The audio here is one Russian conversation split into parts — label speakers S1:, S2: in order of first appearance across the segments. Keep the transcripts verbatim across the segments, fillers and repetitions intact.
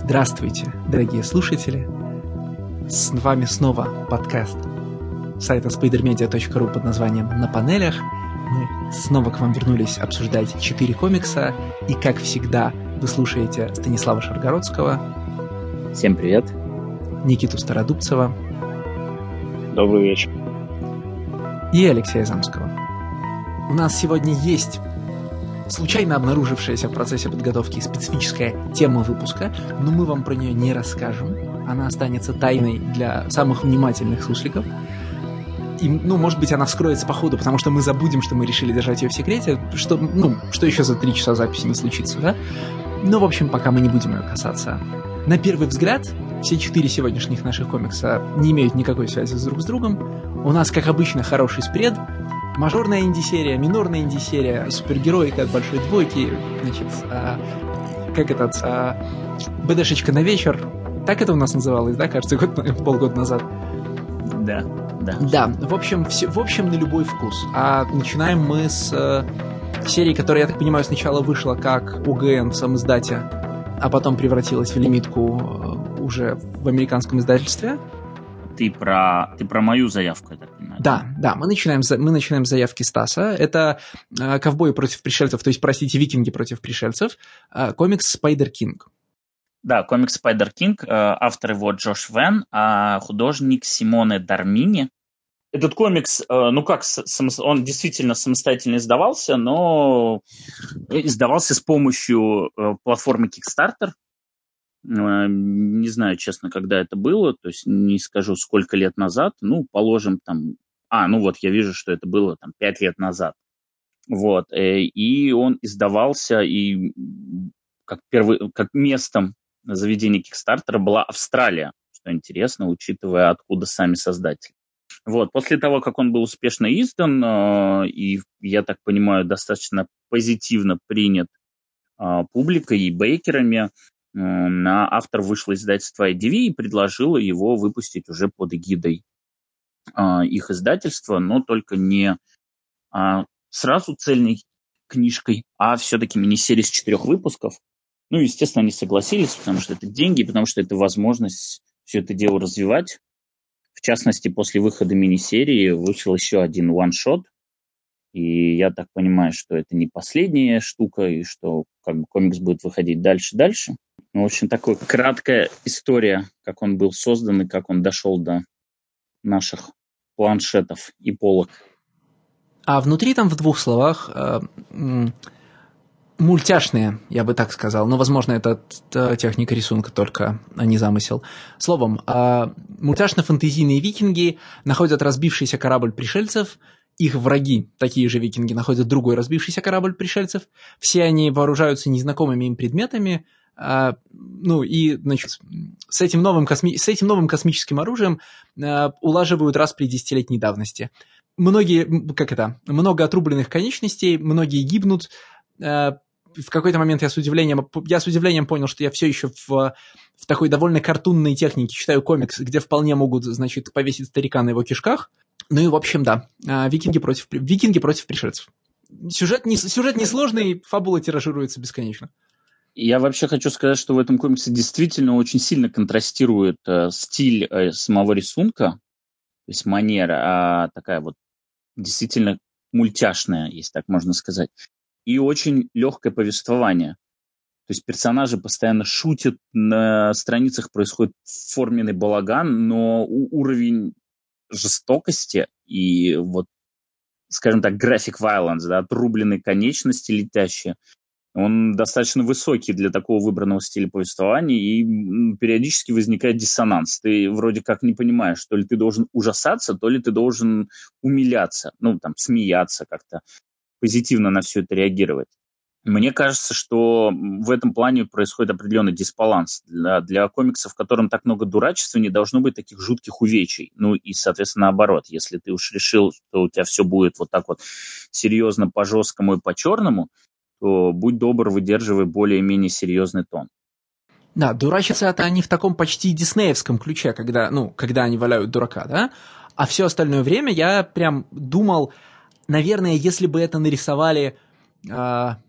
S1: Здравствуйте, дорогие слушатели! С вами снова подкаст сайта спайдер медиа точка ру под названием «На панелях». Мы снова к вам вернулись обсуждать четыре комикса, и, как всегда, вы слушаете Станислава Шаргородского.
S2: Всем привет.
S1: Никиту Стародубцева.
S3: Добрый вечер.
S1: И Алексея Замского. У нас сегодня есть случайно обнаружившаяся в процессе подготовки специфическая тема выпуска, но мы вам про нее не расскажем. Она останется тайной для самых внимательных слушателей. И, ну, может быть, она вскроется по ходу, потому что мы забудем, что мы решили держать ее в секрете, что, ну, что еще за три часа записи не случится, да? Но, в общем, пока мы не будем ее касаться. На первый взгляд, все четыре сегодняшних наших комикса не имеют никакой связи друг с другом. У нас, как обычно, хороший спред. Мажорная инди-серия, минорная инди-серия, супергероика от большой двойки, значит, а, как этот, а, БДшечка на вечер. Так это у нас называлось, да, кажется, год, полгода назад?
S2: Да, да.
S1: Да, в общем, все, в общем, на любой вкус. А начинаем мы с э, серии, которая, я так понимаю, сначала вышла как ОГН в самоиздате, а потом превратилась в лимитку э, уже в американском издательстве.
S2: Ты про, ты про мою заявку, я так понимаю.
S1: Да, да, мы начинаем, мы начинаем с заявки Стаса. Это э, ковбои против пришельцев, то есть, простите, викинги против пришельцев. Э, комикс «Спайдер Кинг».
S2: Да, комикс «Спайдер Кинг», э, автор его Джош Вен, а художник Симоне Дармини. Этот комикс, э, ну как, само, он действительно самостоятельно издавался, но издавался с помощью э, платформы Kickstarter. Не знаю, честно, когда это было, то есть не скажу, сколько лет назад, ну, положим, там, а, ну вот, я вижу, что это было, там, пять лет назад, вот, и он издавался, и как, первый, как местом заведения Kickstarter была Австралия, что интересно, учитывая, откуда сами создатели. Вот, после того, как он был успешно издан, и, я так понимаю, достаточно позитивно принят публикой и бейкерами, на автор вышло издательство ай ди ви и предложило его выпустить уже под эгидой а, их издательства, но только не а, сразу цельной книжкой, а все-таки мини-серией из четырех выпусков. Ну, естественно, они согласились, потому что это деньги, потому что это возможность все это дело развивать. В частности, после выхода мини-серии вышел еще один one-shot, и я так понимаю, что это не последняя штука, и что как бы комикс будет выходить дальше-дальше. Ну, в общем, такая краткая история, как он был создан и как он дошел до наших планшетов и полок. А
S1: внутри там в двух словах э, м- мультяшные, я бы так сказал, но, возможно, это техника рисунка только, а не замысел. Словом, э, мультяшно-фэнтезийные викинги находят разбившийся корабль пришельцев. Их враги, такие же викинги, находят другой разбившийся корабль пришельцев. Все они вооружаются незнакомыми им предметами. А, ну и, значит, с этим новым, косми... с этим новым космическим оружием а, улаживают распри десятилетней давности. Многие, как это, много отрубленных конечностей, многие гибнут. А, в какой-то момент я с удивлением, я с удивлением понял, что я все еще в, в такой довольно картунной технике читаю комикс, где вполне могут, значит, повесить старика на его кишках. Ну и, в общем, да, викинги против, викинги против пришельцев. Сюжет, не, сюжет несложный, фабула тиражируется бесконечно.
S2: Я вообще хочу сказать, что в этом комиксе действительно очень сильно контрастирует э, стиль э, самого рисунка, то есть манера, а такая вот действительно мультяшная, если так можно сказать, и очень легкое повествование. То есть персонажи постоянно шутят, на страницах происходит форменный балаган, но уровень жестокости и вот, скажем так, graphic violence, да, отрубленные конечности летящие, он достаточно высокий для такого выбранного стиля повествования, и периодически возникает диссонанс. Ты вроде как не понимаешь, то ли ты должен ужасаться, то ли ты должен умиляться, ну, там, смеяться как-то, позитивно на все это реагировать. Мне кажется, что в этом плане происходит определенный дисбаланс. Для, для комиксов, в котором так много дурачества, не должно быть таких жутких увечий. Ну и, соответственно, наоборот. Если ты уж решил, что у тебя все будет вот так вот серьезно по-жесткому и по-черному, то будь добр, выдерживай более-менее серьезный тон.
S1: Да, дурачатся это они в таком почти диснеевском ключе, когда, ну, когда они валяют дурака, да? А все остальное время я прям думал, наверное, если бы это нарисовали... Э-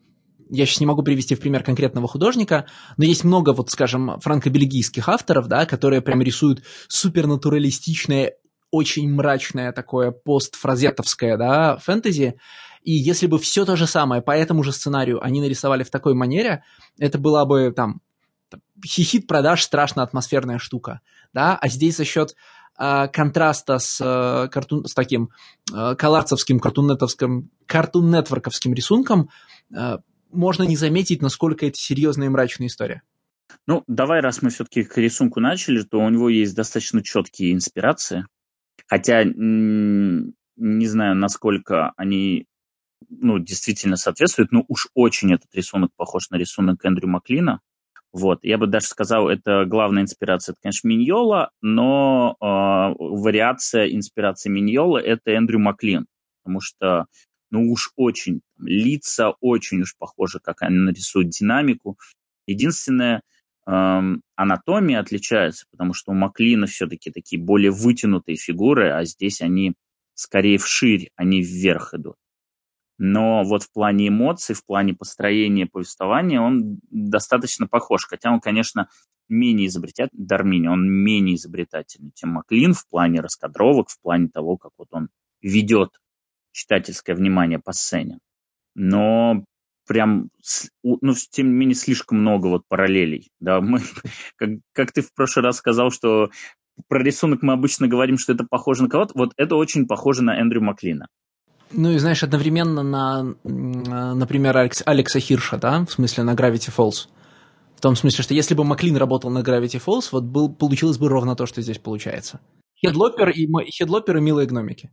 S1: я сейчас не могу привести в пример конкретного художника, но есть много, вот, скажем, франко-бельгийских авторов, да, которые прям рисуют супернатуралистичное, очень мрачное такое постфразетовское, да, фэнтези, и если бы все то же самое по этому же сценарию они нарисовали в такой манере, это была бы там хихит продаж, страшно атмосферная штука, да, а здесь за счет э, контраста с, э, картун, с таким э, колларцевским, картун-нетворковским, картун-нетворковским рисунком э, можно не заметить, насколько это серьезная и мрачная история.
S2: Ну, давай, раз мы все-таки к рисунку начали, то у него есть достаточно четкие инспирации, хотя м- не знаю, насколько они, ну, действительно соответствуют, но уж очень этот рисунок похож на рисунок Эндрю Маклина. Вот, я бы даже сказал, это главная инспирация, это, конечно, Миньола, но э, вариация инспирации Миньола – это Эндрю Маклин, потому что, ну уж очень, лица очень уж похожи, как они нарисуют динамику. Единственное, э, анатомия отличается, потому что у Маклина все-таки такие более вытянутые фигуры, а здесь они скорее вширь, они вверх идут. Но вот в плане эмоций, в плане построения повествования он достаточно похож. Хотя он, конечно, менее изобретательный, Дармини, он менее изобретательный, чем Маклин в плане раскадровок, в плане того, как вот он ведет читательское внимание по сцене. Но прям, ну, тем не менее, слишком много вот параллелей. Да, мы, как, как ты в прошлый раз сказал, что про рисунок мы обычно говорим, что это похоже на кого-то, вот это очень похоже на Эндрю Маклина.
S1: Ну и, знаешь, одновременно на, например, Алекс, Алекса Хирша, да, в смысле на Gravity Falls. В том смысле, что если бы Маклин работал на Gravity Falls, вот был, получилось бы ровно то, что здесь получается. Хедлопер и, хедлопер и милые гномики.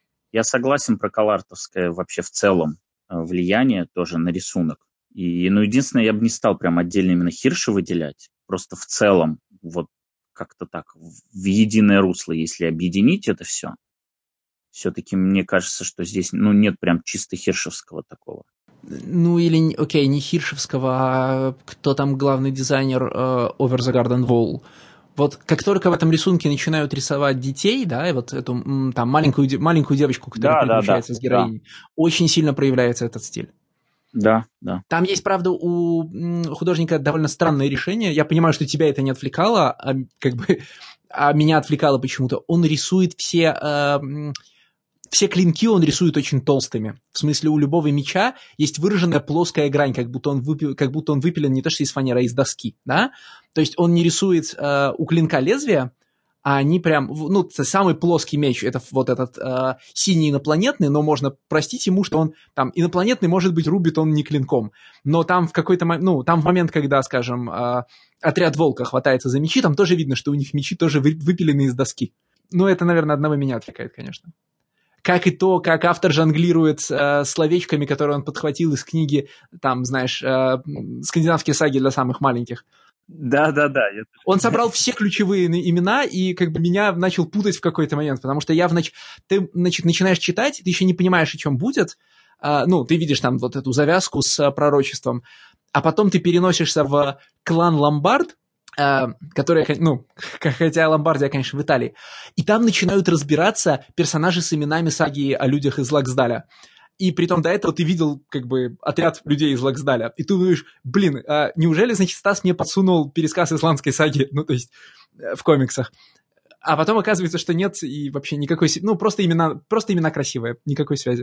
S2: Я согласен про коллартовское вообще в целом влияние тоже на рисунок. И, ну, единственное, я бы не стал прям отдельно именно Хирша выделять. Просто в целом, вот как-то так, в единое русло, если объединить это все. Все-таки мне кажется, что здесь, ну, нет прям чисто хиршевского такого.
S1: Ну, или, окей, не хиршевского, а кто там главный дизайнер uh, Over the Garden Wall. Вот как только в этом рисунке начинают рисовать детей, да, и вот эту там маленькую, маленькую девочку, которая да, переключается да, да, с героиней, да. Очень сильно проявляется этот стиль.
S2: Да, да.
S1: Там есть, правда, у художника довольно странное решение. Я понимаю, что тебя это не отвлекало, а, как бы, а меня отвлекало почему-то. Он рисует все... Uh, Все клинки он рисует очень толстыми. В смысле, у любого меча есть выраженная плоская грань, как будто он, выпи... как будто он выпилен не то что из фанеры, а из доски. Да? То есть он не рисует э, у клинка лезвия, а они прям... Ну, самый плоский меч, это вот этот э, синий инопланетный, но можно простить ему, что он там инопланетный, может быть, рубит он не клинком. Но там в какой-то момент... Ну, там в момент, когда, скажем, э, отряд Волка хватается за мечи, там тоже видно, что у них мечи тоже вы... выпилены из доски. Ну, это, наверное, одного меня отвлекает, конечно. Как и то, как автор жонглирует э, словечками, которые он подхватил из книги, там, знаешь, э, «Скандинавские саги для самых маленьких».
S2: Да-да-да.
S1: Он собрал все ключевые имена и как бы меня начал путать в какой-то момент, потому что я, внач... ты значит, начинаешь читать, ты еще не понимаешь, о чем будет, э, ну, ты видишь там вот эту завязку с э, пророчеством, а потом ты переносишься в клан Ломбард, которые, ну, хотя Ломбардия, конечно, в Италии, и там начинают разбираться персонажи с именами саги о людях из Лаксдаля. И притом до этого ты видел, как бы, отряд людей из Лаксдаля. И ты думаешь, блин, а неужели, значит, Стас мне подсунул пересказ исландской саги, ну, то есть, в комиксах. А потом оказывается, что нет, и вообще никакой... Ну, просто имена, просто имена красивые, никакой связи.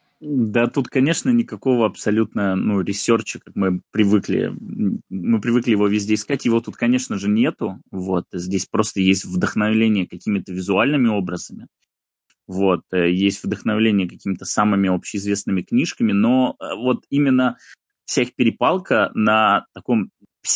S2: Да, тут, конечно, никакого абсолютно, ну, ресерча, как мы привыкли, мы привыкли его везде искать, его тут, конечно же, нету, вот, здесь просто есть вдохновление какими-то визуальными образами, вот, есть вдохновление какими-то самыми общеизвестными книжками, но вот именно вся их перепалка на таком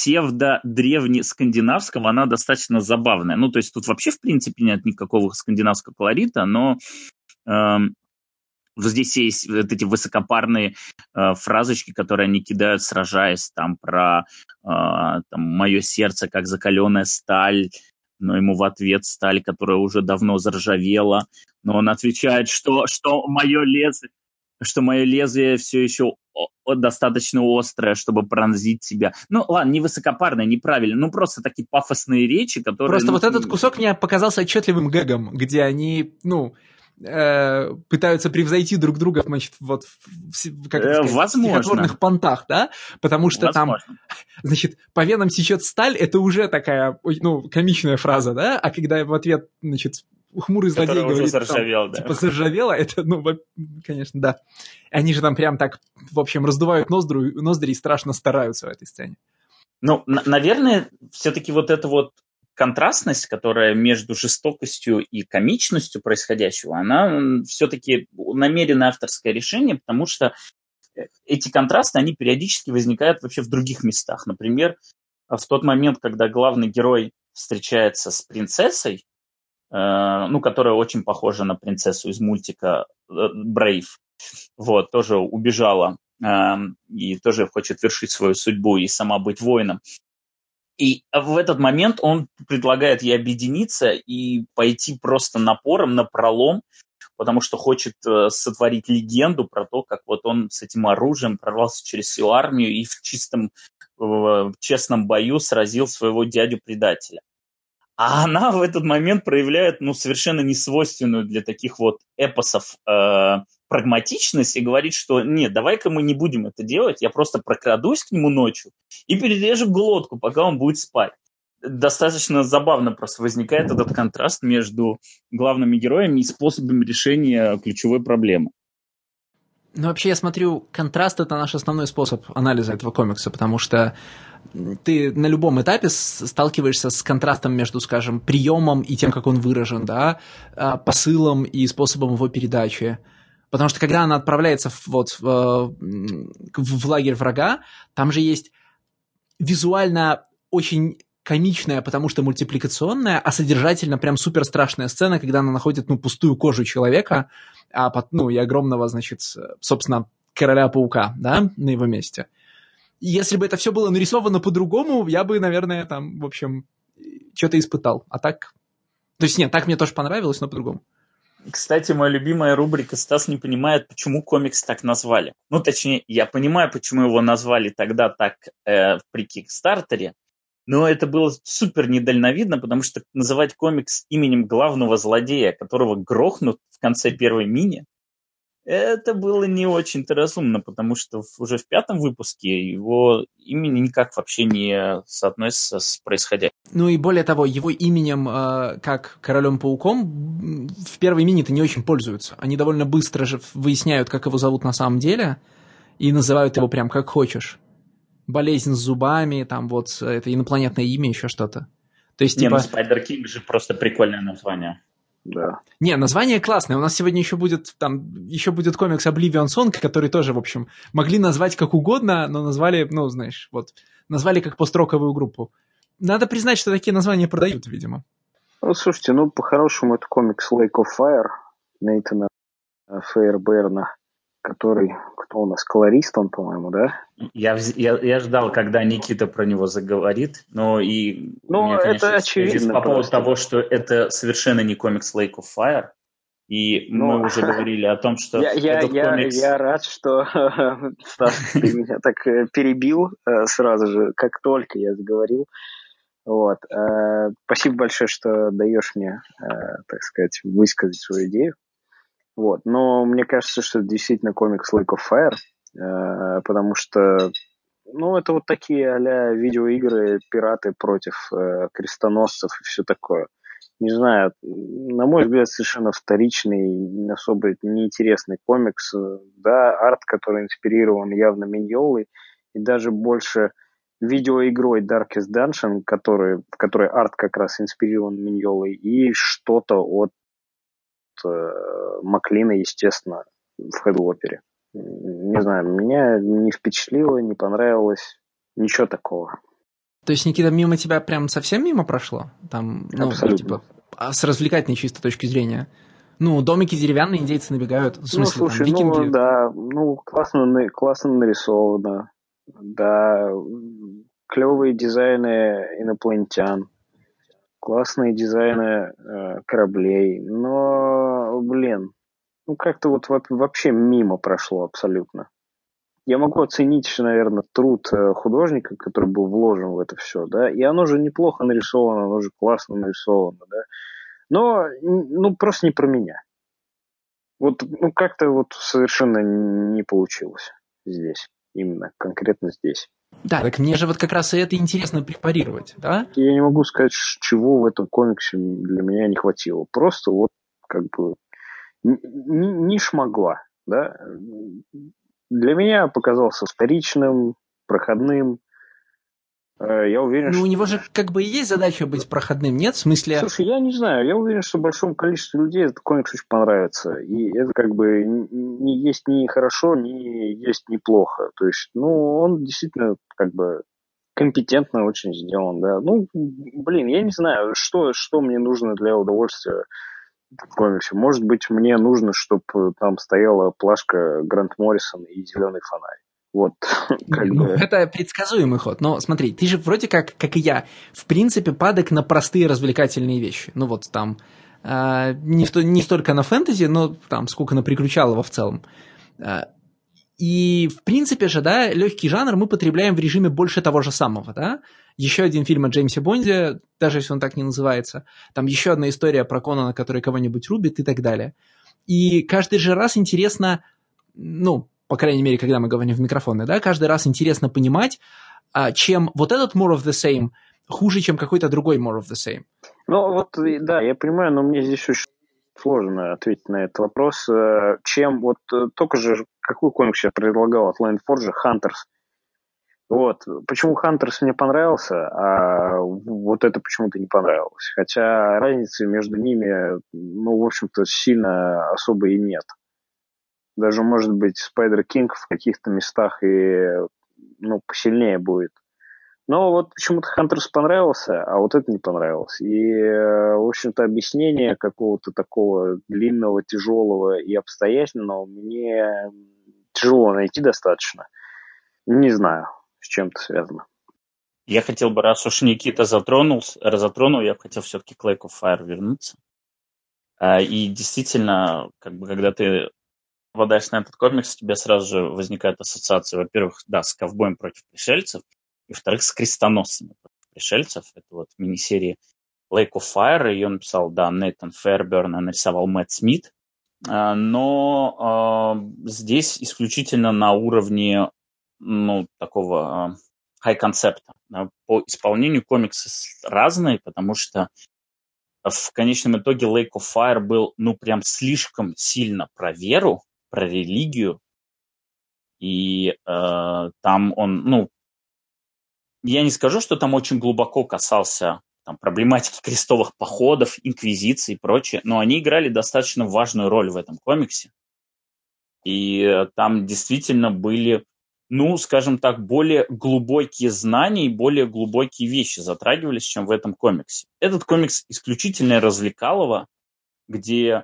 S2: псевдо-древне-скандинавском, она достаточно забавная, ну, то есть тут вообще, в принципе, нет никакого скандинавского колорита, но... Эм, Здесь есть вот эти высокопарные э, фразочки, которые они кидают, сражаясь, там, про э, там, «мое сердце, как закаленная сталь», но ему в ответ сталь, которая уже давно заржавела, но он отвечает, что, что мое лезвие, что мое лезвие все еще о- достаточно острое, чтобы пронзить тебя. Ну, ладно, не высокопарное, неправильно, ну, просто такие пафосные речи, которые...
S1: Просто
S2: ну,
S1: вот этот кусок мне показался отчетливым гэгом, где они, ну... э, пытаются превзойти друг друга, значит, вот в, как это сказать,
S2: Возможно.
S1: в стихотворных понтах, да, потому что Возможно. Там, значит, по венам сечет сталь, это уже такая, ну, комичная фраза, да, а когда в ответ, значит, хмурый злодей
S2: Который
S1: говорит,
S2: уже заржавел,
S1: там,
S2: да.
S1: типа, заржавело, это, ну, конечно, да. Они же там прям так, в общем, раздувают ноздри, ноздри и страшно стараются в этой сцене.
S2: Ну, на- наверное, все-таки вот эта вот контрастность, которая между жестокостью и комичностью происходящего, она все-таки намеренное авторское решение, потому что эти контрасты, они периодически возникают вообще в других местах. Например, в тот момент, когда главный герой встречается с принцессой, ну, которая очень похожа на принцессу из мультика Brave, вот, тоже убежала и тоже хочет вершить свою судьбу и сама быть воином. И в этот момент он предлагает ей объединиться и пойти просто напором, напролом, потому что хочет сотворить легенду про то, как вот он с этим оружием прорвался через всю армию и в чистом, в честном бою сразил своего дядю-предателя. А она в этот момент проявляет, ну, совершенно несвойственную для таких вот эпосов э, прагматичность и говорит, что нет, давай-ка мы не будем это делать, я просто прокрадусь к нему ночью и перережу глотку, пока он будет спать. Достаточно забавно просто возникает этот контраст между главными героями и способами решения ключевой проблемы.
S1: Ну, вообще, я смотрю, контраст – это наш основной способ анализа этого комикса, потому что ты на любом этапе сталкиваешься с контрастом между, скажем, приемом и тем, как он выражен, да, посылом и способом его передачи. Потому что когда она отправляется в, вот, в, в лагерь врага, там же есть визуально очень комичная, потому что мультипликационная, а содержательно прям супер страшная сцена, когда она находит, ну, пустую кожу человека, а, ну, и огромного, значит, собственно, короля-паука, да, на его месте. И если бы это все было нарисовано по-другому, я бы, наверное, там, в общем, что-то испытал. А так... То есть нет, так мне тоже понравилось, но по-другому.
S2: Кстати, моя любимая рубрика «Стас не понимает, почему комикс так назвали». Ну, точнее, я понимаю, почему его назвали тогда так э, при Кикстартере, но это было супер недальновидно, потому что называть комикс именем главного злодея, которого грохнут в конце первой мини, это было не очень-то разумно, потому что уже в пятом выпуске его имя никак вообще не соотносится с происходящим.
S1: Ну и более того, его именем, э, как Королем-пауком, в первой мини-то не очень пользуются. Они довольно быстро же выясняют, как его зовут на самом деле, и называют его прям как хочешь. Болезнь с зубами, там вот это инопланетное имя, еще что-то. То есть,
S2: не,
S1: типа...
S2: ну Spider King же просто прикольное название.
S3: Да.
S1: Не, название классное. У нас сегодня еще будет, там, еще будет комикс Oblivion Song, который тоже, в общем, могли назвать как угодно, но назвали, ну, знаешь, вот, назвали как построковую группу. Надо признать, что такие названия продают, видимо.
S3: Ну, слушайте, ну, по-хорошему, это комикс Lake of Fire Нейтана Фейерберна, который, кто у нас, колорист он, по-моему, да?
S2: Я, я, я ждал, когда Никита про него заговорит, но и
S3: ну,
S2: у меня, конечно,
S3: это очевидно
S2: по поводу
S3: просто.
S2: того, что это совершенно не комикс Lake of Fire, и но... мы уже говорили о том, что
S3: я, я,
S2: этот
S3: я,
S2: комикс...
S3: Я рад, что Стас, ты меня так перебил сразу же, как только я заговорил. Вот. Спасибо большое, что даешь мне, так сказать, высказать свою идею. Вот. Но мне кажется, что это действительно комикс Lake of Fire, потому что, ну, это вот такие а-ля видеоигры, пираты против крестоносцев и все такое. Не знаю, на мой взгляд, совершенно вторичный, особо неинтересный комикс. Да, арт, который инспирирован явно Миньолой, и даже больше видеоигрой Darkest Dungeon, который, в которой арт как раз инспирирован Миньолой, и что-то от э, Маклина, естественно, в Хэдлопере. Не знаю, меня не впечатлило, не понравилось, ничего такого.
S1: То есть, Никита, мимо тебя прям совсем мимо прошло? Там, ну,
S3: абсолютно.
S1: Типа, а с развлекательной чисто точки зрения? Ну, домики деревянные, индейцы набегают. В смысле,
S3: ну, слушай,
S1: там, викинги...
S3: ну, да, ну, классно, классно нарисовано. Да, клевые дизайны инопланетян, классные дизайны э, кораблей, но, блин, ну как-то вот вообще мимо прошло абсолютно. Я могу оценить, наверное, труд художника, который был вложен в это все, да, и оно же неплохо нарисовано, оно же классно нарисовано, да, но, ну, просто не про меня. Вот, ну, как-то вот совершенно не получилось здесь, именно конкретно здесь.
S1: Да, так мне же вот как раз и это интересно препарировать, да?
S3: Я не могу сказать, чего в этом комиксе для меня не хватило. Просто вот как бы не шмогла, да. Для меня показался вторичным, проходным. Я уверен,
S1: ну,
S3: что...
S1: у него же как бы и есть задача быть проходным, нет? В смысле...
S3: Слушай, я не знаю. Я уверен, что большому количеству людей этот комикс очень понравится. И это как бы не есть ни хорошо, ни есть неплохо. То есть, ну, он действительно как бы компетентно очень сделан, да. Ну, блин, я не знаю, что, что мне нужно для удовольствия в комиксе. Может быть, мне нужно, чтобы там стояла плашка Грант Моррисон и зеленый фонарь. Вот, как
S1: ну,
S3: бы...
S1: Это предсказуемый ход. Но смотри, ты же вроде как, как и я, в принципе, падок на простые развлекательные вещи. Ну вот там, э, не, сто, не столько на фэнтези, но там сколько на Прикручалово в целом. Э, и в принципе же, да, легкий жанр мы потребляем в режиме больше того же самого, да. Еще один фильм о Джеймсе Бонде, даже если он так не называется. Там еще одна история про Конана, который кого-нибудь рубит и так далее. И каждый же раз интересно, ну, по крайней мере, когда мы говорим в микрофоны, да, каждый раз интересно понимать, чем вот этот more of the same хуже, чем какой-то другой more of the same.
S3: Ну, вот, да, я понимаю, но мне здесь очень сложно ответить на этот вопрос. Чем, вот, только же, какой комикс я предлагал от Line Forge, Hunters. Вот, почему Hunters мне понравился, а вот это почему-то не понравилось. Хотя разницы между ними, ну, в общем-то, сильно особо и нет. Даже, может быть, Spider King в каких-то местах и, ну, посильнее будет. Но вот почему-то Hunters понравился, а вот это не понравилось. И, в общем-то, объяснение какого-то такого длинного, тяжелого и обстоятельного мне тяжело найти достаточно. Не знаю, с чем это связано.
S2: Я хотел бы, раз уж Никита затронул, разотронул, я бы хотел все-таки к Lake of Fire вернуться. И действительно, как бы, когда ты попадаешь на этот комикс, у тебя сразу же возникает ассоциация, во-первых, да, с ковбоем против пришельцев, и, во-вторых, с крестоносцами против пришельцев. Это вот мини-серия Lake of Fire, ее написал, да, Нейтан Фэрберн, а нарисовал Мэтт Смит. Но э, здесь исключительно на уровне, ну, такого хай-концепта. По исполнению комиксы разные, потому что в конечном итоге Lake of Fire был, ну, прям слишком сильно про веру, про религию, и э, там он, ну, я не скажу, что там очень глубоко касался там, проблематики крестовых походов, инквизиции и прочее, но они играли достаточно важную роль в этом комиксе. И э, там действительно были, ну, скажем так, более глубокие знания и более глубокие вещи затрагивались, чем в этом комиксе. Этот комикс исключительно развлекалово, где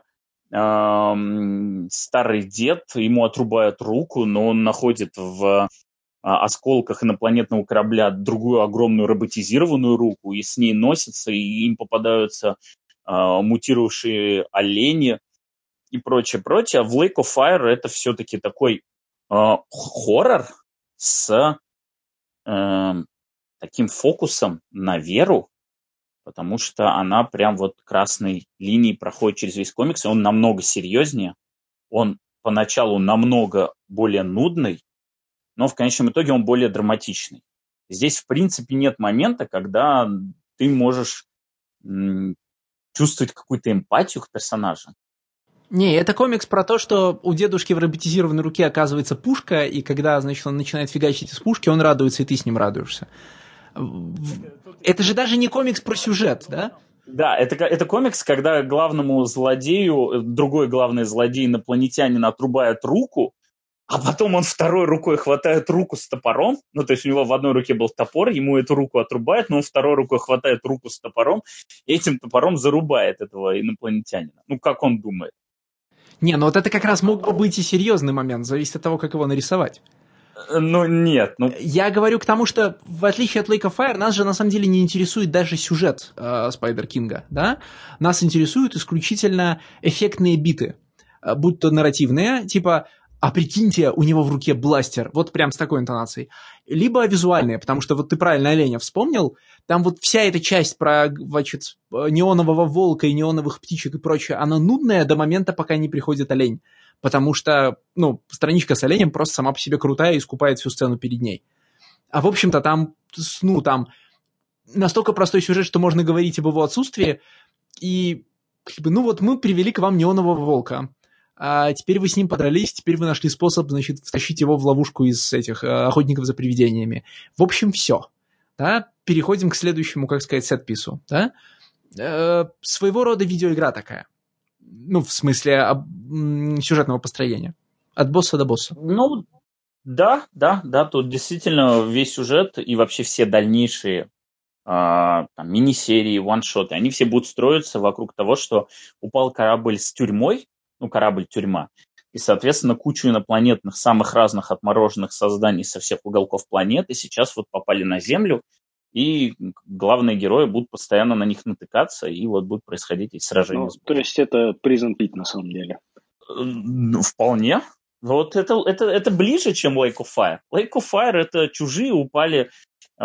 S2: э, старый дед, ему отрубают руку, но он находит в осколках инопланетного корабля другую огромную роботизированную руку, и с ней носится, и им попадаются э, мутировавшие олени и прочее, прочее. А в Lake of Fire это все-таки такой э, хоррор с э, таким фокусом на веру, потому что она прям вот красной линией проходит через весь комикс, и он намного серьезнее, он поначалу намного более нудный, но в конечном итоге он более драматичный. Здесь, в принципе, нет момента, когда ты можешь м- чувствовать какую-то эмпатию к персонажу.
S1: Не, это комикс про то, что у дедушки в роботизированной руке оказывается пушка, и когда, значит, он начинает фигачить из пушки, он радуется, и ты с ним радуешься. Это же даже не комикс про сюжет, да?
S2: Да, это, это комикс, когда главному злодею, другой главный злодей, инопланетянин, отрубает руку, а потом он второй рукой хватает руку с топором, ну, то есть у него в одной руке был топор, ему эту руку отрубает, но он второй рукой хватает руку с топором, и этим топором зарубает этого инопланетянина. Ну, как он думает.
S1: Не, ну вот это как раз мог бы быть и серьезный момент, зависит от того, как его нарисовать.
S2: Ну, нет. Ну...
S1: Я говорю к тому, что в отличие от Lake of Fire, нас же на самом деле не интересует даже сюжет э, Спайдер Кинга, да? Нас интересуют исключительно эффектные биты, будь то нарративные, типа а прикиньте, у него в руке бластер, вот прям с такой интонацией. Либо визуальные, потому что вот ты правильно оленя вспомнил, там вот вся эта часть про, значит, неонового волка и неоновых птичек и прочее, она нудная до момента, пока не приходит олень. Потому что, ну, страничка с оленем просто сама по себе крутая и искупает всю сцену перед ней. А в общем-то там, ну, там настолько простой сюжет, что можно говорить об его отсутствии, и, ну вот мы привели к вам неонового волка. А теперь вы с ним подрались, теперь вы нашли способ, значит, втащить его в ловушку из этих э, охотников за привидениями. В общем, все. Да? Переходим к следующему, как сказать, сет-пису. Да? Э, своего рода видеоигра такая. Ну, в смысле об, м, сюжетного построения. От босса до босса.
S2: Ну, да, да, да, тут действительно весь сюжет и вообще все дальнейшие а, там, мини-серии, ваншоты, они все будут строиться вокруг того, что упал корабль с тюрьмой, ну, корабль-тюрьма, и, соответственно, кучу инопланетных, самых разных отмороженных созданий со всех уголков планеты сейчас вот попали на Землю, и главные герои будут постоянно на них натыкаться, и вот будут происходить эти сражения.
S3: Ну, то есть это Prison Pit на самом деле?
S2: Ну, вполне. Вот это, это, это ближе, чем Lake of Fire. Lake of Fire — это чужие упали э,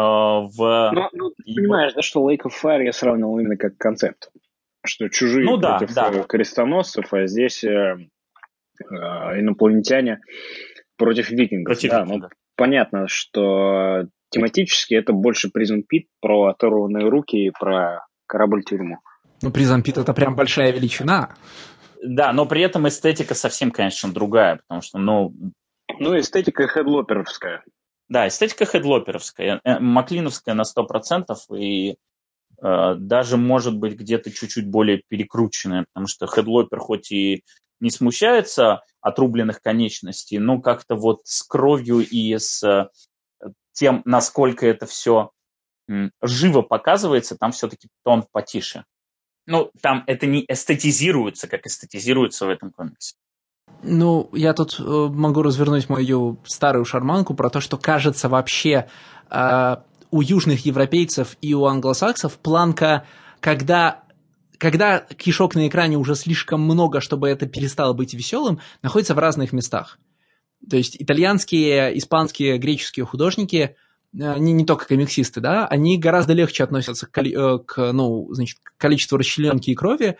S2: в...
S3: Ну, ну, ты понимаешь, да, что Lake of Fire я сравнивал именно как концепт. Что чужие
S2: ну,
S3: против
S2: да, да.
S3: крестоносцев, а здесь э, э, инопланетяне против викингов.
S2: Против
S3: да,
S2: викингов.
S3: Ну, понятно, что тематически это больше Prison Pit про оторванные руки и про корабль-тюрьму.
S1: Ну, Prison Pit — это прям большая величина.
S2: Да, но при этом эстетика совсем, конечно, другая, потому что, ну...
S3: Ну, эстетика хедлоперовская.
S2: Да, эстетика хедлоперовская, маклиновская на сто процентов, и э, даже, может быть, где-то чуть-чуть более перекрученная, потому что хедлопер хоть и не смущается отрубленных конечностей, но как-то вот с кровью и с э, тем, насколько это все э, живо показывается, там все-таки тон потише. Ну, там это не эстетизируется, как эстетизируется в этом комиксе.
S1: Ну, я тут э, могу развернуть мою старую шарманку про то, что, кажется, вообще э, у южных европейцев и у англосаксов планка, когда, когда кишок на экране уже слишком много, чтобы это перестало быть веселым, находится в разных местах. То есть итальянские, испанские, греческие художники, они не только комиксисты, да, они гораздо легче относятся к, к, ну, значит, к количеству расчленки и крови,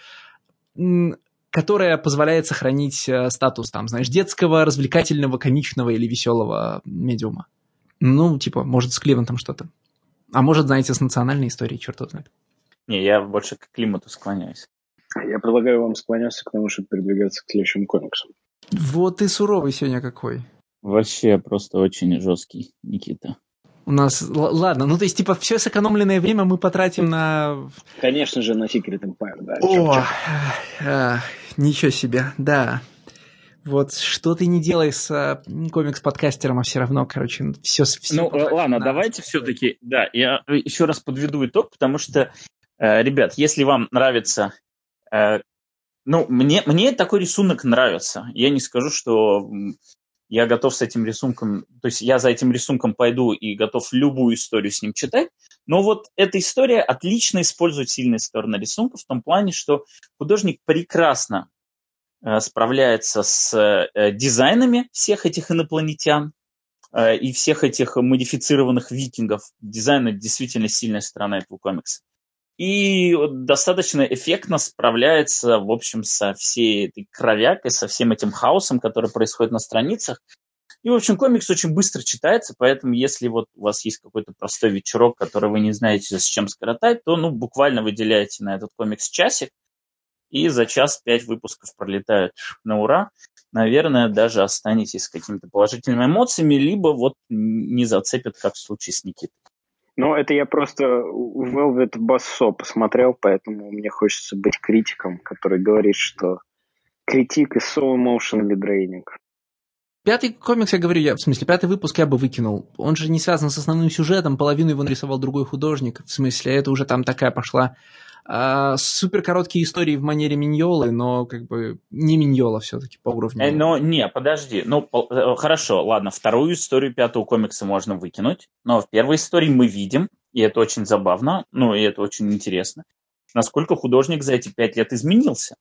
S1: которая позволяет сохранить статус, там, знаешь, детского, развлекательного, комичного или веселого медиума. Ну, типа, может, с Кливентом что-то. А может, знаете, с национальной историей, черт его знает.
S2: Не, я больше к климату склоняюсь.
S3: Я предлагаю вам склоняться к тому, чтобы передвигаться к следующему комиксу.
S1: Вот ты суровый сегодня какой.
S2: Вообще просто очень жесткий, Никита.
S1: У нас, л- ладно, ну то есть, типа, все сэкономленное время мы потратим на...
S3: Конечно же, на Secret Empire, да.
S1: О, а, ничего себе, да. Вот что ты не делай с а, комикс-подкастером, а все равно, короче, все... все
S2: ну, ладно, на... давайте все-таки, да, я еще раз подведу итог, потому что, э, ребят, если вам нравится... Э, ну, мне, мне такой рисунок нравится. Я не скажу, что... Я готов с этим рисунком, то есть я за этим рисунком пойду и готов любую историю с ним читать, но вот эта история отлично использует сильные стороны рисунка в том плане, что художник прекрасно э, справляется с э, дизайнами всех этих инопланетян э, и всех этих модифицированных викингов. Дизайн – это действительно сильная сторона этого комикса. И достаточно эффектно справляется, в общем, со всей этой кровякой, со всем этим хаосом, который происходит на страницах. И, в общем, комикс очень быстро читается, поэтому если вот у вас есть какой-то простой вечерок, который вы не знаете, с чем скоротать, то, ну, буквально выделяете на этот комикс часик, и за час пять выпусков пролетают на ура. Наверное, даже останетесь с какими-то положительными эмоциями, либо вот не зацепят, как в случае с Никитой.
S3: Ну, это я просто Velvet Basso посмотрел, поэтому мне хочется быть критиком, который говорит, что критик is so emotionally draining.
S1: Пятый комикс, я говорю, я, в смысле, пятый выпуск я бы выкинул. Он же не связан с основным сюжетом, половину его нарисовал другой художник. В смысле, это уже там такая пошла а, супер короткие истории в манере Миньолы, но как бы не Миньола все-таки по уровню.
S2: Э, но не, подожди. Ну, хорошо, ладно, вторую историю пятого комикса можно выкинуть, но в первой истории мы видим, и это очень забавно, ну, и это очень интересно, насколько художник за эти пять лет изменился.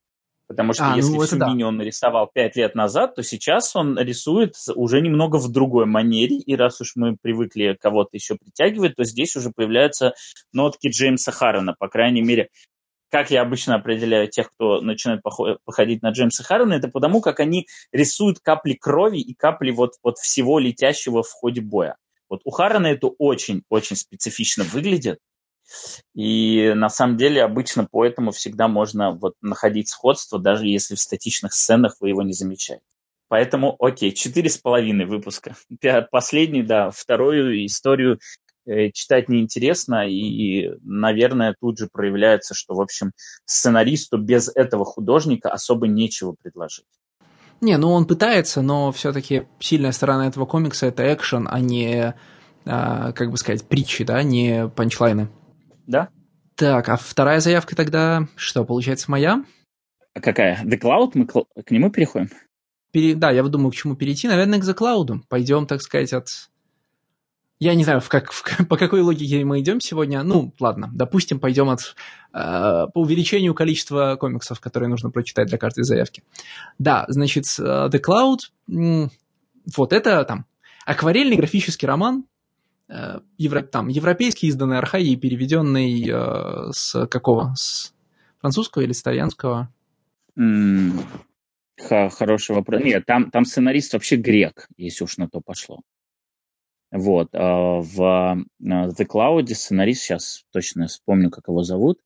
S2: Потому что
S1: а,
S2: если
S1: ну,
S2: всю
S1: да.
S2: линию он нарисовал пять лет назад, то сейчас он рисует уже немного в другой манере. И раз уж мы привыкли кого-то еще притягивать, то здесь уже появляются нотки Джеймса Харрена. По крайней мере, как я обычно определяю тех, кто начинает походить на Джеймса Харрена, это потому, как они рисуют капли крови и капли вот, вот всего летящего в ходе боя. Вот у Харрена это очень-очень специфично выглядит. И на самом деле обычно поэтому всегда можно вот находить сходство, даже если в статичных сценах вы его не замечаете. Поэтому, окей, четыре с половиной выпуска. Последний, да, вторую историю э, читать неинтересно, и, наверное, тут же проявляется, что, в общем, сценаристу без этого художника особо нечего предложить.
S1: Не, ну он пытается, но все-таки сильная сторона этого комикса – это экшен, а не, а, как бы сказать, притчи, да, не панчлайны.
S2: Да.
S1: Так, а вторая заявка тогда, что, получается, моя?
S2: А какая? The Cloud? Мы к нему переходим?
S1: Пере... Да, я думаю, к чему перейти. Наверное, к The Cloud. Пойдем, так сказать, от... Я не знаю, в как, в, по какой логике мы идем сегодня. Ну, ладно, допустим, пойдем от э, по увеличению количества комиксов, которые нужно прочитать для каждой заявки. Да, значит, The Cloud, м- вот это там акварельный графический роман, э, евро, там, европейский, изданный Архаей, переведенный э, с какого? С французского или с итальянского?
S2: Mm, хороший вопрос. Нет, там, там сценарист вообще грек, если уж на то пошло. Вот, в The Cloud сценарист, сейчас точно вспомню, как его зовут,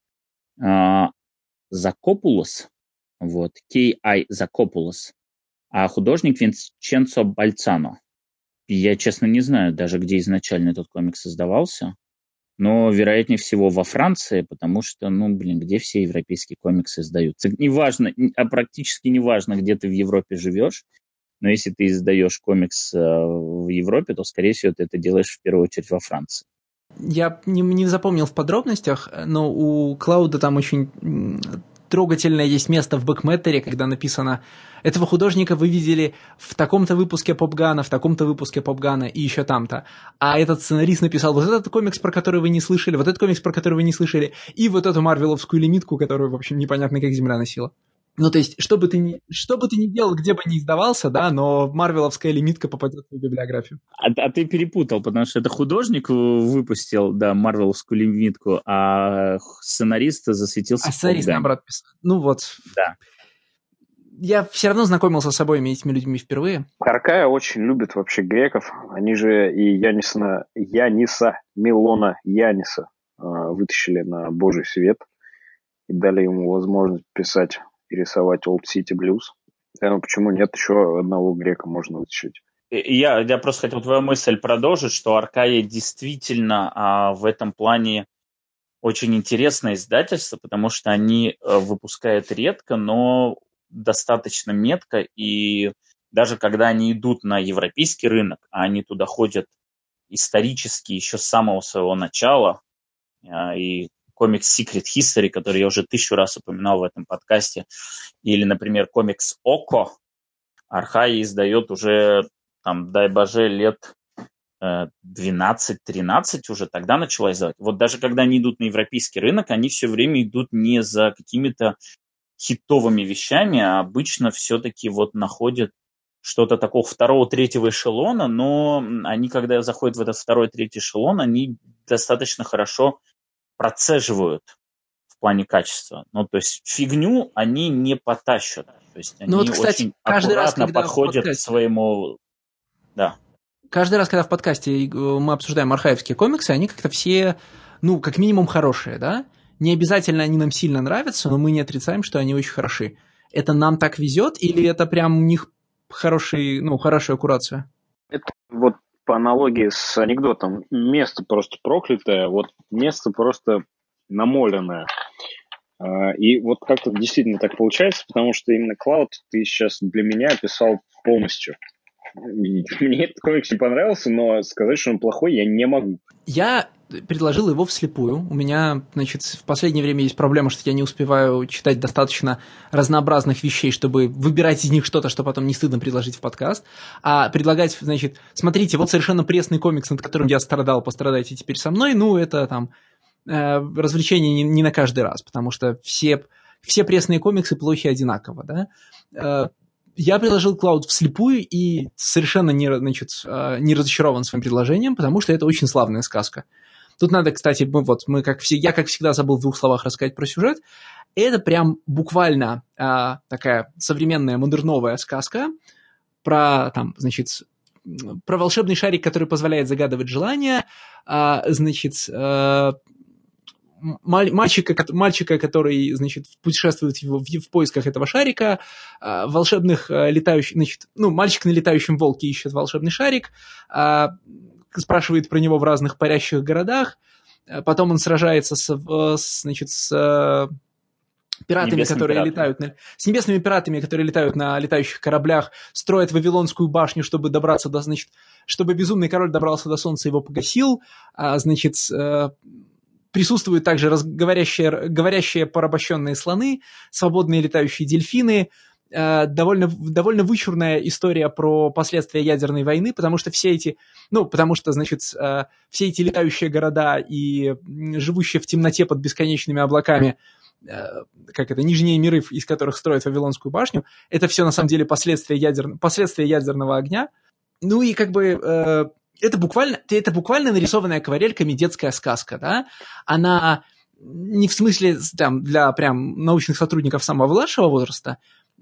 S2: Закопулос, вот, Кей Ай Закопулос, а художник Винченцо Бальцано. Я, честно, не знаю даже, где изначально этот комикс создавался, но, вероятнее всего, во Франции, потому что, ну, блин, где все европейские комиксы издаются? Неважно, а практически неважно, где ты в Европе живешь, но если ты издаешь комикс э, в Европе, то, скорее всего, ты это делаешь в первую очередь во Франции.
S1: Я не, не запомнил в подробностях, но у Клауда там очень трогательное есть место в бэкмэттере, когда написано: этого художника вы видели в таком-то выпуске Попгана, в таком-то выпуске Попгана и еще там-то. А этот сценарист написал вот этот комикс, про который вы не слышали, вот этот комикс, про который вы не слышали, и вот эту марвеловскую лимитку, которую, в общем, непонятно как земля носила. Ну, то есть, что бы ты ни, что бы ты ни делал, где бы ни издавался, да, но марвеловская лимитка попадет в библиографию.
S2: А, а ты перепутал, потому что это художник выпустил, да, марвеловскую лимитку, а сценарист засветился
S1: а
S2: в
S1: сценарист,
S2: Попгане.
S1: наоборот, писал. Ну, вот.
S2: Да.
S1: Я все равно знакомился с обоими этими людьми впервые.
S3: Аркая очень любит вообще греков. Они же и Яниса, Яниса Милона Яниса э, вытащили на Божий свет и дали ему возможность писать и рисовать Old City Blues. Ну, почему нет, еще одного грека можно вытащить.
S2: Я, я просто хотел твою мысль продолжить, что Аркая действительно а, в этом плане очень интересное издательство, потому что они а, выпускают редко, но достаточно метко, и даже когда они идут на европейский рынок, а они туда ходят исторически еще с самого своего начала, а, и комикс Secret History, который я уже тысячу раз упоминал в этом подкасте, или, например, комикс Око, Архаи издает уже, там, дай боже, лет двенадцать-тринадцать уже, тогда начала издавать. Вот даже когда они идут на европейский рынок, они все время идут не за какими-то хитовыми вещами, а обычно все-таки вот находят что-то такого второго-третьего эшелона, но они, когда заходят в этот второй-третий эшелон, они достаточно хорошо процеживают в плане качества. Ну, то есть фигню они не потащат. То есть они ну, вот, кстати, очень аккуратно раз, подходят к своему... Да.
S1: Каждый раз, когда в подкасте мы обсуждаем архаевские комиксы, они как-то все, ну, как минимум хорошие, да? Не обязательно они нам сильно нравятся, но мы не отрицаем, что они очень хороши. Это нам так везет или это прям у них хороший, ну, хорошая курация?
S3: Это вот по аналогии с анекдотом. Место просто проклятое, вот место просто намоленное. И вот как-то действительно так получается, потому что именно Cloud ты сейчас для меня описал полностью. Мне этот комикс не понравился, но сказать, что он плохой, я не могу.
S1: Я предложил его вслепую. У меня, значит, в последнее время есть проблема, что я не успеваю читать достаточно разнообразных вещей, чтобы выбирать из них что-то, что потом не стыдно предложить в подкаст. А предлагать, значит, смотрите, вот совершенно пресный комикс, над которым я страдал, пострадайте теперь со мной, ну, это там э, развлечение не, не на каждый раз, потому что все... все пресные комиксы плохи одинаково, да. Я предложил Cloud вслепую и совершенно не, значит, не разочарован своим предложением, потому что это очень славная сказка. Тут надо, кстати, мы вот мы как все, я как всегда забыл в двух словах рассказать про сюжет. Это прям буквально а, такая современная модерновая сказка про там, значит, про волшебный шарик, который позволяет загадывать желания, а, значит. А, Мальчика, мальчика, который, значит, путешествует в, в, в поисках этого шарика, э, волшебных э, летающих, значит, ну, мальчик на летающем волке ищет волшебный шарик, э, спрашивает про него в разных парящих городах, э, потом он сражается с, с, значит, с э, пиратами, Небесным которые пиратами. летают, на, с небесными пиратами, которые летают на летающих кораблях, строят Вавилонскую башню, чтобы добраться до, значит, чтобы безумный король добрался до солнца, его погасил, а, значит, э, присутствуют также раз, говорящие, говорящие порабощенные слоны, свободные летающие дельфины, э, довольно, довольно вычурная история про последствия ядерной войны, потому что все эти, ну, потому что, значит, э, все эти летающие города и живущие в темноте под бесконечными облаками, э, как это, нижние миры, из которых строят Вавилонскую башню, это все на самом деле последствия, ядер, последствия ядерного огня. Ну и как бы... Э, Это буквально, это буквально нарисованная акварельками детская сказка, да? Она не в смысле там, для прям научных сотрудников самого младшего возраста,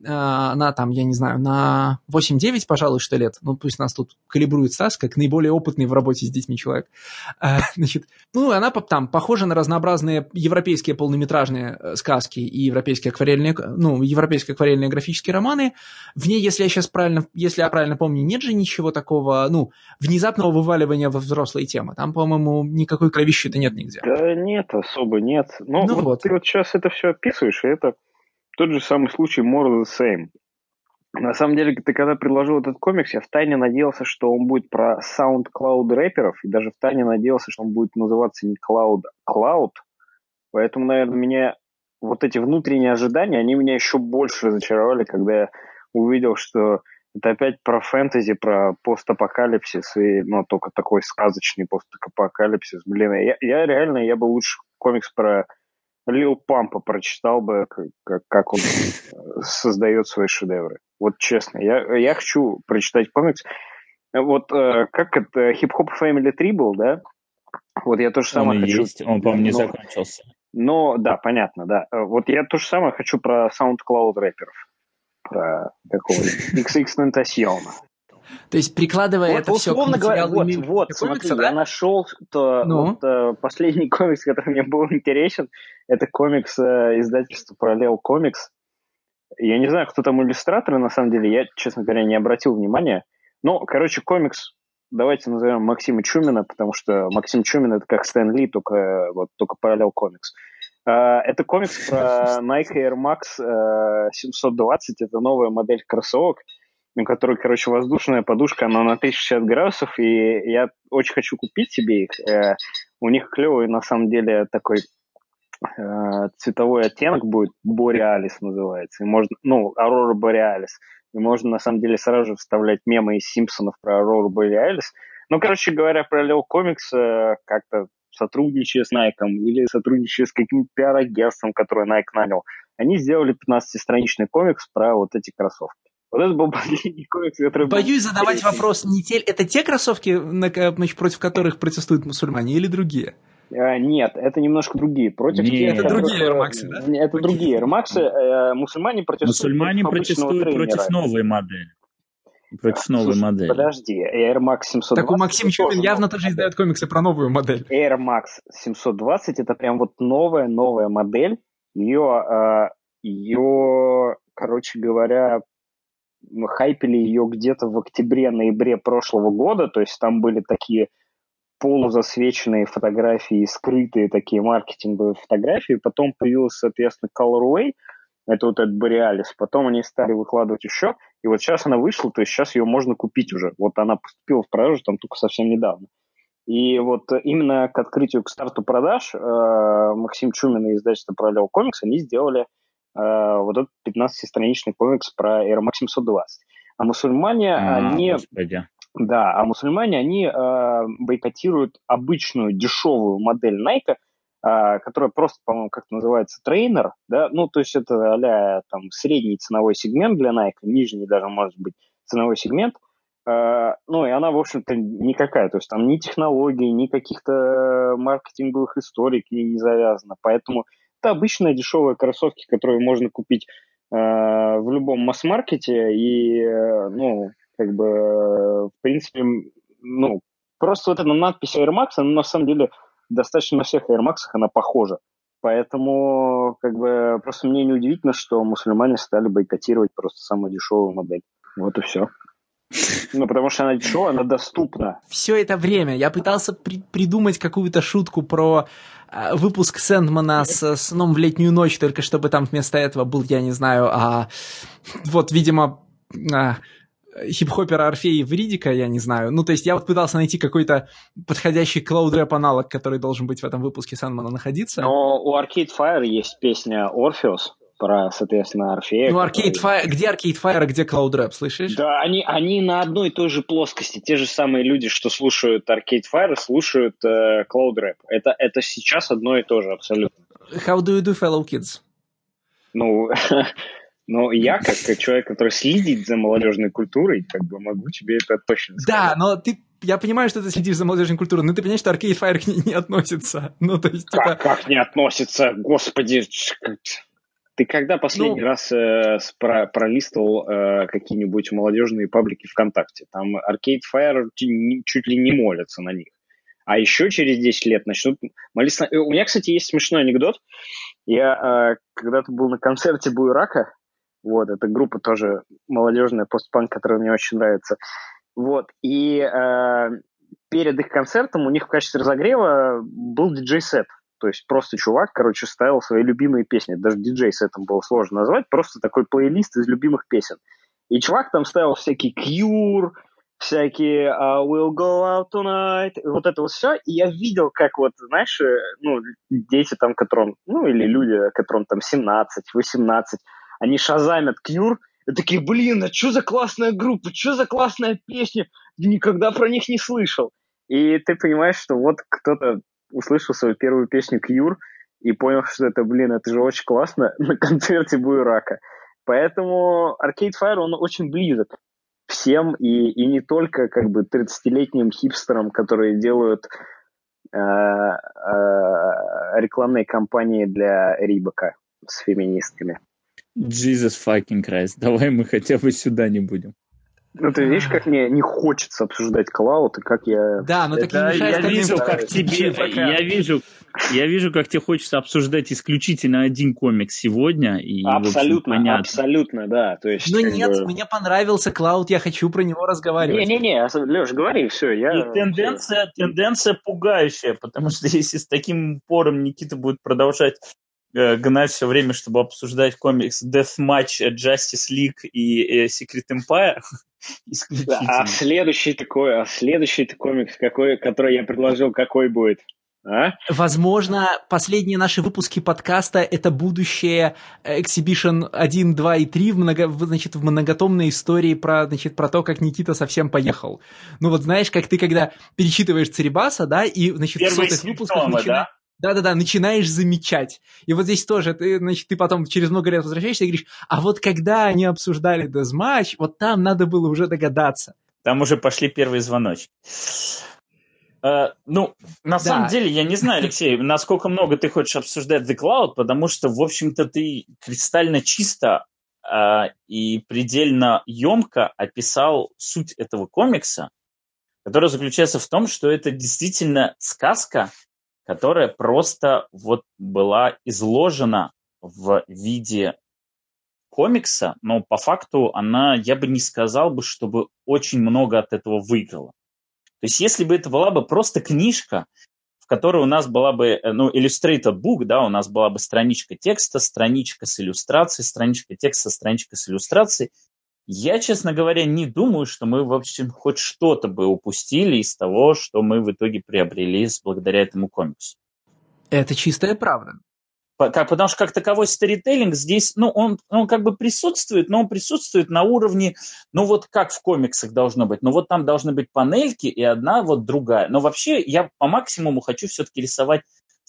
S1: она там, я не знаю, на восемь-девять, пожалуй, что лет, ну пусть нас тут калибрует Стас, как наиболее опытный в работе с детьми человек, значит, ну она там похожа на разнообразные европейские полнометражные сказки и европейские акварельные, ну, европейские акварельные графические романы. В ней, если я сейчас правильно, если я правильно помню, нет же ничего такого, ну, внезапного вываливания во взрослые темы. Там, по-моему, никакой кровищи-то нет нигде.
S3: Да нет, особо нет. Но ну, вот, вот ты вот сейчас это все описываешь, и это тот же самый случай more of the same. На самом деле, ты когда предложил этот комикс, я втайне надеялся, что он будет про SoundCloud рэперов, и даже втайне надеялся, что он будет называться не Cloud, а Cloud. Поэтому, наверное, меня вот эти внутренние ожидания, они меня еще больше разочаровали, когда я увидел, что это опять про фэнтези, про постапокалипсис, и, ну, только такой сказочный постапокалипсис. Блин, я, я реально, я бы лучше комикс про Лил Пампа прочитал бы, как, как он создает свои шедевры. Вот честно, я, я хочу прочитать комикс. Вот э, как это, Hip Hop Family три был, да? Вот я то же самое
S2: он
S3: хочу.
S2: Есть. Он, по-моему, не
S3: но,
S2: закончился.
S3: Но, да, понятно, да. Вот я то же самое хочу про SoundCloud рэперов. Про какого-нибудь икс икс-Tentacion.
S1: То есть, прикладывая вот, это все к материалу...
S3: Вот, вот, смотри, да? я нашел то, ну? вот, э, последний комикс, который мне был интересен, это комикс э, издательства Parallel Comics. Я не знаю, кто там иллюстраторы, на самом деле, я, честно говоря, не обратил внимания. Но, короче, комикс, давайте назовем Максима Чумина, потому что Максим Чумин — это как Стэн Ли, только, вот, только Parallel Comics. Uh, это комикс про Nike Air Max uh, семьсот двадцать, это новая модель кроссовок, у которой, короче, воздушная подушка, она на триста шестьдесят градусов, и я очень хочу купить себе их. Uh, у них клевый, на самом деле, такой uh, цветовой оттенок будет, Borealis называется, и можно, ну, Aurora Borealis, и можно, на самом деле, сразу же вставлять мемы из Симпсонов про Aurora Borealis. Ну, короче говоря, про Leo Comics uh, как-то сотрудничая с Nike или сотрудничая с каким-то пиар-агентством, которое Nike нанял, они сделали пятнадцатистраничный комикс про вот эти кроссовки. Вот это был последний комикс, который...
S1: Боюсь был... задавать вопрос, не те... это те кроссовки, значит, против которых протестуют мусульмане, или другие?
S3: А, нет, это немножко другие. Против
S1: нет,
S3: тех,
S1: это
S3: которых...
S1: другие Air Max, да?
S3: Это
S1: Окей.
S3: другие Air Max. Э, мусульмане протестуют,
S2: мусульмане протестуют против новой модели. Против новой
S3: Слушай,
S2: модели.
S3: Подожди, Air Max семьсот двадцать...
S1: Так у Максим Чумин явно тоже издает комиксы про новую модель.
S3: Air Max семьсот двадцать это прям вот новая-новая модель. Ее, ее, короче говоря, хайпили ее где-то в октябре-ноябре прошлого года. То есть там были такие полузасвеченные фотографии, скрытые такие маркетинговые фотографии. Потом появился, соответственно, Colorway. Это вот этот Borealis. Потом они стали выкладывать еще. И вот сейчас она вышла, то есть сейчас ее можно купить уже. Вот она поступила в продажу там только совсем недавно. И вот именно к открытию, к старту продаж э, Максим Чумин и издательство Parallel Comics, они сделали э, вот этот пятнадцатистраничный комикс про Air Max семьсот двадцать. А мусульмане, а, они...
S2: Господи.
S3: Да, а мусульмане, они э, бойкотируют обычную дешевую модель Nike, а, которая просто, по-моему, как-то называется трейнер, да, ну, то есть это а-ля там средний ценовой сегмент для Nike, нижний даже, может быть, ценовой сегмент, а, ну, и она, в общем-то, никакая, то есть там ни технологий, ни каких-то маркетинговых историй к ней не завязано, поэтому это обычные дешевые кроссовки, которые можно купить а, в любом масс-маркете, и, ну, как бы, в принципе, ну, просто вот эта надпись Air Max, она на самом деле достаточно на всех Air Max она похожа. Поэтому, как бы, просто мне не удивительно, что мусульмане стали бойкотировать просто самую дешевую модель. Вот и все. Ну, потому что она дешевая, она доступна.
S1: Все это время я пытался при- придумать какую-то шутку про э, выпуск Сэндмана с «Сном в летнюю ночь», только чтобы там вместо этого был, я не знаю, а, вот, видимо, а, хип-хопера Орфея Евридика, я не знаю. Ну, то есть я вот пытался найти какой-то подходящий клауд-рэп аналог, который должен быть в этом выпуске Сэндмана находиться.
S3: Но у Arcade Fire есть песня «Орфеус», про, соответственно, Орфея.
S1: Ну, Arcade Fire, где Arcade Fire, а где Cloud Rap, слышишь?
S3: Да, они, они на одной и той же плоскости. Те же самые люди, что слушают Arcade Fire, слушают э, Cloud Rap. Это, это сейчас одно и то же абсолютно.
S1: How do you do, fellow kids?
S3: Ну, ну, я, как человек, который следит за молодежной культурой, как бы могу тебе это точно сказать.
S1: Да, но ты... Я понимаю, что ты следишь за молодежной культурой, но ты понимаешь, что Arcade Fire к ней не относится. Ну, то есть,
S3: как,
S1: типа...
S3: как не относится? Господи... Ты когда последний ну, раз э, про, пролистывал э, какие-нибудь молодежные паблики ВКонтакте? Там Arcade Fire чуть ли не молятся на них. А еще через десять лет начнут молиться. У меня, кстати, есть смешной анекдот. Я э, когда-то был на концерте Буерака. Вот, это группа тоже молодежная, постпанк, которая мне очень нравится. Вот, и э, перед их концертом у них в качестве разогрева был диджей-сет. То есть просто чувак, короче, ставил свои любимые песни. Даже диджей-сетом было сложно назвать. Просто такой плейлист из любимых песен. И чувак там ставил всякие Cure, всякие I will go out tonight. И вот это вот все. И я видел, как вот, знаешь, ну, дети там, которым, ну, или люди, которым там семнадцать, восемнадцать, они шазамят Cure. И такие, блин, а что за классная группа? Что за классная песня? Никогда про них не слышал. И ты понимаешь, что вот кто-то услышал свою первую песню Cure и понял, что это, блин, это же очень классно на концерте Буерака. Поэтому Arcade Fire, он очень близок всем, и, и не только как бы тридцатилетним хипстерам, которые делают э, э, рекламные кампании для Рибака с феминистками.
S2: Jesus fucking Christ, давай мы хотя бы сюда не будем.
S3: Ну, ты видишь, как мне не хочется обсуждать клауд, и как я...
S1: Да, но так не
S2: я вижу, как тебе... Я вижу, я вижу, как тебе хочется обсуждать исключительно один комикс сегодня. И,
S3: абсолютно,
S2: общем,
S3: абсолютно, да. То есть,
S1: ну нет,
S3: бы...
S1: мне понравился клауд, я хочу про него разговаривать.
S3: Не-не-не, Леш, говори, все. Я...
S2: И тенденция, тенденция пугающая, потому что если с таким упором Никита будет продолжать э, гнать все время, чтобы обсуждать комикс Deathmatch, Justice League и э, Secret Empire...
S3: А следующий такой, а следующий комикс, какой, который я предложил, какой будет? А?
S1: Возможно, последние наши выпуски подкаста — это будущее Exhibition один, два и три в, много, значит, в многотомной истории про, значит, про то, как Никита совсем поехал. Ну вот знаешь, как ты когда перечитываешь Церебаса, да, и, значит,
S2: первые
S1: в сотых выпусках
S2: начинаешь...
S1: да? Да-да-да, начинаешь замечать. И вот здесь тоже, ты, значит, ты потом через много лет возвращаешься и говоришь, а вот когда они обсуждали Deathmatch, вот там надо было уже догадаться.
S2: Там уже пошли первые звоночки. Uh, ну, на да. самом деле, я не знаю, Алексей, насколько много ты хочешь обсуждать The Cloud, потому что, в общем-то, ты кристально чисто uh, и предельно емко описал суть этого комикса, которая заключается в том, что это действительно сказка, которая просто вот была изложена в виде комикса, но по факту она, я бы не сказал бы, чтобы очень много от этого выиграла. То есть если бы это была бы просто книжка, в которой у нас была бы, ну, illustrated book, да, у нас была бы страничка текста, страничка с иллюстрацией, страничка текста, страничка с иллюстрацией, я, честно говоря, не думаю, что мы, в общем, хоть что-то бы упустили из того, что мы в итоге приобрели благодаря этому комиксу.
S1: Это чистая правда.
S2: Как, потому что как таковой сторителлинг здесь, ну, он, он как бы присутствует, но он присутствует на уровне, ну, вот как в комиксах должно быть. Ну, вот там должны быть панельки и одна вот другая. Но вообще я по максимуму хочу все-таки рисовать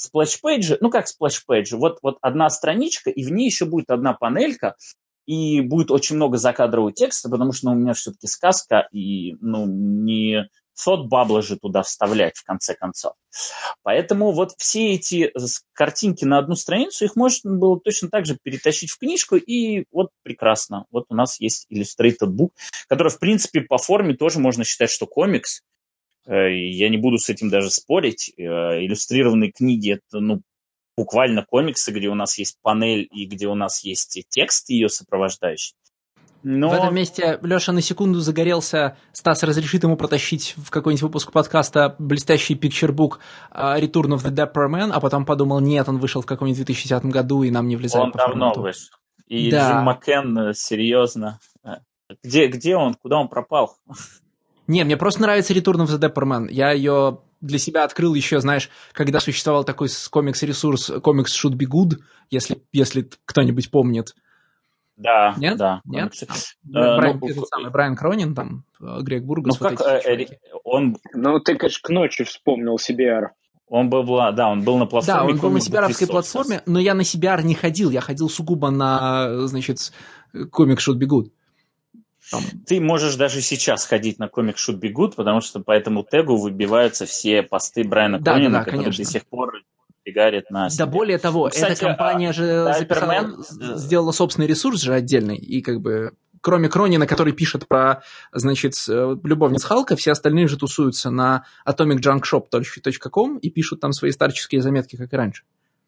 S2: сплэш-пейджи, ну как сплэш-пейджи, вот, вот одна страничка, и в ней еще будет одна панелька, и будет очень много закадрового текста, потому что ну, у меня все-таки сказка, и ну, не thought-bubble же туда вставлять в конце концов. Поэтому вот все эти картинки на одну страницу, их можно было точно так же перетащить в книжку, и вот прекрасно. Вот у нас есть Illustrated Book, который, в принципе, по форме тоже можно считать, что комикс. Я не буду с этим даже спорить. Иллюстрированные книги – это ну, буквально комиксы, где у нас есть панель и где у нас есть текст ее сопровождающий. Но...
S1: В этом месте Леша на секунду загорелся. Стас разрешит ему протащить в какой-нибудь выпуск подкаста блестящий пикчербук Return of the Dapper Man, а потом подумал, нет, он вышел в каком-нибудь две тысячи десятом году, и нам не влезает
S2: он
S1: по
S2: давно
S1: формату.
S2: вышел. И
S1: да.
S2: Джим Маккен, серьезно. Где, где он? Куда он пропал?
S1: Не, мне просто нравится Return of the Dapper Man. Я ее для себя открыл еще, знаешь, когда существовал такой комикс-ресурс Comics Should Be Good, если, если кто-нибудь помнит.
S2: Да,
S1: Нет?
S2: да.
S1: Нет?
S2: Комикс...
S1: Брайан,
S2: ну,
S1: этот самый Брайан Кронин, там, Грег Бургас,
S2: ну,
S1: вот
S2: как,
S1: эти
S2: э, он...
S3: Ну, ты, конечно, к ночи вспомнил си би ар.
S2: Он был, да, он был на платформе.
S1: Да, он был на си би ар-овской платформе, но я на си би ар не ходил, я ходил сугубо на, значит, Comics Should Be Good.
S2: Там. Ты можешь даже сейчас ходить на Comics Should Be Good, потому что по этому тегу выбиваются все посты Брайана да, Кронина, да, да, которые конечно. До сих пор фигарят на себе.
S1: Да более того, ну, кстати, эта компания а, же да, записала,
S2: Hyperman...
S1: сделала собственный ресурс же отдельный, и как бы кроме Кронина, который пишет про, значит, любовниц Халка, все остальные же тусуются на atomic junk shop точка ком и пишут там свои старческие заметки, как и раньше.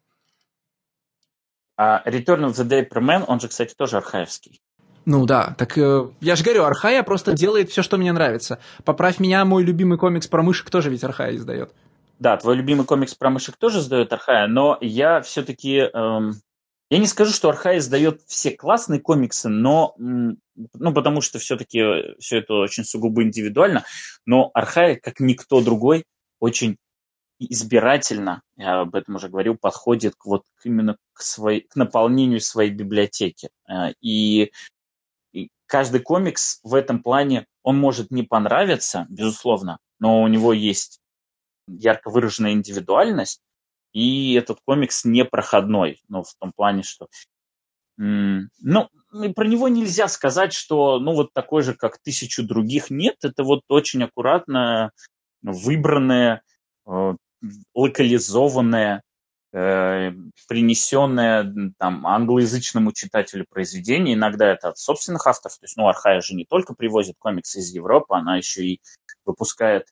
S2: А Return of the Dapper Man, он же, кстати, тоже архаевский.
S1: Ну да, так э, я же говорю, Архая просто делает все, что мне нравится. Поправь меня, мой любимый комикс про мышек тоже ведь Архая издает.
S2: Да, твой любимый комикс про мышек тоже издает Архая, но я все-таки... Эм, я не скажу, что Архая издает все классные комиксы, но... Ну, потому что все-таки все это очень сугубо индивидуально, но Архая, как никто другой, очень избирательно, я об этом уже говорил, подходит к, вот, именно к, своей, к наполнению своей библиотеки. И... И каждый комикс в этом плане, он может не понравиться, безусловно, но у него есть ярко выраженная индивидуальность, и этот комикс не проходной, ну, в том плане, что... М- ну, про него нельзя сказать, что, ну, вот такой же, как тысячу других, нет, это вот очень аккуратно выбранное, э, локализованное, принесенное там англоязычному читателю произведение. Иногда это от собственных авторов. То есть, ну, Архая же не только привозит комиксы из Европы, она еще и выпускает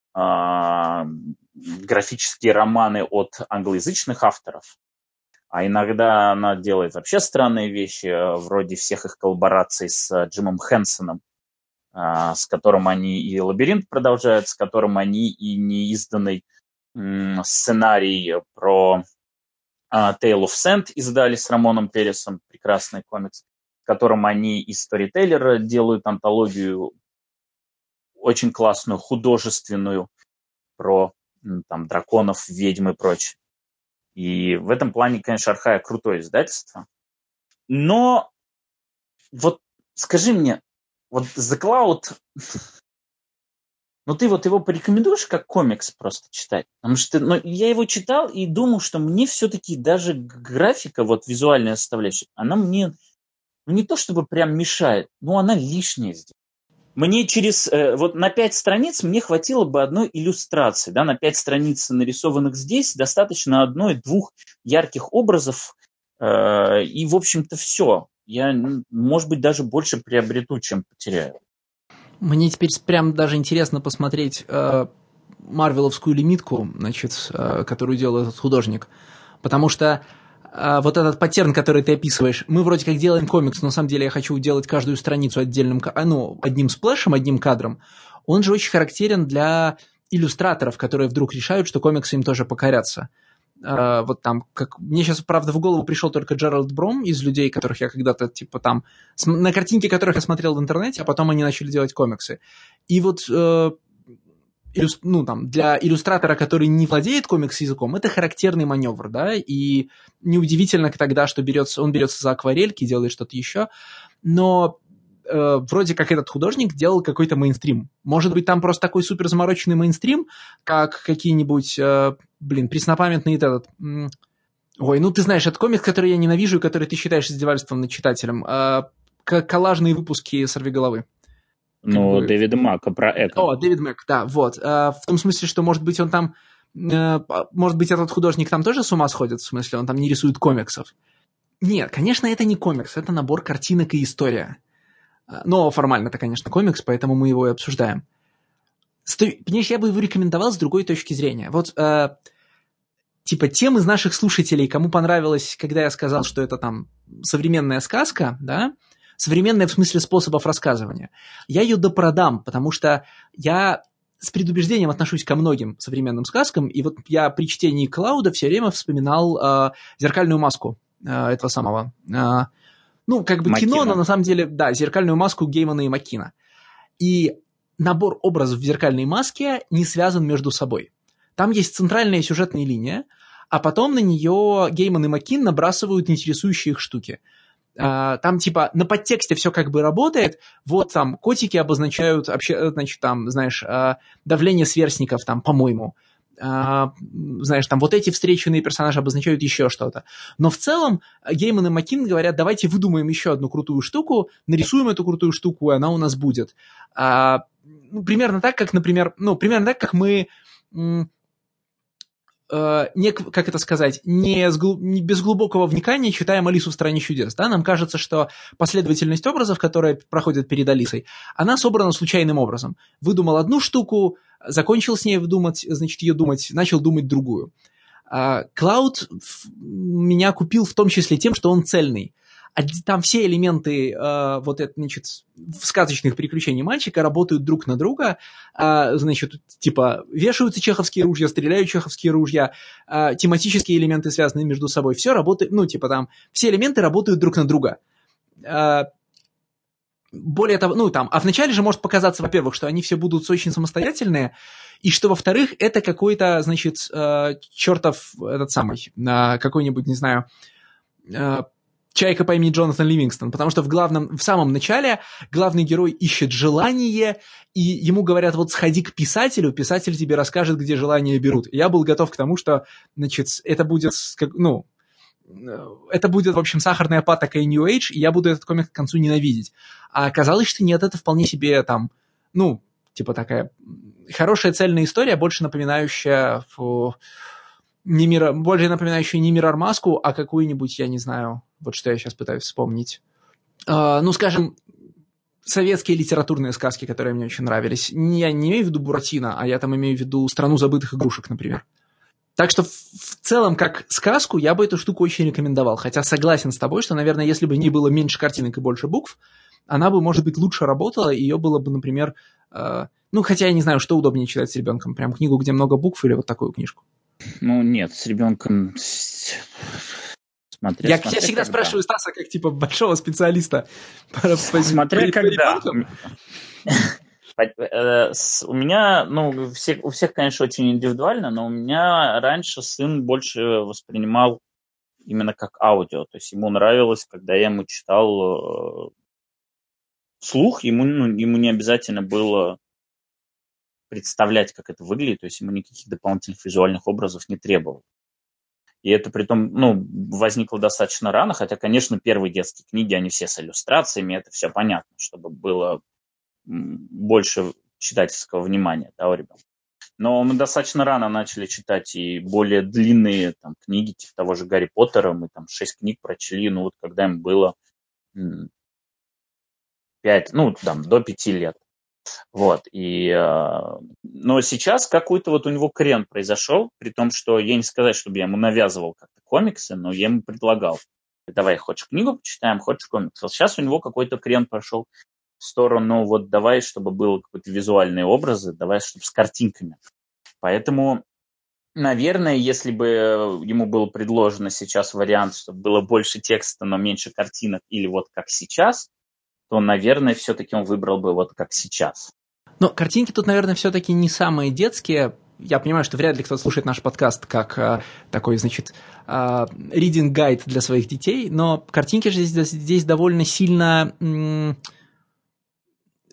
S2: э, графические романы от англоязычных авторов. А иногда она делает вообще странные вещи, вроде всех их коллабораций с Джимом Хэнсоном, э, с которым они и «Лабиринт» продолжают, с которым они и неизданный э, сценарий про Tale of Sand издали с Рамоном Пересом, прекрасный комикс, в котором они из сторителлера делают антологию очень классную, художественную, про там, драконов, ведьм и прочее. И в этом плане, конечно, Архая крутое издательство. Но вот скажи мне, вот The Cloud... Ну, ты вот его порекомендуешь как комикс просто читать? Потому что ну, я его читал и думал, что мне все-таки даже графика, вот визуальная составляющая, она мне ну, не то чтобы прям мешает, но она лишняя здесь. Мне через, э, вот на пять страниц мне хватило бы одной иллюстрации, да, на пять страниц, нарисованных здесь, достаточно одной-двух ярких образов, э, и, в общем-то, все. Я, может быть, даже больше приобрету, чем потеряю.
S1: Мне теперь прям даже интересно посмотреть э, марвеловскую лимитку, значит, э, которую делал этот художник. Потому что э, вот этот паттерн, который ты описываешь, мы вроде как делаем комикс, но на самом деле я хочу делать каждую страницу отдельным, ну, одним сплэшем, одним кадром. Он же очень характерен для иллюстраторов, которые вдруг решают, что комиксы им тоже покорятся. Uh, вот там, как мне сейчас, правда, в голову пришел только Джеральд Бром из людей, которых я когда-то, типа, там, на картинки которых я смотрел в интернете, а потом они начали делать комиксы. И вот, uh, иллюс... ну, там, для иллюстратора, который не владеет комикс-языком, это характерный маневр, да, и неудивительно тогда, что берется, он берется за акварельки, делает что-то еще, но э, вроде как этот художник делал какой-то мейнстрим. Может быть, там просто такой супер замороченный мейнстрим, как какие-нибудь, э, блин, преснопамятный этот... М- Ой, ну ты знаешь, это комикс, который я ненавижу и который ты считаешь издевательством над читателем. Э, коллажные выпуски «Сорвиголовы».
S2: Ну,
S1: бы...
S2: Дэвида Мака про Эко.
S1: О, Дэвид Мак, да, вот. Э, в том смысле, что, может быть, он там... Э, может быть, этот художник там тоже с ума сходит, в смысле, он там не рисует комиксов. Нет, конечно, это не комикс, это набор картинок и история. Но формально это, конечно, комикс, поэтому мы его и обсуждаем. Понимаешь, я бы его рекомендовал с другой точки зрения. Вот, э, типа, тем из наших слушателей, кому понравилось, когда я сказал, что это там современная сказка, да, современная в смысле способов рассказывания, я ее допродам, потому что я с предубеждением отношусь ко многим современным сказкам, и вот я при чтении Клауда все время вспоминал э, «Зеркальную маску» э, этого самого... Э, ну, как бы
S2: Маккина.
S1: Кино, но на самом деле, да, «Зеркальную маску» Геймана и Маккина. И набор образов в «Зеркальной маске» не связан между собой. Там есть центральная сюжетная линия, а потом на нее Гейман и Маккин набрасывают интересующие их штуки. Там типа на подтексте все как бы работает, вот там котики обозначают, значит, там, знаешь, давление сверстников, там, по-моему, знаешь, там вот эти встреченные персонажи обозначают еще что-то. Но в целом Гейман и Маккин говорят, давайте выдумаем еще одну крутую штуку, нарисуем эту крутую штуку, и она у нас будет. Ну, примерно так, как, например, ну, примерно так, как мы... Не, как это сказать, не, с, не без глубокого вникания читаем «Алису в стране чудес». Да? Нам кажется, что последовательность образов, которая проходит перед Алисой, она собрана случайным образом. Выдумал одну штуку, закончил с ней думать, значит, ее думать, начал думать другую. Клауд меня купил в том числе тем, что он цельный. Там все элементы э, вот это, значит, сказочных приключений мальчика работают друг на друга, э, значит, типа вешаются чеховские ружья, стреляют чеховские ружья, э, тематические элементы связаны между собой, все работает, ну, типа там, все элементы работают друг на друга. Э, более того, ну, там, а вначале же может показаться, во-первых, что они все будут очень самостоятельные, и что, во-вторых, это какой-то, значит, э, чертов этот самый, э, какой-нибудь, не знаю, э, Чайка по имени Джонатан Ливингстон, потому что в главном, в самом начале главный герой ищет желание, и ему говорят, вот сходи к писателю, писатель тебе расскажет, где желания берут. И я был готов к тому, что, значит, это будет, ну, это будет, в общем, сахарная патока и New Age, и я буду этот комик к концу ненавидеть. А оказалось, что нет, это вполне себе там, ну, типа такая хорошая цельная история, больше напоминающая... Фу, не мира, более напоминающую не Миррор Маску, а какую-нибудь, я не знаю, вот что я сейчас пытаюсь вспомнить. Uh, ну, скажем, советские литературные сказки, которые мне очень нравились. Я не имею в виду Буратино, а я там имею в виду «Страну забытых игрушек», например. Так что в, в целом, как сказку, я бы эту штуку очень рекомендовал. Хотя согласен с тобой, что, наверное, если бы в ней было меньше картинок и больше букв, она бы, может быть, лучше работала, и ее было бы, например... Uh, ну, хотя я не знаю, что удобнее читать с ребенком. Прям книгу, где много букв, или вот такую книжку.
S2: Ну, нет, с ребенком... Смотря,
S1: я,
S2: смотря
S1: я всегда
S2: когда.
S1: спрашиваю Стаса, как, типа, большого специалиста.
S2: Смотря когда. У меня, ну, у всех, у всех, конечно, очень индивидуально, но у меня раньше сын больше воспринимал именно как аудио. То есть ему нравилось, когда я ему читал вслух, ему, ну, ему не обязательно было представлять, как это выглядит, то есть ему никаких дополнительных визуальных образов не требовал. И это притом, ну, возникло достаточно рано, хотя, конечно, первые детские книги, они все с иллюстрациями, это все понятно, чтобы было больше читательского внимания, да, у ребенка. Но мы достаточно рано начали читать и более длинные там, книги, типа того же Гарри Поттера, мы там шесть книг прочли, ну, вот когда им было пять, ну, там, до пяти лет. Вот, и, э, но сейчас какой-то вот у него крен произошел, при том, что я не сказать, чтобы я ему навязывал как-то комиксы, но я ему предлагал, давай, хочешь книгу почитаем, хочешь комикс. Вот сейчас у него какой-то крен пошел в сторону, вот давай, чтобы было какие-то визуальные образы, давай, чтобы с картинками. Поэтому, наверное, если бы ему было предложено сейчас вариант, чтобы было больше текста, но меньше картинок, или вот как сейчас, то, наверное, все-таки он выбрал бы вот как сейчас.
S1: Но картинки тут, наверное, все-таки не самые детские. Я понимаю, что вряд ли кто-то слушает наш подкаст как э, такой, значит, э, reading guide для своих детей, но картинки же здесь, здесь довольно сильно... М-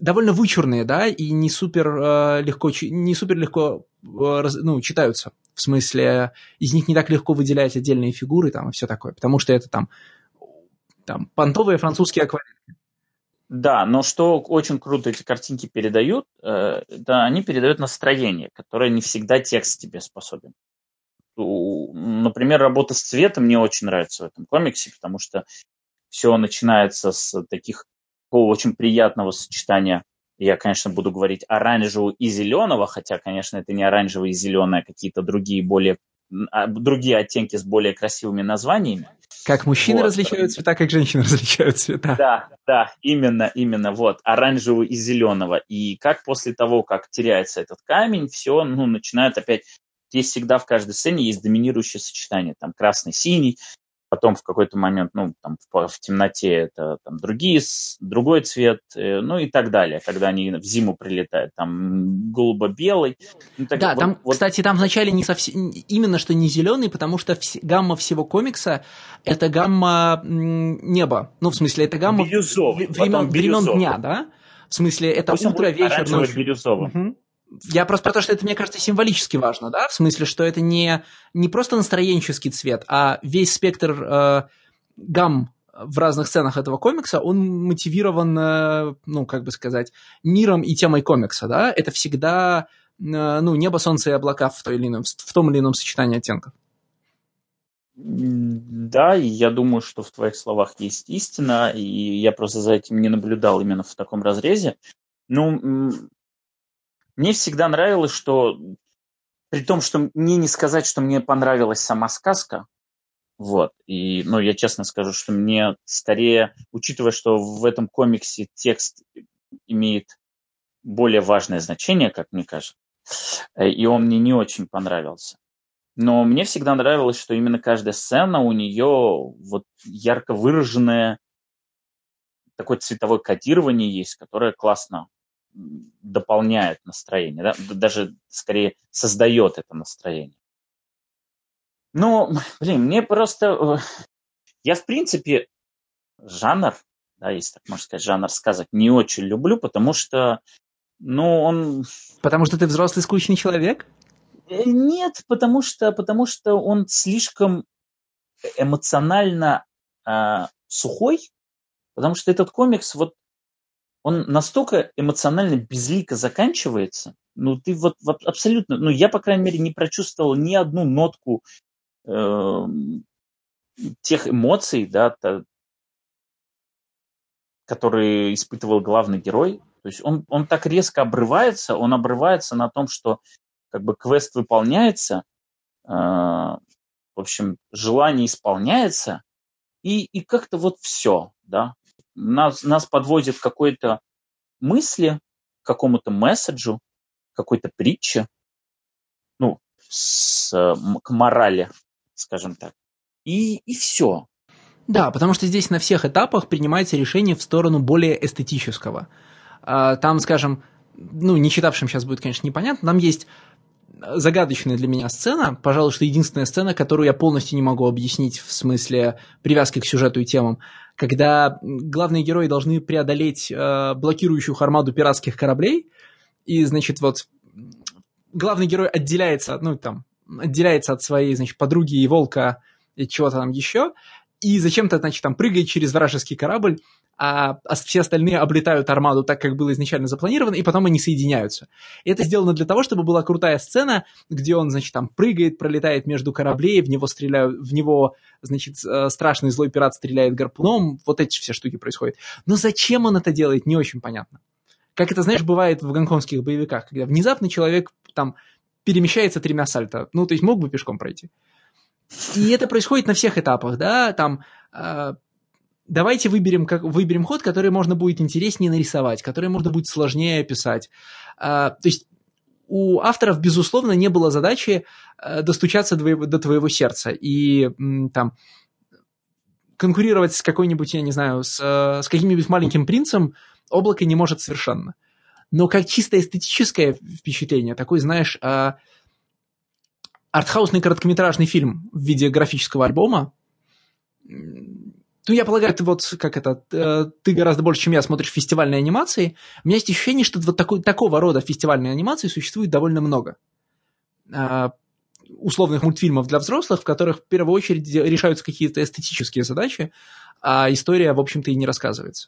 S1: довольно вычурные, да, и не супер э, легко, не супер легко э, ну, читаются. В смысле, из них не так легко выделять отдельные фигуры там и все такое, потому что это там, там понтовые французские акварели.
S2: Да, но что очень круто эти картинки передают, э, да, они передают настроение, которое не всегда текст тебе способен. У, например, работа с цветом мне очень нравится в этом комиксе, потому что все начинается с таких такого очень приятного сочетания. Я, конечно, буду говорить оранжевого и зеленого, хотя, конечно, это не оранжевый и зеленый, а какие-то другие более другие оттенки с более красивыми названиями.
S1: Как мужчины вот. различают цвета, как женщины различают цвета.
S2: Да, да, именно, именно, вот, оранжевого и зеленого. И как после того, как теряется этот камень, все, ну, начинает опять, здесь всегда в каждой сцене есть доминирующее сочетание, там, красный-синий, потом в какой-то момент, ну, там, в, в темноте это там другие, другой цвет, э, ну и так далее, когда они в зиму прилетают, там, голубо-белый. Ну, так,
S1: да,
S2: вот,
S1: там,
S2: вот...
S1: кстати, там вначале не совсем, именно что не зеленый, потому что вс... гамма всего комикса – это гамма м, неба. Ну, в смысле, это гамма
S2: бирюзовый,
S1: времен, времен дня, да? В смысле, это
S2: Пусть
S1: утро, вечер, ночь.
S2: Бирюзовым.
S1: Угу. Я просто потому, что это, мне кажется, символически важно, да, в смысле, что это не, не просто настроенческий цвет, а весь спектр э, гамм в разных сценах этого комикса, он мотивирован, э, ну, как бы сказать, миром и темой комикса, да, это всегда, э, ну, небо, солнце и облака в, той или ином, в том или ином сочетании оттенков.
S2: Да, и я думаю, что в твоих словах есть истина, и я просто за этим не наблюдал именно в таком разрезе. Ну, мне всегда нравилось, что при том, что мне не сказать, что мне понравилась сама сказка, вот, и, ну, я честно скажу, что мне скорее, учитывая, что в этом комиксе текст имеет более важное значение, как мне кажется, и он мне не очень понравился. Но мне всегда нравилось, что именно каждая сцена у нее вот ярко выраженное такое цветовое кодирование есть, которое классно дополняет настроение, да? Даже скорее создает это настроение. Ну, блин, мне просто... Я, в принципе, жанр, да, если так можно сказать, жанр сказок не очень люблю, потому что, ну, он...
S1: Потому что ты взрослый скучный человек?
S2: Нет, потому что, потому что он слишком эмоционально э, сухой, потому что этот комикс, вот, он настолько эмоционально безлико заканчивается, ну, ты вот, вот абсолютно, ну, я, по крайней мере, не прочувствовал ни одну нотку э, тех эмоций, да, та, которые испытывал главный герой. То есть он, он так резко обрывается, он обрывается на том, что как бы квест выполняется, э, в общем, желание исполняется, и, и как-то вот все, да. Нас, нас подводит к какой-то мысли, к какому-то месседжу, какой-то притче, ну, с, к морали, скажем так. И, и все.
S1: Да, потому что здесь на всех этапах принимается решение в сторону более эстетического. Там, скажем, ну, не читавшим сейчас будет, конечно, непонятно, там есть загадочная для меня сцена, пожалуй, что единственная сцена, которую я полностью не могу объяснить в смысле привязки к сюжету и темам, когда главные герои должны преодолеть э, блокирующую армаду пиратских кораблей, и, значит, вот главный герой отделяется, ну, там, отделяется от своей, значит, подруги и волка и чего-то там еще, и зачем-то, значит, там прыгает через вражеский корабль, а все остальные облетают армаду так, как было изначально запланировано, и потом они соединяются. И это сделано для того, чтобы была крутая сцена, где он, значит, там прыгает, пролетает между кораблей, в него стреляют, в него, значит, страшный злой пират стреляет гарпуном, вот эти все штуки происходят. Но зачем он это делает, не очень понятно. Как это, знаешь, бывает в гонконгских боевиках, когда внезапно человек там перемещается тремя сальто, ну, то есть мог бы пешком пройти. И это происходит на всех этапах, да, там... Э, давайте выберем, как, выберем ход, который можно будет интереснее нарисовать, который можно будет сложнее описать. А, то есть у авторов, безусловно, не было задачи а, достучаться до, до твоего сердца и м, там конкурировать с какой-нибудь, я не знаю, с, с каким-нибудь маленьким принцем облако не может совершенно. Но как чисто эстетическое впечатление, такой, знаешь, а, артхаусный короткометражный фильм в виде графического альбома, Ну, я полагаю, ты вот, как это, ты гораздо больше, чем я, смотришь фестивальные анимации. У меня есть ощущение, что вот такой, такого рода фестивальные анимации существует довольно много. Условных мультфильмов для взрослых, в которых в первую очередь решаются какие-то эстетические задачи, а история, в общем-то, и не рассказывается.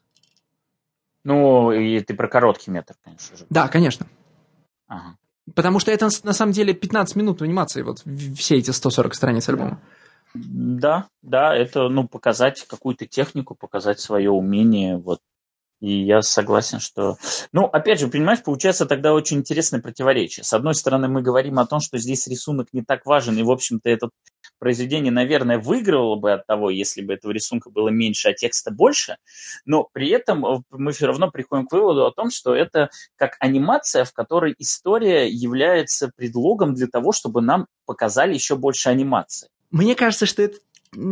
S2: Ну, и ты про короткий метр, конечно же.
S1: Да, конечно.
S2: Ага.
S1: Потому что это, на самом деле, пятнадцать минут в анимации, вот все эти сто сорок страниц альбома.
S2: Да, да, это, ну, показать какую-то технику, показать свое умение, вот. И я согласен, что... Ну, опять же, понимаешь, получается тогда очень интересное противоречие. С одной стороны, мы говорим о том, что здесь рисунок не так важен, и, в общем-то, это произведение, наверное, выигрывало бы от того, если бы этого рисунка было меньше, а текста больше, но при этом мы все равно приходим к выводу о том, что это как анимация, в которой история является предлогом для того, чтобы нам показали еще больше анимации.
S1: Мне кажется, что это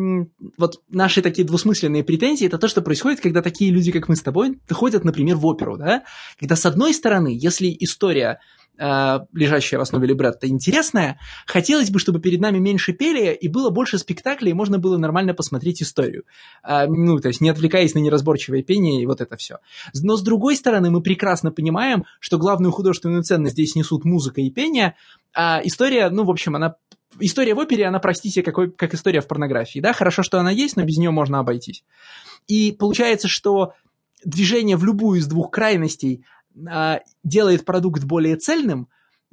S1: вот наши такие двусмысленные претензии, это то, что происходит, когда такие люди, как мы с тобой, ходят, например, в оперу, да? Когда, с одной стороны, если история, э, лежащая в основе либретто, интересная, хотелось бы, чтобы перед нами меньше пели, и было больше спектаклей, и можно было нормально посмотреть историю. Э, ну, то есть не отвлекаясь на неразборчивое пение и вот это все. Но, с другой стороны, мы прекрасно понимаем, что главную художественную ценность здесь несут музыка и пение, а история, ну, в общем, она... История в опере, она, простите, какой, как история в порнографии. Да, хорошо, что она есть, но без нее можно обойтись. И получается, что движение в любую из двух крайностей а, делает продукт более цельным,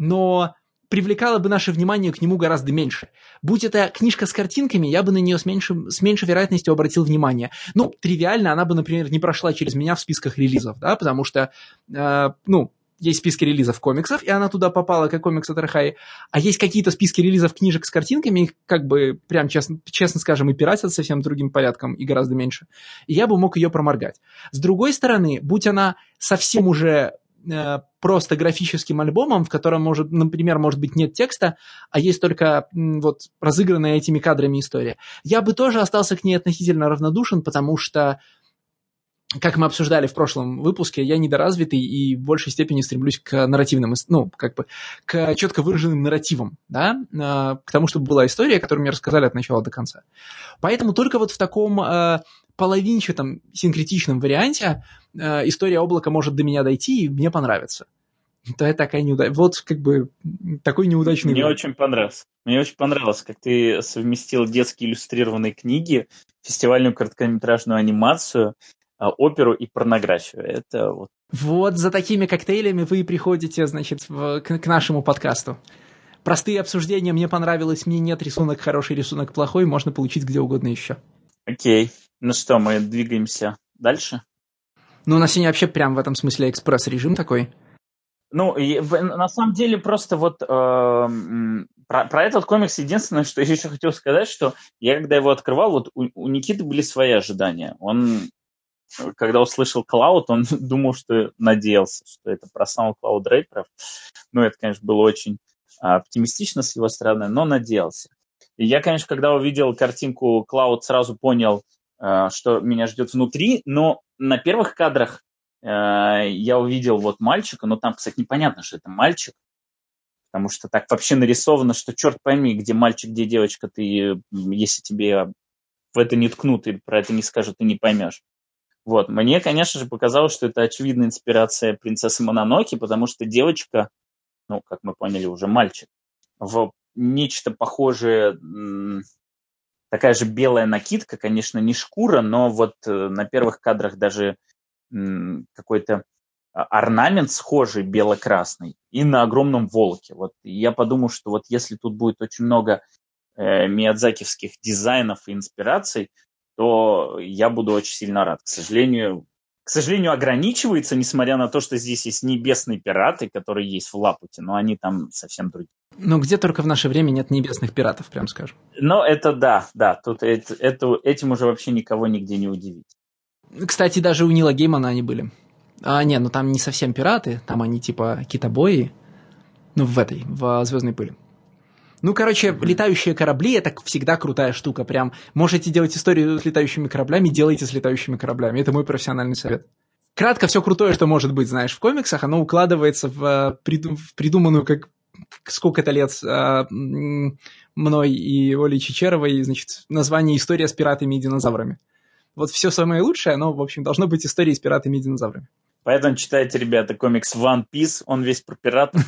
S1: но привлекало бы наше внимание к нему гораздо меньше. Будь это книжка с картинками, я бы на нее с, меньшим, с меньшей вероятностью обратил внимание. Ну, тривиально, она бы, например, не прошла через меня в списках релизов, да, потому что, а, ну, есть списки релизов комиксов, и она туда попала, как комикс от Архаи, а есть какие-то списки релизов книжек с картинками, их как бы, прям честно, честно скажем, и пиратят совсем другим порядком, и гораздо меньше. И я бы мог ее проморгать. С другой стороны, будь она совсем уже э, просто графическим альбомом, в котором, может, например, может быть, нет текста, а есть только м, вот разыгранная этими кадрами история, я бы тоже остался к ней относительно равнодушен, потому что, как мы обсуждали в прошлом выпуске, я недоразвитый и в большей степени стремлюсь к нарративным, ну, как бы, к четко выраженным нарративам, да, к тому, чтобы была история, которую мне рассказали от начала до конца. Поэтому только вот в таком э, половинчатом, синкретичном варианте э, история облака может до меня дойти и мне понравится. Это такая неудача. Вот, как бы, такой неудачный
S2: Мне
S1: вариант.
S2: очень понравилось. Мне очень понравилось, как ты совместил детские иллюстрированные книги, фестивальную короткометражную анимацию, оперу и порнографию. Это вот.
S1: Вот за такими коктейлями вы приходите, значит, в, к, к нашему подкасту. Простые обсуждения, мне понравилось, мне нет, рисунок хороший, рисунок плохой, можно получить где угодно еще.
S2: Окей. Ну что, мы двигаемся дальше?
S1: Ну, у нас сегодня вообще прям в этом смысле экспресс-режим такой.
S2: Ну, и, на самом деле, просто вот э, про, про этот комикс единственное, что я еще хотел сказать, что я, когда его открывал, вот у, у Никиты были свои ожидания. Он... Когда услышал Клауд, он думал, что надеялся, что это про самого Клауд Рейперов. Ну, это, конечно, было очень оптимистично с его стороны, но надеялся. И я, конечно, когда увидел картинку Клауд, сразу понял, что меня ждет внутри, но на первых кадрах я увидел вот мальчика, но там, кстати, непонятно, что это мальчик, потому что так вообще нарисовано, что черт пойми, где мальчик, где девочка, ты, если тебе в это не ткнут и про это не скажут, ты не поймешь. Вот. Мне, конечно же, показалось, что это очевидная инспирация принцессы Мононоке, потому что девочка, ну, как мы поняли, уже мальчик, в нечто похожее, такая же белая накидка, конечно, не шкура, но вот на первых кадрах даже какой-то орнамент схожий, бело-красный, и на огромном волке. Вот. И я подумал, что вот если тут будет очень много э, миядзакивских дизайнов и инспираций, то я буду очень сильно рад. К сожалению, к сожалению, ограничивается, несмотря на то, что здесь есть небесные пираты, которые есть в Лапуте, но они там совсем другие.
S1: Ну, где только в наше время нет небесных пиратов, прям скажем.
S2: Но это да, да, тут это, это, этим уже вообще никого нигде не удивить.
S1: Кстати, даже у Нила Геймана они были. А, не, ну там не совсем пираты, там они типа китобои, ну, в этой, в «Звездной пыли». Ну, короче, mm-hmm. летающие корабли — это всегда крутая штука. Прям можете делать историю с летающими кораблями, делайте с летающими кораблями. Это мой профессиональный совет. Кратко, все крутое, что может быть, знаешь, в комиксах, оно укладывается в, в придуманную, как сколько-то лет мной и Олей Чичеровой, значит, название «История с пиратами и динозаврами». вот все самое лучшее, оно, в общем, должно быть историей с пиратами и динозаврами.
S2: Поэтому читайте, ребята, комикс One Piece, он весь про пиратов.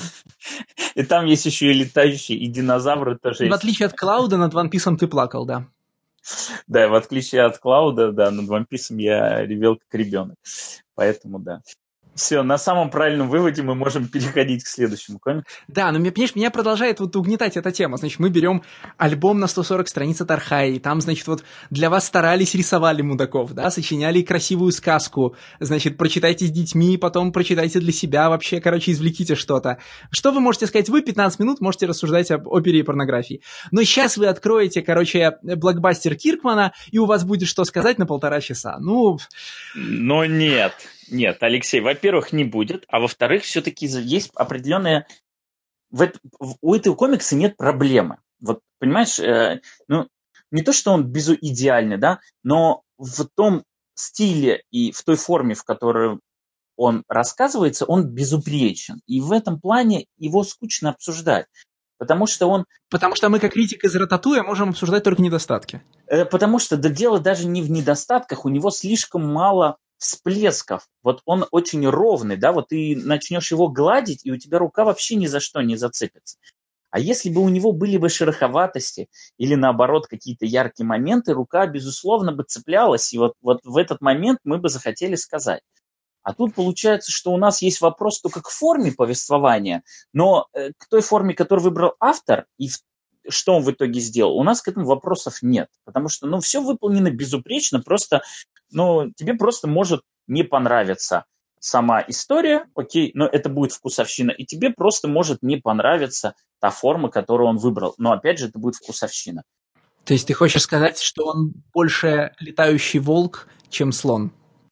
S2: И там есть еще и летающие, и динозавры тоже есть.
S1: В отличие от Клауда, над One Piece'ом ты плакал, да.
S2: Да, в отличие от Клауда, да, над One Piece'ом я ревел как ребенок. Поэтому, да. Все, на самом правильном выводе мы можем переходить к следующему комиксу.
S1: Да, но, понимаешь, меня продолжает вот угнетать эта тема. Значит, мы берем альбом на сто сорок страниц от Архаи, там, значит, вот для вас старались, рисовали мудаков, да, сочиняли красивую сказку, значит, прочитайте с детьми, потом прочитайте для себя вообще, короче, извлеките что-то. Что вы можете сказать? Вы пятнадцать минут можете рассуждать об опере и порнографии. Но сейчас вы откроете, короче, блокбастер Киркмана, и у вас будет что сказать на полтора часа. Ну...
S2: Но нет. Нет, Алексей, во-первых, не будет, а во-вторых, все-таки есть определенные... В это... У этого комикса нет проблемы. Вот, понимаешь, э, ну, не то, что он безидеальный, да, но в том стиле и в той форме, в которой он рассказывается, он безупречен. И в этом плане его скучно обсуждать. Потому что он...
S1: Потому что мы, как критик из Рататуя, можем обсуждать только недостатки.
S2: Э, потому что да, дело даже не в недостатках, у него слишком мало... всплесков. Вот он очень ровный, да, вот ты начнешь его гладить, и у тебя рука вообще ни за что не зацепится. А если бы у него были бы шероховатости или, наоборот, какие-то яркие моменты, рука, безусловно, бы цеплялась, и вот, вот в этот момент мы бы захотели сказать. А тут получается, что у нас есть вопрос только к форме повествования, но э, к той форме, которую выбрал автор, и в что он в итоге сделал, у нас к этому вопросов нет. Потому что, ну, все выполнено безупречно, просто, ну, тебе просто может не понравиться сама история, окей, но это будет вкусовщина, и тебе просто может не понравиться та форма, которую он выбрал. Но, опять же, это будет вкусовщина.
S1: То есть ты хочешь сказать, что он больше летающий волк, чем слон?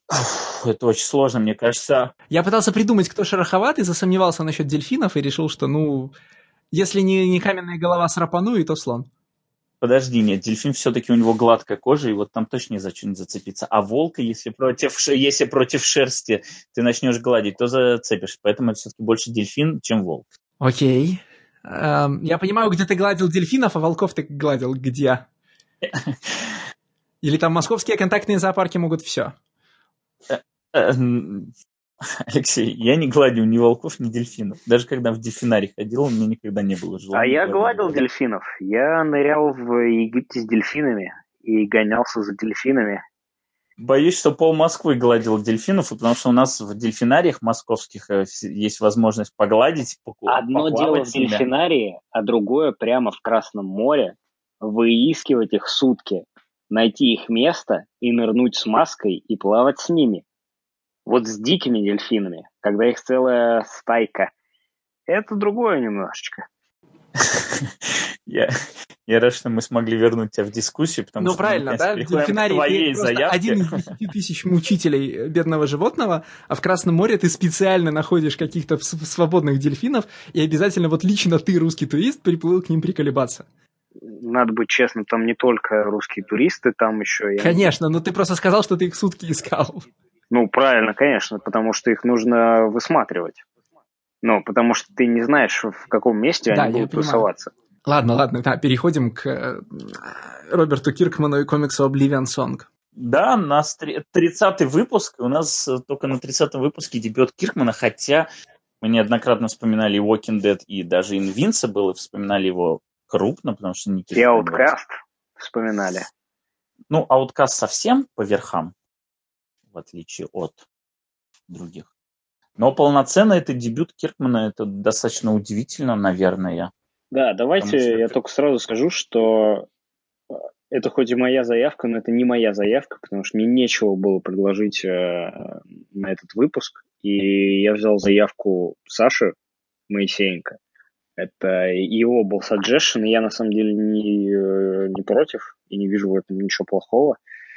S2: Это очень сложно, мне кажется.
S1: Я пытался придумать, кто шероховатый, засомневался насчет дельфинов и решил, что, ну... Если не, не каменная голова с Рапануи, то слон.
S2: Подожди, нет, дельфин все-таки у него гладкая кожа, и вот там точно не за что не зацепиться. А волка, если против, если против шерсти ты начнешь гладить, то зацепишь. Поэтому это все-таки больше дельфин, чем волк.
S1: Окей. Эм, я понимаю, где ты гладил дельфинов, а волков ты гладил где? Или там московские контактные зоопарки могут все?
S2: Алексей, я не гладил ни волков, ни дельфинов. Даже когда в дельфинарий ходил, у меня никогда не было желания.
S3: А я гладил дельфинов. Я нырял в Египте с дельфинами и гонялся за дельфинами.
S2: Боюсь, что пол Москвы гладил дельфинов, потому что у нас в дельфинариях московских есть возможность погладить, поплавать.
S3: Одно дело в дельфинарии, а другое прямо в Красном море. Выискивать их сутки, найти их место и нырнуть с маской и плавать с ними. Вот с дикими дельфинами, когда их целая стайка, это другое немножечко.
S2: Я, я рад, что мы смогли вернуть тебя в дискуссию, потому
S1: ну,
S2: что...
S1: Ну, правильно, да? В дельфинарии ты просто один из десяти тысяч мучителей бедного животного, а в Красном море ты специально находишь каких-то свободных дельфинов, и обязательно вот лично ты, русский турист, приплыл к ним приколебаться.
S3: Надо быть честным, там не только русские туристы, там еще...
S1: Конечно, но ты просто сказал, что ты их сутки искал.
S3: Ну, правильно, конечно, потому что их нужно высматривать. Ну, потому что ты не знаешь, в каком месте
S1: да,
S3: они будут тусоваться.
S1: Ладно, ладно, да, переходим к Роберту Киркману и комиксу Oblivion Song.
S2: Да, у нас тридцатый выпуск, у нас только на тридцатом выпуске дебют Киркмана, хотя мы неоднократно вспоминали Walking Dead и даже Invincible, и вспоминали его крупно, потому что не
S3: Киркман. И Outcast вспоминали.
S2: Ну, Outcast совсем по верхам, в отличие от других. Но полноценно это дебют Киркмана, это достаточно удивительно, наверное.
S3: Да, давайте что... я только сразу скажу, что это хоть и моя заявка, но это не моя заявка, потому что мне нечего было предложить э, на этот выпуск. И я взял заявку Саши Моисеенко. Это его был suggestion, и я на самом деле не, не против и не вижу в этом ничего плохого.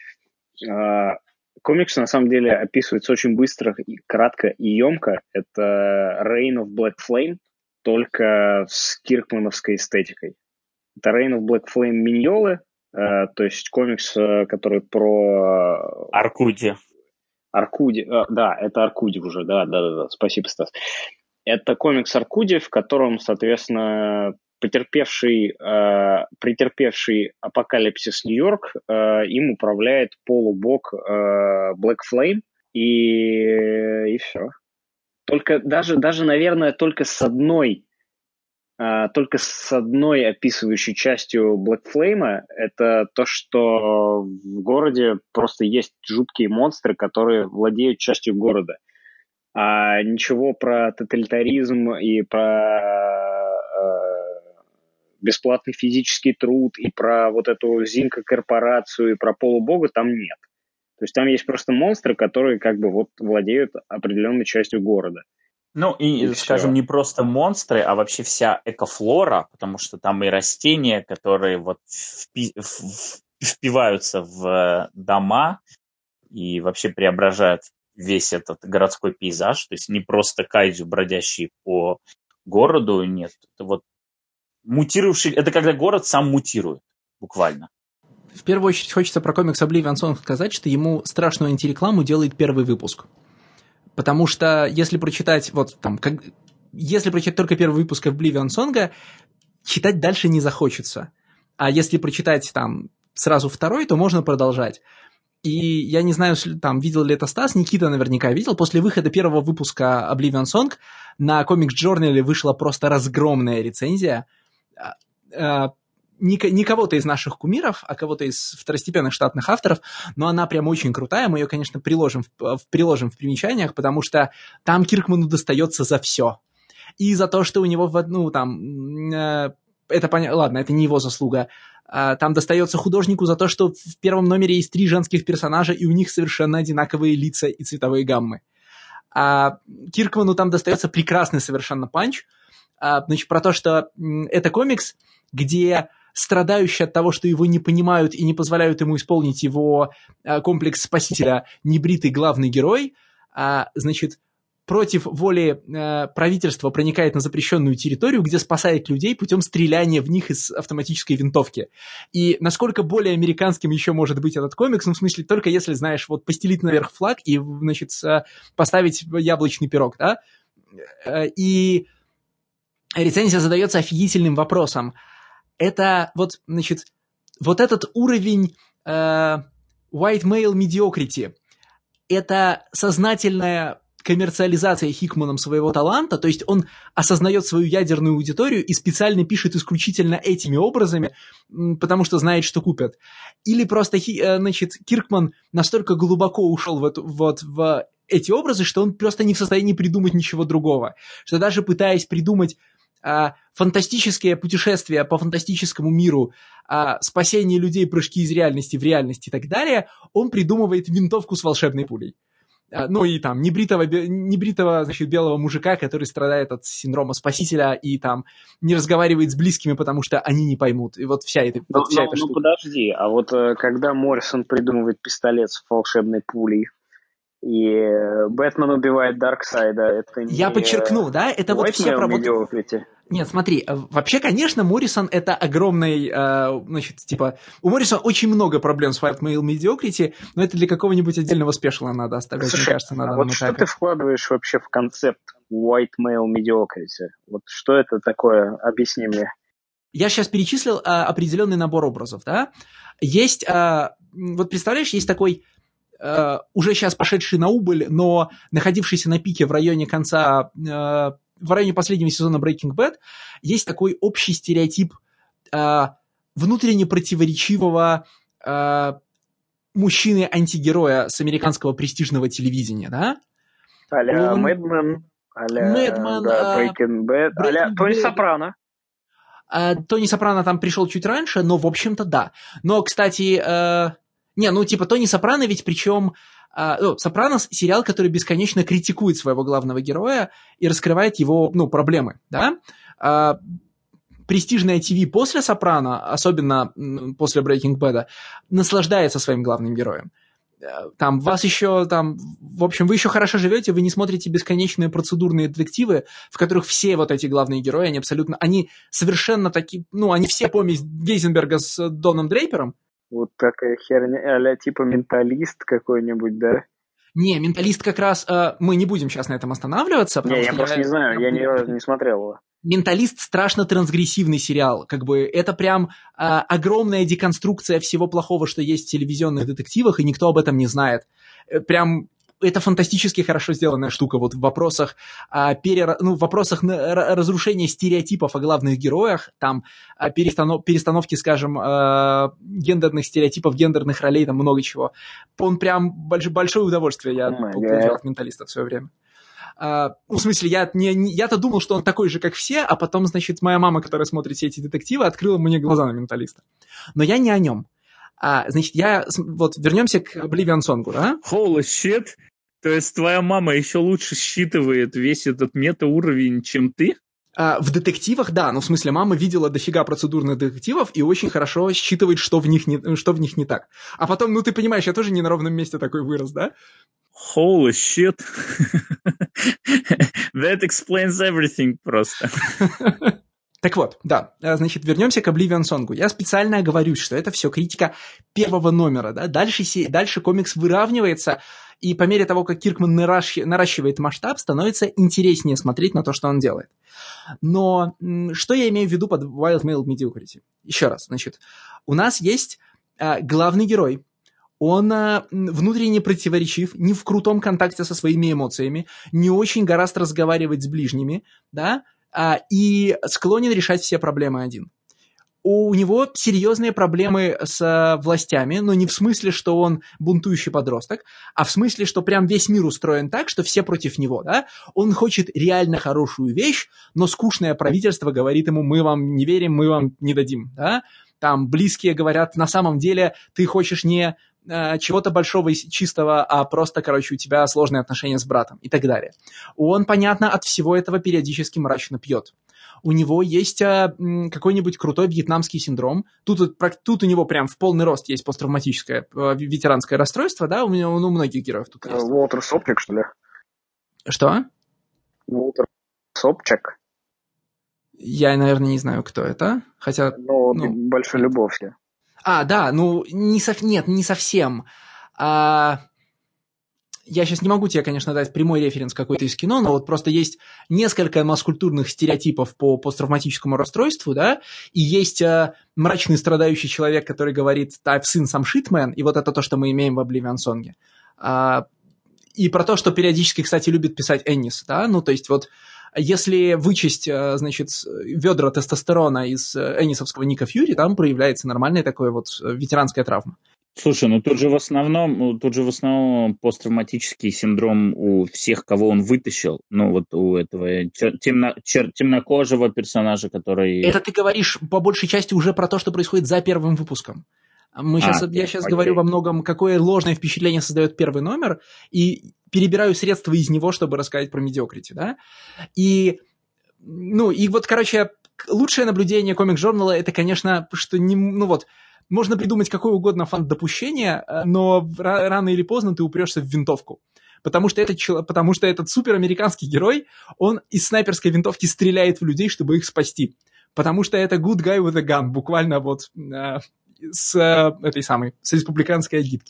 S3: Комикс на самом деле описывается очень быстро, и кратко и емко. Это Reign of Black Flame, только с киркмановской эстетикой. Это Reign of Black Flame Миньолы, э, то есть комикс, который про...
S2: Аркуди.
S3: Аркуди, э, да, это Аркуди уже, да, да, да, да, спасибо, Стас. Это комикс Аркуди, в котором, соответственно, потерпевший, э, претерпевший апокалипсис Нью-Йорк, э, им управляет полубог э, Black Flame, и, и все. Только даже, даже, наверное, только с одной, э, только с одной описывающей частью Black Flame, это то, что в городе просто есть жуткие монстры, которые владеют частью города. А ничего про тоталитаризм и про э, бесплатный физический труд, и про вот эту Зинка-корпорацию, и про полубога там нет. То есть там есть просто монстры, которые как бы вот владеют определенной частью города.
S2: Ну и,
S3: И
S2: скажем,
S3: всё.
S2: не просто монстры, а вообще вся экофлора, потому что там и растения, которые вот впи- в- впиваются в дома и вообще преображают весь этот городской пейзаж. То есть не просто кайдзю, бродящие по городу, нет. Это вот мутировавший, это когда город сам мутирует, буквально.
S1: В первую очередь хочется про комикс Oblivion Song сказать, что ему страшную антирекламу делает первый выпуск. Потому что если прочитать, вот там, как, если прочитать только первый выпуск Oblivion Song, читать дальше не захочется. А если прочитать там сразу второй, то можно продолжать. И я не знаю, там, видел ли это Стас, Никита наверняка видел. После выхода первого выпуска Oblivion Song на Comics Journal вышла просто разгромная рецензия. Не, не кого-то из наших кумиров, а кого-то из второстепенных штатных авторов, но она прям очень крутая. Мы ее, конечно, приложим в, приложим в примечаниях, потому что там Киркману достается за все. И за то, что у него, ну, там, э, это понятно, ладно, это не его заслуга. Там достается художнику за то, что в первом номере есть три женских персонажа, и у них совершенно одинаковые лица и цветовые гаммы. А Киркману там достается прекрасный совершенно панч. А, значит, про то, что это комикс, где страдающий от того, что его не понимают и не позволяют ему исполнить его а, комплекс спасителя небритый главный герой, а, значит, против воли э, правительства проникает на запрещенную территорию, где спасает людей путем стреляния в них из автоматической винтовки. И насколько более американским еще может быть этот комикс, ну, в смысле, только если, знаешь, вот постелить наверх флаг и, значит, поставить яблочный пирог, да? И рецензия задается офигительным вопросом. Это вот, значит, вот этот уровень э, white male mediocrity, это сознательная коммерциализация Хикманом своего таланта, то есть он осознает свою ядерную аудиторию и специально пишет исключительно этими образами, потому что знает, что купят. Или просто, значит, Киркман настолько глубоко ушел в, эту, вот, в эти образы, что он просто не в состоянии придумать ничего другого. Что даже пытаясь придумать а, фантастические путешествия по фантастическому миру, а, спасение людей, прыжки из реальности в реальность и так далее, он придумывает винтовку с волшебной пулей. Ну и там небритого, небритого, значит, белого мужика, который страдает от синдрома спасителя и там не разговаривает с близкими, потому что они не поймут. И вот вся эта,
S3: но,
S1: вот вся
S3: но,
S1: эта
S3: ну,
S1: штука.
S3: Ну подожди, а вот когда Моррисон придумывает пистолет с волшебной пулей и Бэтмен убивает Дарксайда, это не...
S1: Я подчеркну, да, это вот все про вот... Нет, смотри, вообще, конечно, Моррисон это огромный, э, значит, типа, у Моррисона очень много проблем с white male mediocrity, но это для какого-нибудь отдельного спешла надо оставлять,
S3: Слушай,
S1: мне кажется, на
S3: а
S1: данном
S3: вот
S1: этапе.
S3: что ты вкладываешь вообще в концепт white male mediocrity? Вот что это такое? Объясни мне.
S1: Я сейчас перечислил а, определенный набор образов, да. Есть, а, вот представляешь, есть такой... Uh, уже сейчас пошедший на убыль, но находившийся на пике в районе конца, uh, в районе последнего сезона Breaking Bad, есть такой общий стереотип uh, внутренне противоречивого uh, мужчины-антигероя с американского престижного телевидения, да?
S3: А-ля Он... Мэдмен, а-ля
S1: Мэдмен,
S3: да, Breaking Bad,
S1: Breaking
S3: а-ля Тони
S1: Bad.
S3: Сопрано.
S1: Uh, Тони Сопрано там пришел чуть раньше, но, в общем-то, да. Но, кстати... Uh, Не, ну типа Тони Сопрано ведь причем... Э, ну, Сопранос — сериал, который бесконечно критикует своего главного героя и раскрывает его, ну, проблемы, да? Э, престижное ТВ после Сопрано, особенно после Breaking Bad, наслаждается своим главным героем. Там вас еще, там, в общем, вы еще хорошо живете, вы не смотрите бесконечные процедурные детективы, в которых все вот эти главные герои, они абсолютно, они совершенно такие, ну, они все помесь Гейзенберга с Доном Дрейпером.
S3: Вот такая херня, а-ля типа «Менталист» какой-нибудь, да?
S1: Не, «Менталист» как раз... Э, мы не будем сейчас на этом останавливаться.
S3: Не, я
S1: что
S3: просто
S1: я,
S3: не знаю, я, я ни разу не смотрел его.
S1: «Менталист» страшно трансгрессивный сериал. Как бы это прям а, огромная деконструкция всего плохого, что есть в телевизионных детективах, и никто об этом не знает. Прям это фантастически хорошо сделанная штука вот в вопросах, а, перер... ну, в вопросах разрушения стереотипов о главных героях, там а, перестанов... перестановки, скажем, а, гендерных стереотипов, гендерных ролей, там много чего. Он прям больш... большое удовольствие я oh получал от «Менталиста» в свое время. Uh, в смысле, я, не, не, я-то думал, что он такой же, как все, а потом, значит, моя мама, которая смотрит все эти детективы, открыла мне глаза на «Менталиста». Но я не о нем. Uh, значит, я... Вот, вернемся к Oblivion Song, да?
S2: Holy shit! То есть твоя мама еще лучше считывает весь этот метауровень, чем ты?
S1: Uh, в детективах, да. Ну, в смысле, мама видела дофига процедурных детективов и очень хорошо считывает, что в них не, что в них не так. А потом, ну, ты понимаешь, я тоже не на ровном месте такой вырос, да?
S2: Holy shit. That explains everything просто.
S1: Так вот, да, значит, вернемся к Oblivion Song. Я специально оговорюсь, что это все критика первого номера, да, дальше, дальше комикс выравнивается, и по мере того, как Киркман наращивает масштаб, становится интереснее смотреть на то, что он делает. Но что я имею в виду под Wild Male Mediocrity? Еще раз, значит, у нас есть а, главный герой. Он а, внутренне противоречив, не в крутом контакте со своими эмоциями, не очень гораст разговаривать с ближними, да, а, и склонен решать все проблемы один. У него серьезные проблемы с а, властями, но не в смысле, что он бунтующий подросток, а в смысле, что прям весь мир устроен так, что все против него, да. Он хочет реально хорошую вещь, но скучное правительство говорит ему: мы вам не верим, мы вам не дадим, да. Там близкие говорят: на самом деле ты хочешь не чего-то большого и чистого, а просто, короче, у тебя сложные отношения с братом и так далее. Он, понятно, от всего этого периодически мрачно пьет. У него есть а, какой-нибудь крутой вьетнамский синдром. Тут, тут у него прям в полный рост есть посттравматическое а, ветеранское расстройство, да, у, меня, у многих героев тут есть.
S3: Уолтер Сопчик, что ли?
S1: Что?
S3: Уолтер Сопчик.
S1: Я, наверное, не знаю, кто это, хотя...
S3: Ну, ну большой любовь.
S1: А, да, ну, не со... нет, не совсем. А... Я сейчас не могу тебе, конечно, дать прямой референс какой-то из кино, но вот просто есть несколько масс-культурных стереотипов по посттравматическому расстройству, да, и есть а, мрачный страдающий человек, который говорит «I've seen some shit, man», и вот это то, что мы имеем в Oblivion Song. А... И про то, что периодически, кстати, любит писать Эннис, да, ну, то есть вот если вычесть, значит, ведра тестостерона из эннисовского Ника Фьюри, там проявляется нормальная такая вот ветеранская травма.
S2: Слушай, ну тут же в основном, тут же в основном посттравматический синдром у всех, кого он вытащил. Ну вот у этого темно, чер, темнокожего персонажа, который...
S1: Это ты говоришь по большей части уже про то, что происходит за первым выпуском. Мы сейчас, а, я сейчас окей. говорю во многом, какое ложное впечатление создает первый номер, и перебираю средства из него, чтобы рассказать про Mediocrity, да. И, ну, и вот, короче, лучшее наблюдение комик-журнала – это, конечно, что, не, ну вот, можно придумать какое угодно фан-допущение, но рано или поздно ты упрешься в винтовку. Потому что, этот, потому что этот суперамериканский герой, он из снайперской винтовки стреляет в людей, чтобы их спасти. Потому что это good guy with a gun, буквально вот... с этой самой, с республиканской агитки.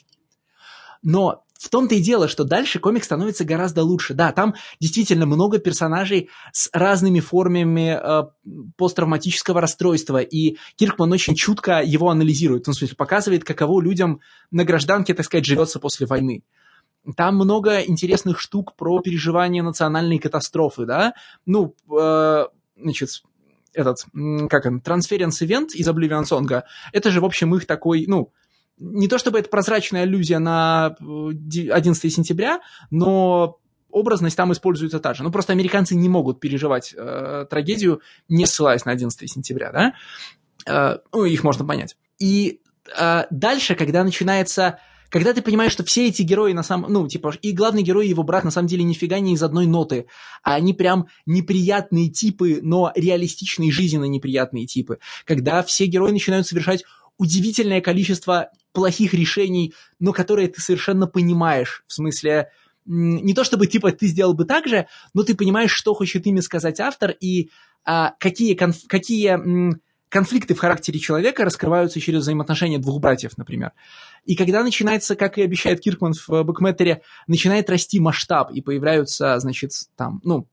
S1: Но в том-то и дело, что дальше комик становится гораздо лучше. Да, там действительно много персонажей с разными формами э, посттравматического расстройства, и Киркман очень чутко его анализирует, в смысле показывает, каково людям на гражданке, так сказать, живется после войны. Там много интересных штук про переживание национальной катастрофы, да, ну, э, значит... этот, как он, трансференс-ивент из Oblivion Song, это же, в общем, их такой, ну, не то чтобы это прозрачная аллюзия на одиннадцатое сентября, но образность там используется та же. Ну, просто американцы не могут переживать э, трагедию, не ссылаясь на одиннадцатое сентября, да? Э, ну, их можно понять. И э, дальше, когда начинается... Когда ты понимаешь, что все эти герои на самом... Ну, типа, и главный герой, и его брат на самом деле нифига не из одной ноты, а они прям неприятные типы, но реалистичные, жизненно неприятные типы. Когда все герои начинают совершать удивительное количество плохих решений, но которые ты совершенно понимаешь. В смысле, не то чтобы, типа, ты сделал бы так же, но ты понимаешь, что хочет ими сказать автор, и а, какие... Конф... какие м- конфликты в характере человека раскрываются через взаимоотношения двух братьев, например. И когда начинается, как и обещает Киркман в Бэкмэттере, начинает расти масштаб, и появляются, значит, там, ну,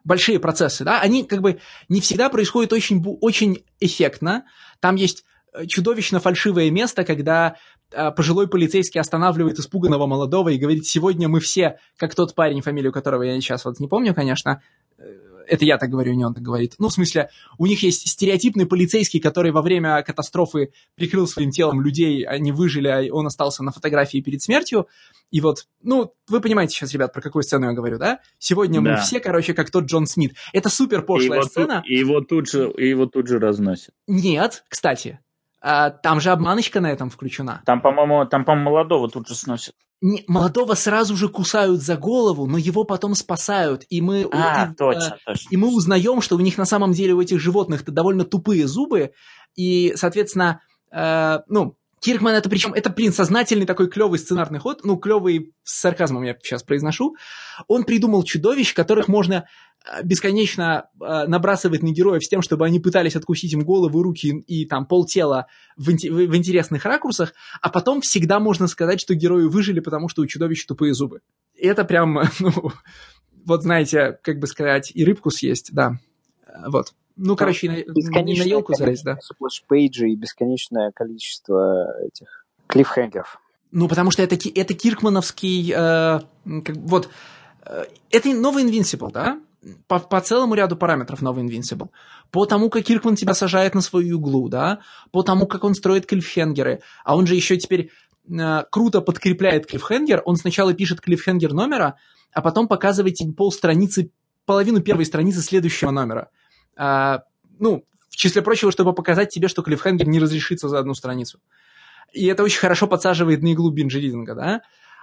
S1: большие процессы, да, они как бы не всегда происходят очень, очень эффектно. Там есть чудовищно фальшивое место, когда э, пожилой полицейский останавливает испуганного молодого и говорит: сегодня мы все, как тот парень, фамилию которого я сейчас вот не помню, конечно, это я так говорю, не он так говорит. Ну, в смысле, у них есть стереотипный полицейский, который во время катастрофы прикрыл своим телом людей, они выжили, а он остался на фотографии перед смертью. И вот, ну, вы понимаете сейчас, ребят, про какую сцену я говорю, да? Сегодня да. мы все, короче, как тот Джон Смит. Это супер пошлая и сцена.
S2: Тут, и, его тут же, и его тут же разносят.
S1: Нет, кстати. А, там же обманочка на этом включена.
S2: Там, по-моему, там, по-моему, молодого тут же сносят.
S1: Не, молодого сразу же кусают за голову, но его потом спасают. И мы,
S2: а,
S1: и,
S2: точно,
S1: а,
S2: точно.
S1: и мы узнаем, что у них на самом деле у этих животных-то довольно тупые зубы. И, соответственно, э, ну, Киркман это причем, это, блин, сознательный такой клевый сценарный ход, ну, клевый с сарказмом я сейчас произношу. Он придумал чудовищ, которых можно бесконечно э, набрасывать на героев с тем, чтобы они пытались откусить им головы, руки и там полтела в, ин- в интересных ракурсах, а потом всегда можно сказать, что герои выжили, потому что у чудовищ тупые зубы. И это прям, ну, вот знаете, как бы сказать, и рыбку съесть, да, вот. Ну, короче, на, на елку залезть, да.
S3: Сплэш-пейджи и бесконечное количество этих клиффхенгеров.
S1: Ну, потому что это, это киркмановский, э, как, вот, э, это новый Invincible, да? По, по целому ряду параметров новый Invincible. По тому, как Киркман тебя сажает на свою иглу, да? По тому, как он строит клиффхенгеры. А он же еще теперь э, круто подкрепляет клиффхенгер. Он сначала пишет клиффхенгер номера, а потом показывает тебе полстраницы, половину первой страницы следующего номера. А, ну, в числе прочего, чтобы показать тебе, что клиффхенгер не разрешится за одну страницу. И это очень хорошо подсаживает на иглу бинж-ридинга, да?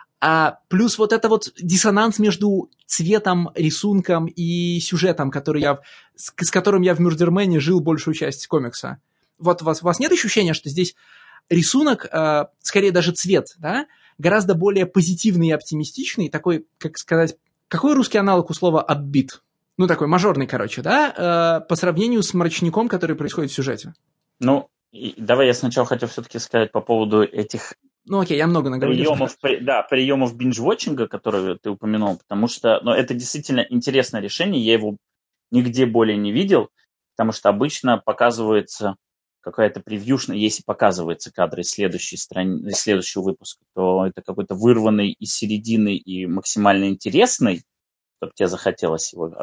S1: А плюс вот это вот диссонанс между цветом, рисунком и сюжетом, который я, с, с которым я в Мюрдермене жил большую часть комикса. Вот у вас, у вас нет ощущения, что здесь рисунок, э, скорее даже цвет, да, гораздо более позитивный и оптимистичный, такой, как сказать, какой русский аналог у слова upbeat? Ну, такой мажорный, короче, да, э, по сравнению с мрачником, который происходит в сюжете.
S2: Ну, и давай я сначала хотел все-таки сказать по поводу этих...
S1: Ну, окей, я много наговорил.
S2: Приемов, при, да, приемов бинж-вотчинга, которые ты упомянул, потому что ну, это действительно интересное решение, я его нигде более не видел, потому что обычно показывается какая-то превьюшная, если показывается кадры из, следующей страни, из следующего выпуска, то это какой-то вырванный из середины и максимально интересный, чтобы тебе захотелось его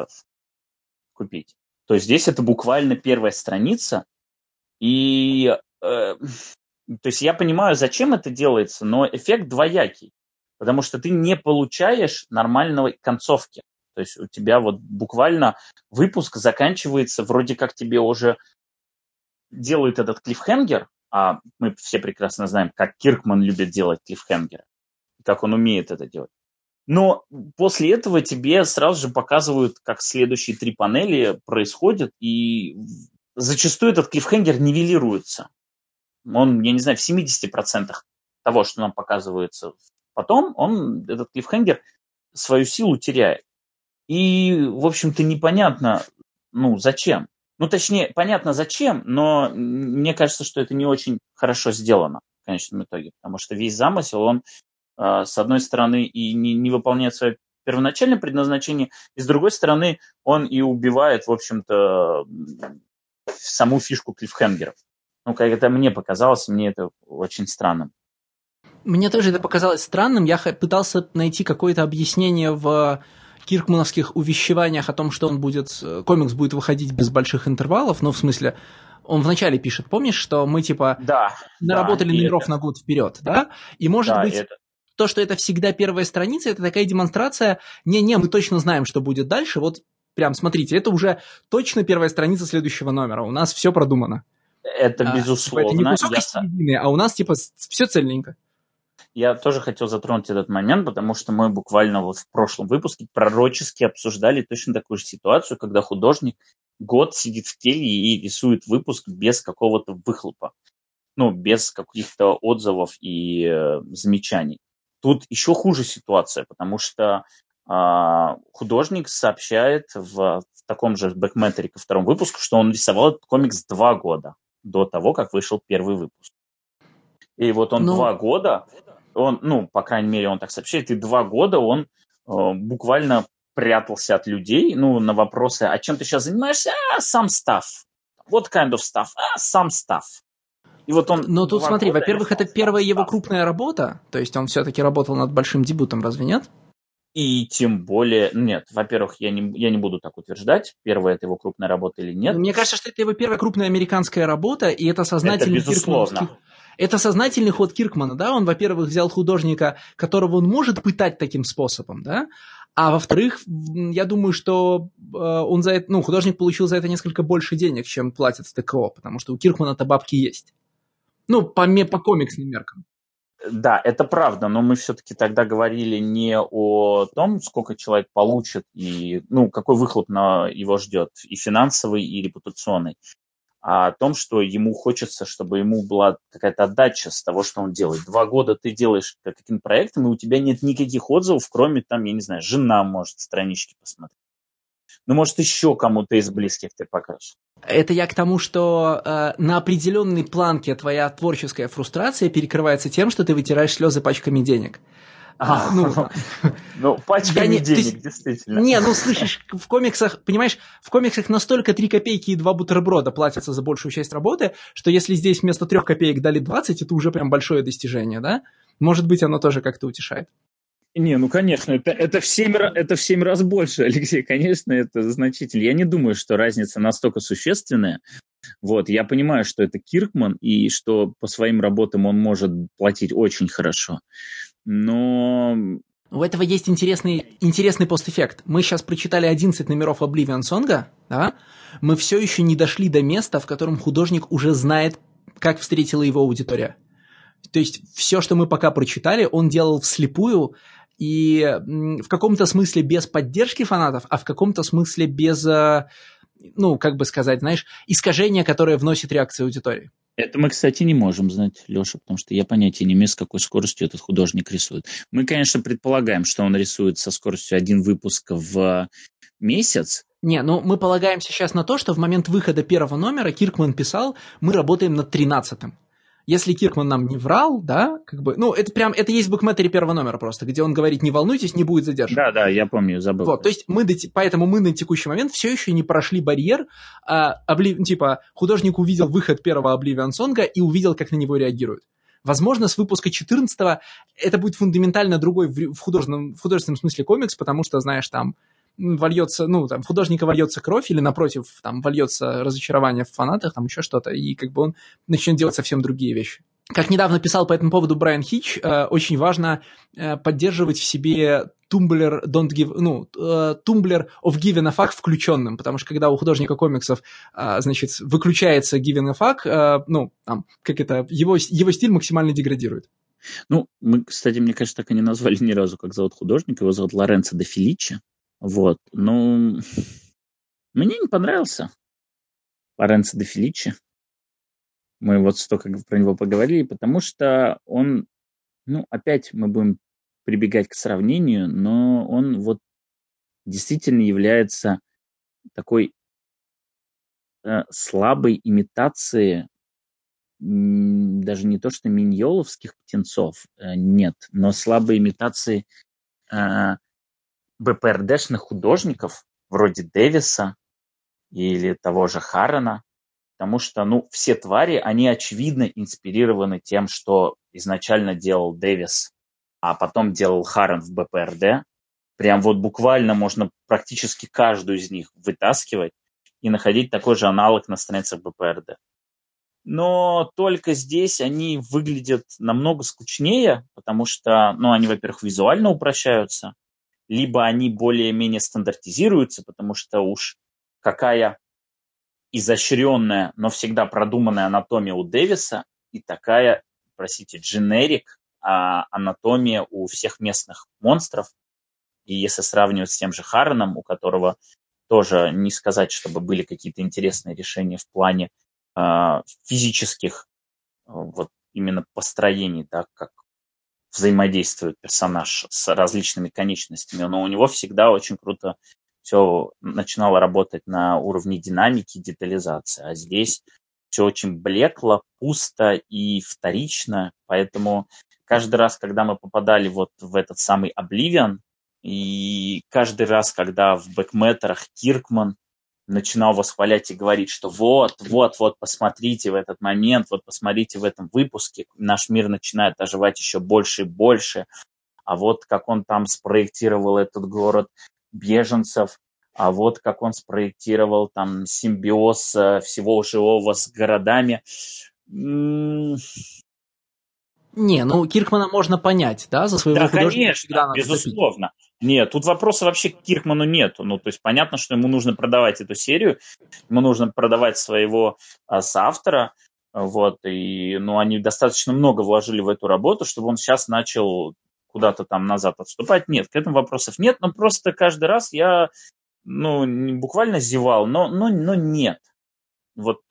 S2: купить. То есть здесь это буквально первая страница, и... Э, То есть я понимаю, зачем это делается, но эффект двоякий, потому что ты не получаешь нормальной концовки. То есть у тебя вот буквально выпуск заканчивается, вроде как тебе уже делают этот клиффхенгер, а мы все прекрасно знаем, как Киркман любит делать клиффхенгеры, как он умеет это делать. Но после этого тебе сразу же показывают, как следующие три панели происходят, и зачастую этот клиффхенгер нивелируется. Он, я не знаю, в семьдесят процентов того, что нам показывается потом, он, этот клиффхенгер, свою силу теряет. И, в общем-то, непонятно, ну, зачем. Ну, точнее, понятно зачем, но мне кажется, что это не очень хорошо сделано в конечном итоге, потому что весь замысел, он, э, с одной стороны, и не, не выполняет свое первоначальное предназначение, и, с другой стороны, он и убивает, в общем-то, саму фишку клиффхенгеров. Ну, как это мне показалось, мне это очень странным.
S1: Мне тоже это показалось странным. Я пытался найти какое-то объяснение в киркмановских увещеваниях о том, что он будет, комикс будет выходить без больших интервалов. Ну, в смысле, он вначале пишет, помнишь, что мы, типа,
S2: да,
S1: наработали
S2: да,
S1: номеров
S2: это...
S1: на год вперед, да? И, может
S2: да,
S1: быть,
S2: это...
S1: то, что это всегда первая страница, это такая демонстрация, не-не, мы точно знаем, что будет дальше, вот прям, смотрите, это уже точно первая страница следующего номера, у нас все продумано.
S2: Это а, безусловно.
S1: Типа, это не кусок из середины, а у нас типа все цельненько.
S2: Я тоже хотел затронуть этот момент, потому что мы буквально вот в прошлом выпуске пророчески обсуждали точно такую же ситуацию, когда художник год сидит в келье и рисует выпуск без какого-то выхлопа, ну, без каких-то отзывов и э, замечаний. Тут еще хуже ситуация, потому что э, художник сообщает в, в таком же бэкмэтере ко второму выпуску, что он рисовал этот комикс два года до того, как вышел первый выпуск. И вот он ну... два года, он, ну, по крайней мере, он так сообщает, и два года он э, буквально прятался от людей, ну, на вопросы, а чем ты сейчас занимаешься? А, сам stuff. What kind of stuff? А, сам stuff. И вот он...
S1: Но тут смотри, во-первых, это первая его крупная работа, то есть он все-таки работал над большим дебютом, разве нет?
S2: И тем более... Нет, во-первых, я не, я не буду так утверждать, первая это его крупная работа или нет.
S1: Мне кажется, что это его первая крупная американская работа, и это сознательный...
S2: Это безусловно.
S1: Это сознательный ход Киркмана, да, он, во-первых, взял художника, которого он может пытать таким способом, да, а во-вторых, я думаю, что э, он за это, ну, художник получил за это несколько больше денег, чем платят с ТКО, потому что у Киркмана-то бабки есть. Ну, по, по комиксным меркам.
S2: Да, это правда, но мы все-таки тогда говорили не о том, сколько человек получит, и, ну, какой выхлоп на его ждет, и финансовый, и репутационный, а о том, что ему хочется, чтобы ему была какая-то отдача с того, что он делает. Два года ты делаешь каким-то проектом, и у тебя нет никаких отзывов, кроме, там, я не знаю, жена может странички посмотреть. Ну, может, еще кому-то из близких ты покажешь.
S1: Это я к тому, что э, на определенной планке твоя творческая фрустрация перекрывается тем, что ты вытираешь слезы пачками денег.
S2: А, ну, ну, пачками не, денег, есть, действительно.
S1: Не, ну, слышишь, в комиксах, понимаешь, в комиксах настолько три копейки и два бутерброда платятся за большую часть работы, что если здесь вместо трех копеек дали двадцать, это уже прям большое достижение, да? Может быть, оно тоже как-то утешает.
S2: Не, ну, конечно, это, это, в семь, это в семь раз больше, Алексей, конечно, это значительно. Я не думаю, что разница настолько существенная. Вот, я понимаю, что это Киркман, и что по своим работам он может платить очень хорошо. Но...
S1: У этого есть интересный, интересный постэффект. Мы сейчас прочитали одиннадцать номеров Oblivion Song, да? Мы все еще не дошли до места, в котором художник уже знает, как встретила его аудитория. То есть все, что мы пока прочитали, он делал вслепую, и в каком-то смысле без поддержки фанатов, а в каком-то смысле без, ну, как бы сказать, знаешь, искажения, которое вносит реакция аудитории.
S2: Это мы, кстати, не можем знать, Леша, потому что я понятия не имею, с какой скоростью этот художник рисует. Мы, конечно, предполагаем, что он рисует со скоростью один выпуск в месяц.
S1: Не, ну мы полагаемся сейчас на то, что в момент выхода первого номера Киркман писал, мы работаем над тринадцатым. Если Киркман нам не врал, да, как бы, ну, это прям, это есть в букметере первого номера просто, где он говорит, не волнуйтесь, не будет задержек.
S2: Да, да, я помню, забыл.
S1: Вот, то есть мы, поэтому мы на текущий момент все еще не прошли барьер, а, обли, типа, художник увидел выход первого Oblivion Song и увидел, как на него реагируют. Возможно, с выпуска четырнадцатого это будет фундаментально другой в художественном, в художественном смысле комикс, потому что, знаешь, там вольется, ну, там, художника вольется кровь, или, напротив, там, вольется разочарование в фанатах, там, еще что-то, и как бы он начнет делать совсем другие вещи. Как недавно писал по этому поводу Брайан Хитч, э, очень важно э, поддерживать в себе Tumblr don't give, ну, э, Tumblr of given a fuck включенным, потому что когда у художника комиксов, э, значит, выключается given a fuck, э, ну, там, как это, его, его стиль максимально деградирует.
S2: Ну, мы, кстати, мне кажется, так и не назвали ни разу, как зовут художника, его зовут Лоренцо де Феличи. Вот, ну, мне не понравился Лоренцо де Феличи. Мы вот столько про него поговорили, потому что он, ну, опять мы будем прибегать к сравнению, но он вот действительно является такой э, слабой имитацией, м, даже не то что миньоловских птенцов, э, нет, но слабой имитацией э, бэ пэ эр дэ-шных художников, вроде Дэвиса или того же Харрена, потому что, ну, все твари, они очевидно инспирированы тем, что изначально делал Дэвис, а потом делал Харрен в бэ пэ эр дэ. Прям вот буквально можно практически каждую из них вытаскивать и находить такой же аналог на страницах бэ пэ эр дэ. Но только здесь они выглядят намного скучнее, потому что, ну, они, во-первых, визуально упрощаются, либо они более-менее стандартизируются, потому что уж какая изощренная, но всегда продуманная анатомия у Дэвиса и такая, простите, дженерик а, анатомия у всех местных монстров. И если сравнивать с тем же Харреном, у которого тоже не сказать, чтобы были какие-то интересные решения в плане а, физических вот именно построений, да, как взаимодействует персонаж с различными конечностями, но у него всегда очень круто все начинало работать на уровне динамики и детализации, а здесь все очень блекло, пусто и вторично, поэтому каждый раз, когда мы попадали вот в этот самый Oblivion, И каждый раз, когда в бэкметтерах Киркман начинал восхвалять и говорить, что вот, вот, вот, посмотрите в этот момент, вот посмотрите в этом выпуске, наш мир начинает оживать еще больше и больше, а вот как он там спроектировал этот город беженцев, а вот как он спроектировал там симбиоз всего живого с городами.
S1: Не, ну Киркмана можно понять, да, за своего
S2: да,
S1: художника
S2: конечно,
S1: всегда надо
S2: безусловно.
S1: топить.
S2: Нет, тут вопроса вообще к Киркману нету. Ну, то есть понятно, что ему нужно продавать эту серию, ему нужно продавать своего а, соавтора, вот, и, ну, они достаточно много вложили в эту работу, чтобы он сейчас начал куда-то там назад отступать. Нет, к этому вопросов нет, но просто каждый раз я, ну, буквально зевал, но, но, но нет. Вот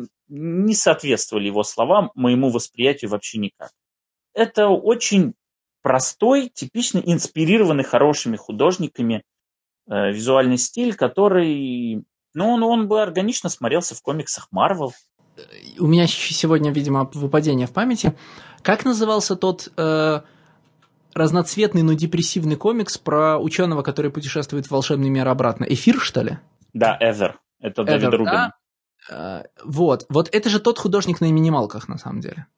S2: не соответствовали его словам моему восприятию вообще никак. Это очень простой, типично инспирированный хорошими художниками э, визуальный стиль, который, ну, он, он бы органично смотрелся в комиксах Marvel.
S1: У меня сегодня, видимо, выпадение в памяти. Как назывался тот э, разноцветный, но депрессивный комикс про ученого, который путешествует в волшебный мир обратно? Эфир, что ли?
S2: Да, Ever. Это Дэвид Рубин.
S1: Да? Э, вот. Вот это же тот художник на минималках, на самом деле.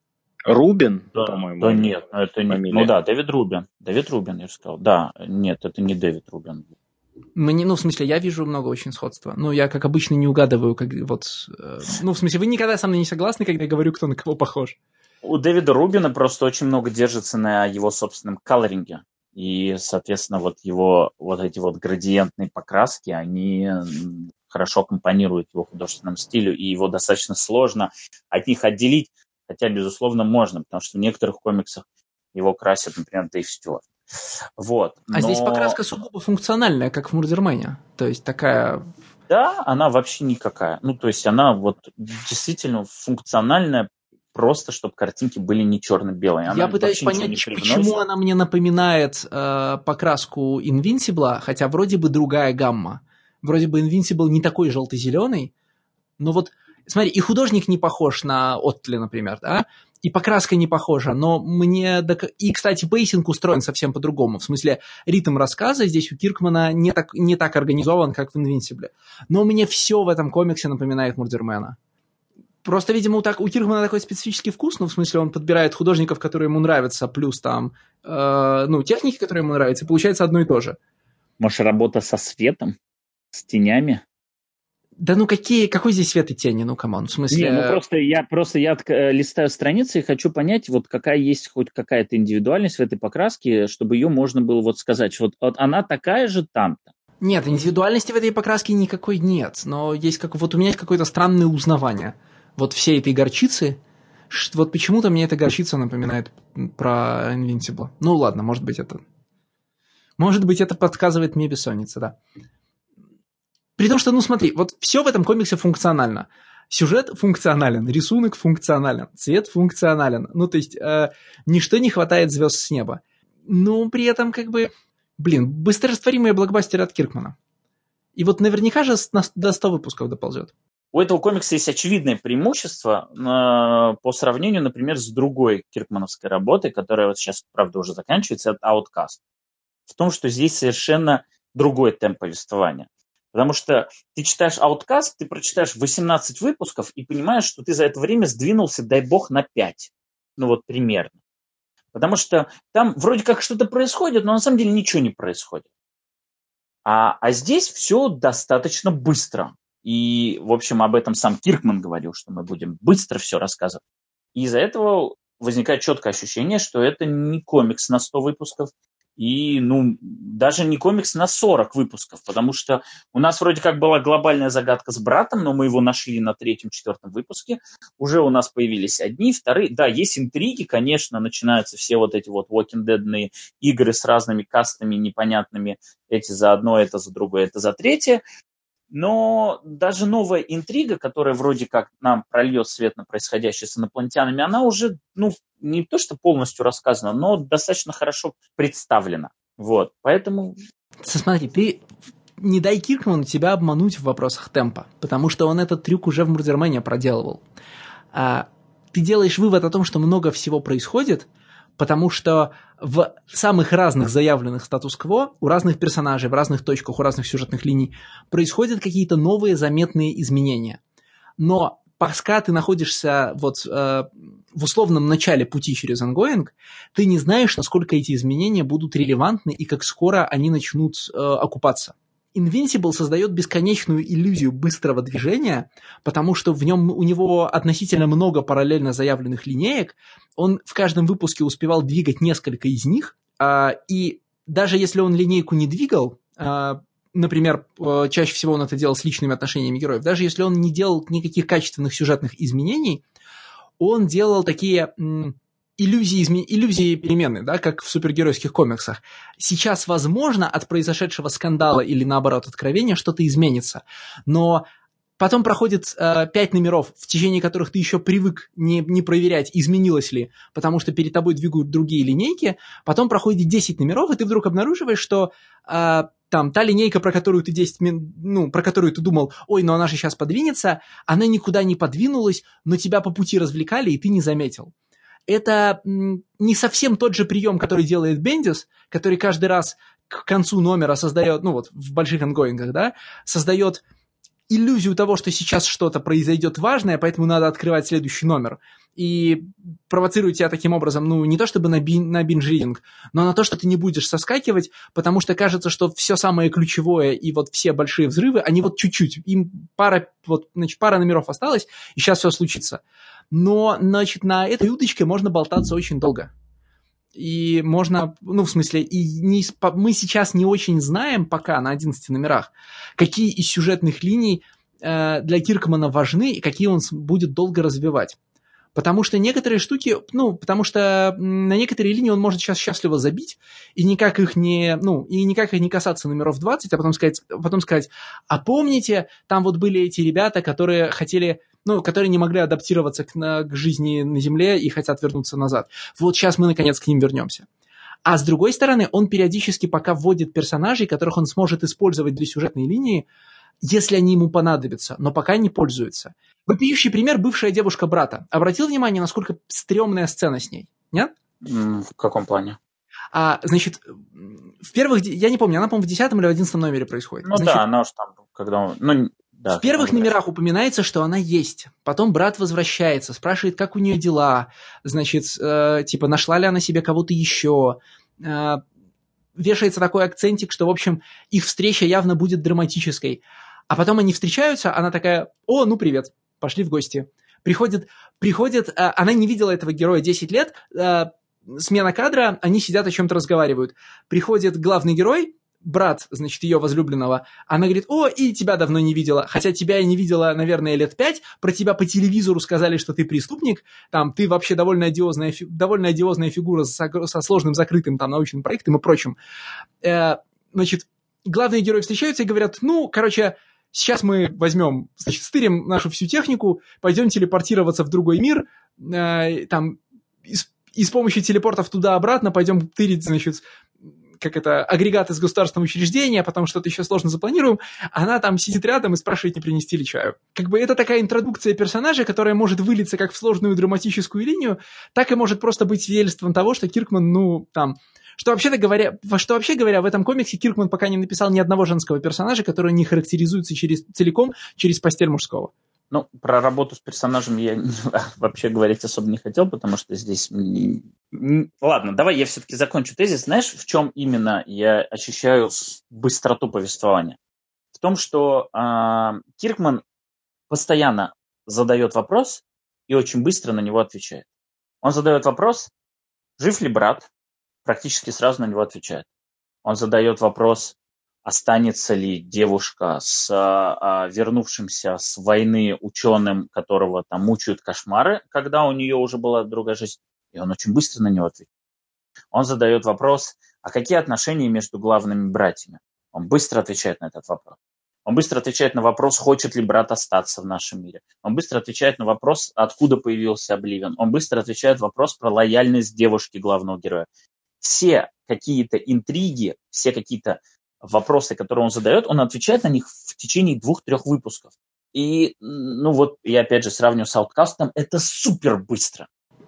S3: Рубин,
S2: да,
S3: по-моему.
S2: Да нет, это не... Ну да, Дэвид Рубин. Дэвид Рубин, я же сказал. Да, нет, это не Дэвид Рубин.
S1: Мне, ну, в смысле, я вижу много очень сходства. Ну, я, как обычно, не угадываю, как вот... Э, ну, в смысле, вы никогда со мной не согласны, когда я говорю, кто на кого похож.
S2: У Дэвида Рубина просто очень много держится на его собственном колоринге. И, соответственно, вот его вот эти вот градиентные покраски, они хорошо компонируют его художественному стилю, и его достаточно сложно от них отделить. Хотя, безусловно, можно, потому что в некоторых комиксах его красят, например, Дэйв Стюарт. Вот.
S1: Но... А здесь покраска сугубо функциональная, как в Мурдермене. То есть такая...
S2: Да, она вообще никакая. Ну, то есть она вот действительно функциональная, просто чтобы картинки были не черно-белые. Она
S1: Я пытаюсь понять, почему она мне напоминает э, покраску Invincible, хотя вроде бы другая гамма. Вроде бы Invincible не такой желто-зеленый, но вот... Смотри, и художник не похож на Оттли, например, да, и покраска не похожа, но мне... И, кстати, пейсинг устроен совсем по-другому, в смысле, ритм рассказа здесь у Киркмана не так, не так организован, как в Invincible. Но мне все в этом комиксе напоминает Мурдермена. Просто, видимо, у, так, у Киркмана такой специфический вкус, ну, в смысле, он подбирает художников, которые ему нравятся, плюс там, э, ну, техники, которые ему нравятся, и получается одно и то же.
S2: Может, работа со светом, с тенями?
S1: Да ну какие, какой здесь свет и тени, ну камон, в смысле...
S2: Не, ну просто я, просто я листаю страницы и хочу понять, вот какая есть хоть какая-то индивидуальность в этой покраске, чтобы ее можно было вот сказать, вот, вот она такая же там-то.
S1: Нет, индивидуальности в этой покраске никакой нет, но есть как, вот у меня есть какое-то странное узнавание вот всей этой горчицы, что, вот почему-то мне эта горчица напоминает про Invincible. Ну ладно, может быть это... Может быть это подсказывает мне бессонница, да. При том, что, ну смотри, вот все в этом комиксе функционально. Сюжет функционален, рисунок функционален, цвет функционален. Ну, то есть, э, ничто не хватает звезд с неба. Но при этом, как бы, блин, быстрорастворимые блокбастеры от Киркмана. И вот наверняка же до ста выпусков доползет.
S2: У этого комикса есть очевидное преимущество э, по сравнению, например, с другой киркмановской работой, которая вот сейчас, правда, уже заканчивается, это Outcast. В том, что здесь совершенно другой темп повествования. Потому что ты читаешь Outcast, ты прочитаешь восемнадцать выпусков и понимаешь, что ты за это время сдвинулся, дай бог, на пять. Ну вот примерно. Потому что там вроде как что-то происходит, но на самом деле ничего не происходит. А, а здесь все достаточно быстро. И, в общем, об этом сам Киркман говорил, что мы будем быстро все рассказывать. И из-за этого возникает четкое ощущение, что это не комикс на сто выпусков, и, ну, даже не комикс на сорок выпусков, потому что у нас вроде как была глобальная загадка с братом, но мы его нашли на третьем-четвертом выпуске. Уже у нас появились одни, вторые. Да, есть интриги, конечно, начинаются все вот эти вот Walking Dead-ные игры с разными кастами непонятными. Эти за одно, это за другое, это за третье. Но даже новая интрига, которая вроде как нам прольет свет на происходящее с инопланетянами, она уже, ну, не то что полностью рассказана, но достаточно хорошо представлена. Вот, поэтому...
S1: Смотри, ты не дай Киркману тебя обмануть в вопросах темпа, потому что он этот трюк уже в Мурдермене проделывал. А, ты делаешь вывод о том, что много всего происходит, потому что в самых разных заявленных статус-кво у разных персонажей, в разных точках, у разных сюжетных линий происходят какие-то новые заметные изменения. Но пока ты находишься вот, э, в условном начале пути через ongoing, ты не знаешь, насколько эти изменения будут релевантны и как скоро они начнут э, окупаться. Invincible создает бесконечную иллюзию быстрого движения, потому что в нем у него относительно много параллельно заявленных линеек. Он в каждом выпуске успевал двигать несколько из них, э, и даже если он линейку не двигал, э, например, чаще всего он это делал с личными отношениями героев. Даже если он не делал никаких качественных сюжетных изменений, он делал такие м, иллюзии, изме... иллюзии перемены, да, как в супергеройских комиксах. Сейчас, возможно, от произошедшего скандала или, наоборот, откровения что-то изменится. Но потом проходит э, пять номеров, в течение которых ты еще привык не, не проверять, изменилось ли, потому что перед тобой двигают другие линейки. Потом проходит десять номеров, и ты вдруг обнаруживаешь, что... Э, Там, та линейка, про которую ты десять минут, ну, про которую ты думал, ой, но она же сейчас подвинется, она никуда не подвинулась, но тебя по пути развлекали, и ты не заметил. Это м, не совсем тот же прием, который делает Бендис, который каждый раз к концу номера создает, ну вот, в больших ангоингах, да, создает иллюзию того, что сейчас что-то произойдет важное, поэтому надо открывать следующий номер. И провоцирует тебя таким образом, ну, не то чтобы на, бин, на бинж-ридинг, но на то, что ты не будешь соскакивать, потому что кажется, что все самое ключевое и вот все большие взрывы, они вот чуть-чуть, им пара, вот, значит, пара номеров осталось, и сейчас все случится. Но, значит, на этой удочке можно болтаться очень долго. И можно, ну, в смысле, и не, мы сейчас не очень знаем пока на одиннадцати номерах, какие из сюжетных линий э, для Киркмана важны и какие он будет долго развивать. Потому что некоторые штуки, ну, потому что на некоторые линии он может сейчас счастливо забить и никак их не, ну, и никак их не касаться номеров двадцать, а потом сказать, потом сказать, а помните, там вот были эти ребята, которые хотели... ну, которые не могли адаптироваться к, на, к жизни на Земле и хотят вернуться назад. Вот сейчас мы, наконец, к ним вернемся. А с другой стороны, он периодически пока вводит персонажей, которых он сможет использовать для сюжетной линии, если они ему понадобятся, но пока не пользуется. Вопиющий пример – бывшая девушка брата. Обратил внимание, насколько стрёмная сцена с ней? Нет?
S2: В каком плане?
S1: А, значит, в первых... Я не помню, она, по-моему, в десятом или в одиннадцатом номере происходит.
S2: Ну
S1: значит,
S2: да, она уж там, когда... Он, ну, да,
S1: в первых номерах упоминается, что она есть. Потом брат возвращается, спрашивает, как у нее дела. Значит, э, типа, нашла ли она себе кого-то еще. Э, вешается такой акцентик, что, в общем, их встреча явно будет драматической. А потом они встречаются, она такая, о, ну привет, пошли в гости. Приходит, приходит э, она не видела этого героя десять лет, э, смена кадра, они сидят о чем-то разговаривают. Приходит главный герой, брат, значит, ее возлюбленного, она говорит, о, и тебя давно не видела, хотя тебя я не видела, наверное, лет пять, про тебя по телевизору сказали, что ты преступник, там, ты вообще довольно одиозная, фи- довольно одиозная фигура со, со сложным закрытым там научным проектом и прочим. Э, значит, главные герои встречаются и говорят, ну, короче, сейчас мы возьмем, значит, стырим нашу всю технику, пойдем телепортироваться в другой мир, э, там, и с, и с помощью телепортов туда-обратно пойдем тырить, значит, как это, агрегат из государственного учреждения, а потом что-то еще сложно запланируем, она там сидит рядом и спрашивает, не принести ли чаю. Как бы это такая интродукция персонажа, которая может вылиться как в сложную драматическую линию, так и может просто быть свидетельством того, что Киркман, ну, там, что вообще-то говоря, что вообще говоря, в этом комиксе Киркман пока не написал ни одного женского персонажа, который не характеризуется через, целиком через постель мужского.
S2: Ну, про работу с персонажем я вообще говорить особо не хотел, потому что здесь... Ладно, давай я все-таки закончу тезис. Знаешь, в чем именно я ощущаю быстроту повествования? В том, что э, Киркман постоянно задает вопрос и очень быстро на него отвечает. Он задает вопрос, жив ли брат, практически сразу на него отвечает. Он задает вопрос, останется ли девушка с а, вернувшимся с войны ученым, которого там мучают кошмары, когда у нее уже была другая жизнь, и он очень быстро на него отвечает. Он задает вопрос, а какие отношения между главными братьями? Он быстро отвечает на этот вопрос. Он быстро отвечает на вопрос, хочет ли брат остаться в нашем мире. Он быстро отвечает на вопрос, откуда появился Обливион. Он быстро отвечает на вопрос про лояльность девушки главного героя. Все какие-то интриги, все какие-то вопросы, которые он задает, он отвечает на них в течение двух-трех выпусков. И, ну вот, я опять же сравниваю с Ауткастом, это супер быстро.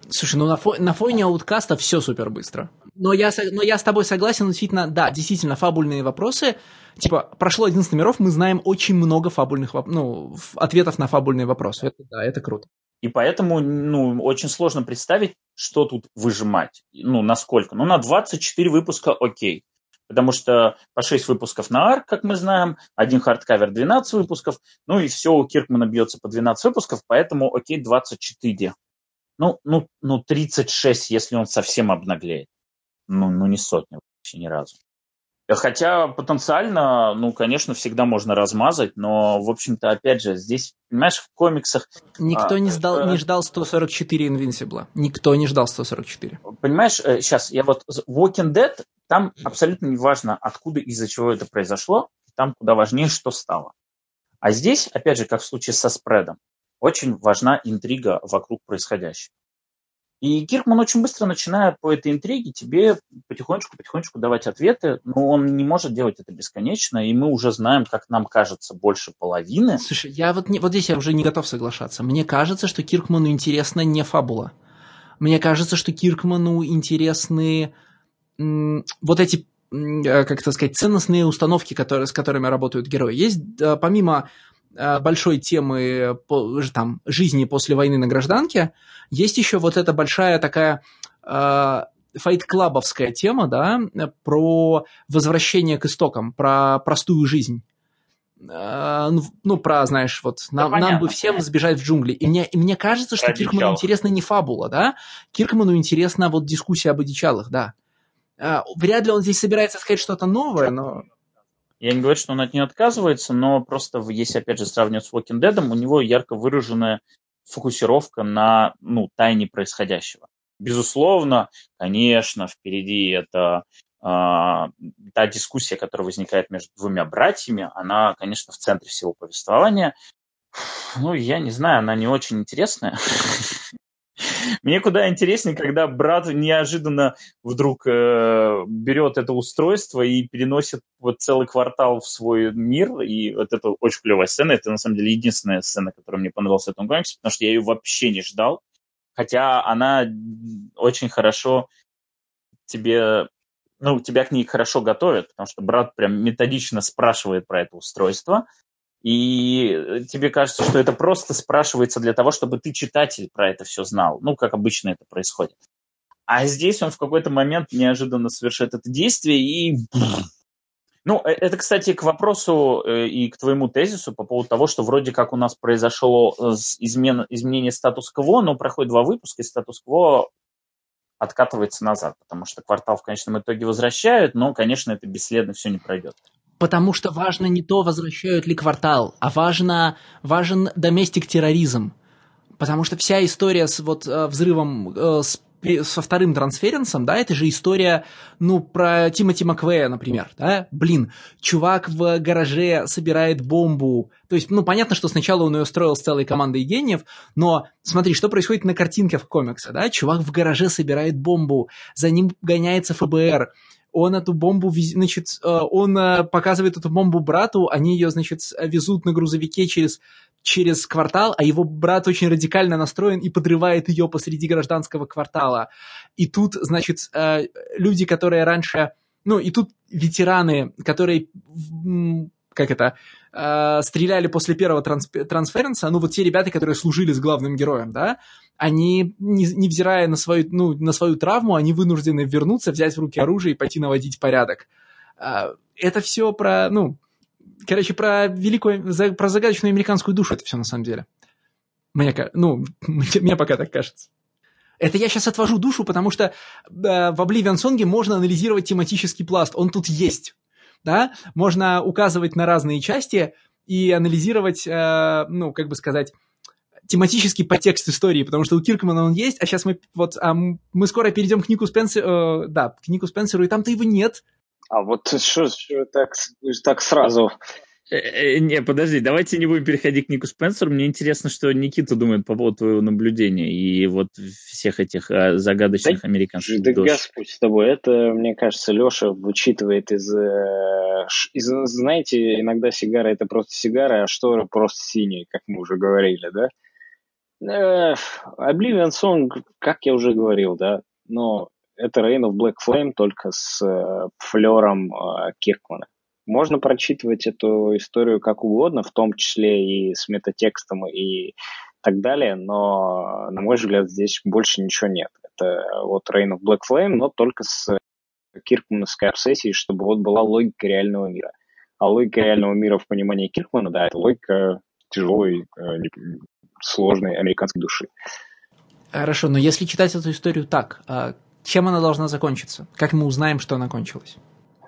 S1: Слушай, ну на, фо- на фоне ауткаста все супер быстро. Но я, но я с тобой согласен, действительно, да, действительно, фабульные вопросы. Типа, прошло одиннадцать номеров, мы знаем очень много фабульных, ну, ответов на фабульные вопросы. Это, да, это круто.
S2: И поэтому, ну, очень сложно представить, что тут выжимать. Ну, насколько. Ну, на двадцать четыре выпуска окей. Потому что по шесть выпусков на арк, как мы знаем, один хардкавер двенадцать выпусков, ну и все у Киркмана бьется по двенадцать выпусков, поэтому окей, двадцать четыре. Ну, ну, ну, тридцать шесть, если он совсем обнаглеет. Ну, ну не сотня вообще ни разу. Хотя потенциально, ну, конечно, всегда можно размазать, но, в общем-то, опять же, здесь, понимаешь, в комиксах...
S1: Никто
S2: а,
S1: не, сдал,
S2: э,
S1: не ждал сто сорок четыре Invincible. Никто не ждал сто сорок четыре.
S2: Понимаешь, сейчас я вот... Walking Dead, там абсолютно не важно, откуда, из-за чего это произошло, там куда важнее, что стало. А здесь, опять же, как в случае со спредом, очень важна интрига вокруг происходящего. И Киркман очень быстро начинает по этой интриге тебе потихонечку-потихонечку давать ответы, но он не может делать это бесконечно, и мы уже знаем, как нам кажется, больше половины.
S1: Слушай, я вот, не, вот здесь я уже не готов соглашаться. Мне кажется, что Киркману интересна не фабула. Мне кажется, что Киркману интересны м, вот эти, м, как это сказать, ценностные установки, которые, с которыми работают герои. Есть, а, помимо большой темы там, жизни после войны на гражданке, есть еще вот эта большая такая э, файт-клабовская тема, да, про возвращение к истокам, про простую жизнь. Э, ну, ну, про, знаешь, вот, нам, да, нам бы всем сбежать в джунгли. И мне, и мне кажется, что Киркману интересна не фабула, да, Киркману интересна вот дискуссия об одичалых, да. Э, вряд ли он здесь собирается сказать что-то новое, но...
S2: Я не говорю, что он от нее отказывается, но просто, если, опять же, сравнивать с Walking Dead, у него ярко выраженная фокусировка на, ну, тайне происходящего. Безусловно, конечно, впереди это э, та дискуссия, которая возникает между двумя братьями, она, конечно, в центре всего повествования. Ну, я не знаю, она не очень интересная. Мне куда интереснее, когда брат неожиданно вдруг э, берет это устройство и переносит вот целый квартал в свой мир. И вот это очень клевая сцена. Это, на самом деле, единственная сцена, которая мне понравилась в этом комиксе, потому что я ее вообще не ждал. Хотя она очень хорошо тебе... Ну, тебя к ней хорошо готовят, потому что брат прям методично спрашивает про это устройство. И тебе кажется, что это просто спрашивается для того, чтобы ты, читатель, про это все знал. Ну, как обычно это происходит. А здесь он в какой-то момент неожиданно совершает это действие и... Ну, это, кстати, к вопросу и к твоему тезису по поводу того, что вроде как у нас произошло измен... изменение статус-кво, но проходит два выпуска, и статус-кво откатывается назад, потому что квартал в конечном итоге возвращают, но, конечно, это бесследно все не пройдет.
S1: Потому что важно не то, возвращают ли квартал, а важно, важен доместик-терроризм. Потому что вся история с вот взрывом, с, со вторым трансференсом, да, это же история, ну, про Тимоти Маквея, например, да, блин, чувак в гараже собирает бомбу, то есть, ну, понятно, что сначала он ее строил с целой командой гениев, но смотри, что происходит на картинке в комиксе, да, чувак в гараже собирает бомбу, за ним гоняется эф бэ эр, он эту бомбу, значит, он показывает эту бомбу брату, они ее, значит, везут на грузовике через, через квартал, а его брат очень радикально настроен и подрывает ее посреди гражданского квартала. И тут, значит, люди, которые раньше, ну, и тут ветераны, которые, как это, стреляли после первого трансференса, ну, вот те ребята, которые служили с главным героем, да, они, невзирая на свою, ну, на свою травму, они вынуждены вернуться, взять в руки оружие и пойти наводить порядок. Это все про, ну, короче, про великую, про загадочную американскую душу это все на самом деле. Мне, ну, мне пока так кажется. Это я сейчас отвожу душу, потому что да, в Oblivion Song можно анализировать тематический пласт, он тут есть. Да? Можно указывать на разные части и анализировать, э, ну, как бы сказать, тематический подтекст истории, потому что у Киркмана он есть, а сейчас мы вот а мы скоро перейдем к Нику Спенсеру, э, да, к Нику Спенсеру, и там-то его нет.
S3: А вот что, что так, так сразу?
S2: Не, подожди, давайте не будем переходить к Нику Спенсеру. Мне интересно, что Никита думает по поводу твоего наблюдения и вот всех этих загадочных да, американских
S3: да
S2: душ.
S3: Господь с тобой, это, мне кажется, Леша вычитывает из, из... Знаете, иногда сигара — это просто сигара, а штора просто синяя, как мы уже говорили, да? Oblivion Song, как я уже говорил, да, но это Reign of Black Flame только с э, флером э, Киркмана. Можно прочитывать эту историю как угодно, в том числе и с метатекстом и так далее, но, на мой взгляд, здесь больше ничего нет. Это вот Reign of Black Flame, но только с киркмановской обсессией, чтобы вот была логика реального мира. А логика реального мира в понимании Киркмана, да, это логика тяжелой, сложной американской души.
S1: Хорошо, но если читать эту историю так, чем она должна закончиться? Как мы узнаем, что она кончилась?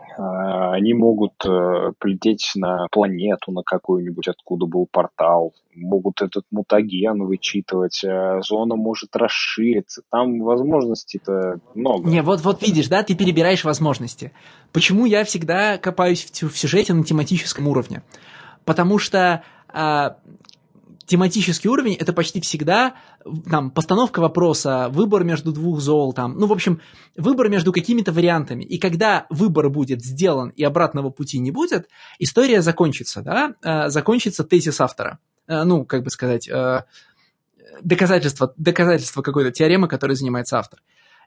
S3: Они могут полететь на планету на какую-нибудь, откуда был портал, могут этот мутаген вычитывать, зона может расшириться, там возможностей-то много.
S1: Не, вот, вот видишь, да, ты перебираешь возможности. Почему я всегда копаюсь в, в сюжете на тематическом уровне? Потому что а, тематический уровень – это почти всегда там, постановка вопроса, выбор между двух зол, там, ну, в общем, выбор между какими-то вариантами. И когда выбор будет сделан и обратного пути не будет, история закончится, да, а, закончится тезис автора. А, ну, как бы сказать, а, доказательство, доказательство какой-то теоремы, которой занимается автор.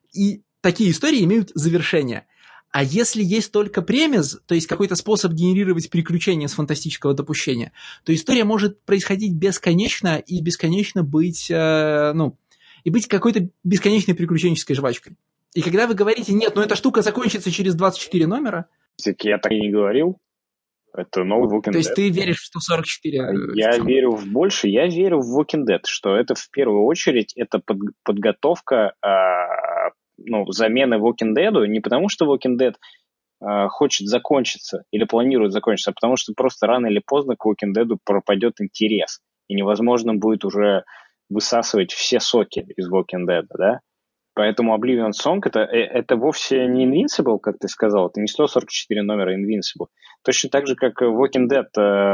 S1: И такие истории имеют завершение. А если есть только премиз, то есть какой-то способ генерировать приключения с фантастического допущения, то история может происходить бесконечно и бесконечно быть, э, ну, и быть какой-то бесконечной приключенческой жвачкой. И когда вы говорите, нет, ну эта штука закончится через двадцать четыре номера...
S3: Я так и не говорил. Это новый Walking Dead.
S1: То есть ты веришь в сто сорок четыре?
S3: Я верю в больше. Я верю в Walking Dead, что это в первую очередь это под, подготовка... Э, ну, замены Walking Dead, не потому что Walking Dead э, хочет закончиться или планирует закончиться, а потому что просто рано или поздно к Walking Dead пропадет интерес, и невозможно будет уже высасывать все соки из Walking Dead, да? Поэтому Oblivion Song это, это вовсе не Invincible, как ты сказал, это не сто сорок четыре номера Invincible. Точно так же, как Walking Dead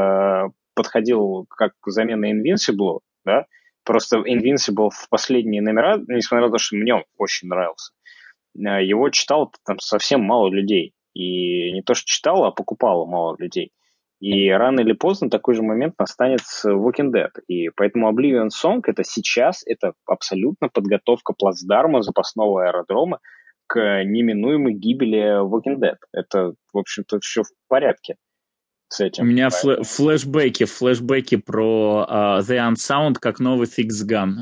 S3: э, подходил как замена Invincible, да? Просто Invincible в последние номера, несмотря на то, что мне он очень нравился, его читало там совсем мало людей. И не то, что читало, а покупало мало людей. И рано или поздно такой же момент настанет с Walking Dead. И поэтому Oblivion Song это сейчас, это абсолютно подготовка плацдарма запасного аэродрома к неминуемой гибели Walking Dead. Это, в общем-то, все в порядке с этим.
S2: У меня флэ- флешбеки, флешбеки про uh, The Unsound как новый Fix Gun.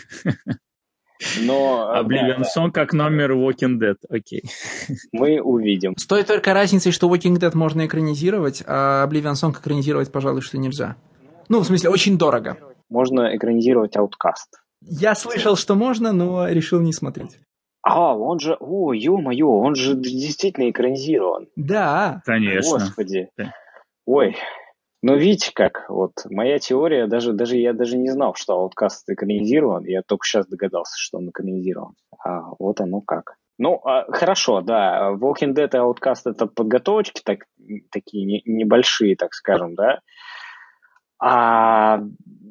S3: Но
S2: Oblivion Song как номер Walking Dead, окей.
S3: Мы увидим.
S1: С той только разницей, что Walking Dead можно экранизировать, а Oblivion Song экранизировать, пожалуй, что нельзя. Ну, в смысле, очень дорого.
S3: Можно экранизировать Outcast.
S1: Я слышал, что можно, но решил не смотреть.
S3: А, он же, о, ё-моё, он же действительно экранизирован.
S1: Да.
S2: Конечно.
S3: Господи. Ой. Ну, видите как, вот моя теория, даже, даже я даже не знал, что Outcast экранизирован, я только сейчас догадался, что он экранизирован. А вот оно как. Ну, а, хорошо, да, Walking Dead и Outcast это подготовочки так, такие не, небольшие, так скажем, да. А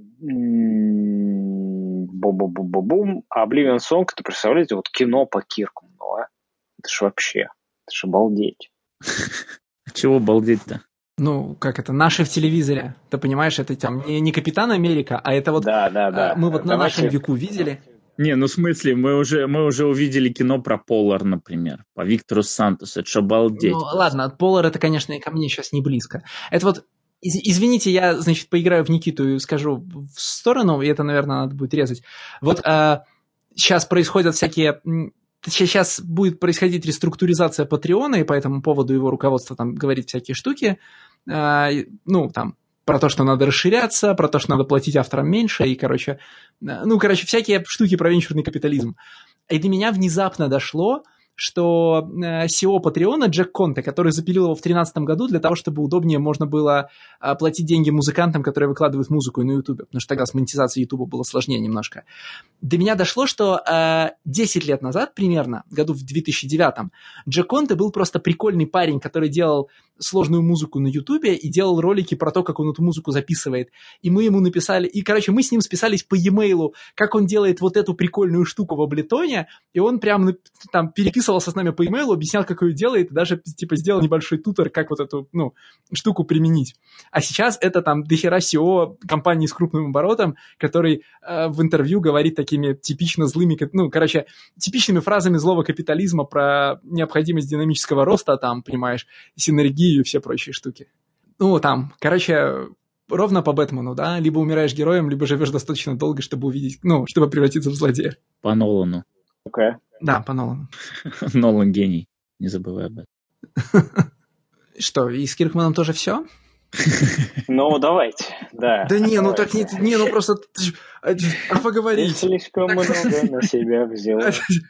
S3: бу-бу-бу-бу-бум, а Oblivion Song, это, представляете, вот кино по Киркману, а? Это ж вообще, это ж обалдеть.
S2: Чего балдеть-то?
S1: Ну, как это, наши в телевизоре. Ты понимаешь, это там не, не Капитан Америка, а это вот
S3: да, да, да.
S1: мы вот
S3: Давайте...
S1: на нашем веку видели.
S2: Не, ну в смысле, мы уже, мы уже увидели кино про Полар, например, по Виктору Сантосу. Это ж обалдеть.
S1: Ну, ладно, Полар это, конечно, и ко мне сейчас не близко. Это вот, из, извините, я, значит, поиграю в Никиту и скажу в сторону, и это, наверное, надо будет резать. Вот а, сейчас происходят всякие... Сейчас будет происходить реструктуризация Патреона, и по этому поводу его руководство там говорит всякие штуки, э, ну, там, про то, что надо расширяться, про то, что надо платить авторам меньше, и, короче, э, ну, короче, всякие штуки про венчурный капитализм. И до меня внезапно дошло, что э, си и о Патреона Джек Конте, который запилил его в две тысячи тринадцатом году для того, чтобы удобнее можно было э, платить деньги музыкантам, которые выкладывают музыку на Ютубе, потому что тогда с монетизацией Ютуба было сложнее немножко. до меня дошло, что э, десять лет назад примерно, году в две тысячи девятом, Джек Конте был просто прикольный парень, который делал сложную музыку на Ютубе и делал ролики про то, как он эту музыку записывает. И мы ему написали, и, короче, мы с ним списались по e-mail, как он делает вот эту прикольную штуку в Ableton, и он прям там переписывался с нами по e-mail, объяснял, как ее делает, и даже типа сделал небольшой тутор, как вот эту, ну, штуку применить. А сейчас это там дохера си и о компании с крупным оборотом, который э, в интервью говорит такими типично злыми, ну, короче, типичными фразами злого капитализма про необходимость динамического роста, там, понимаешь, синергию и все прочие штуки. Ну, там, короче, ровно по Бэтмену, да, либо умираешь героем, либо живешь достаточно долго, чтобы увидеть, ну, чтобы превратиться в злодея.
S2: По Нолану.
S3: Okay.
S1: Да, по Нолану.
S2: Нолан гений, не забывай об этом.
S1: Что, и с Киркманом тоже все?
S3: Ну, давайте, да.
S1: Да не, ну так не, не, ну просто а поговорить.
S3: Ты слишком много на себя взял.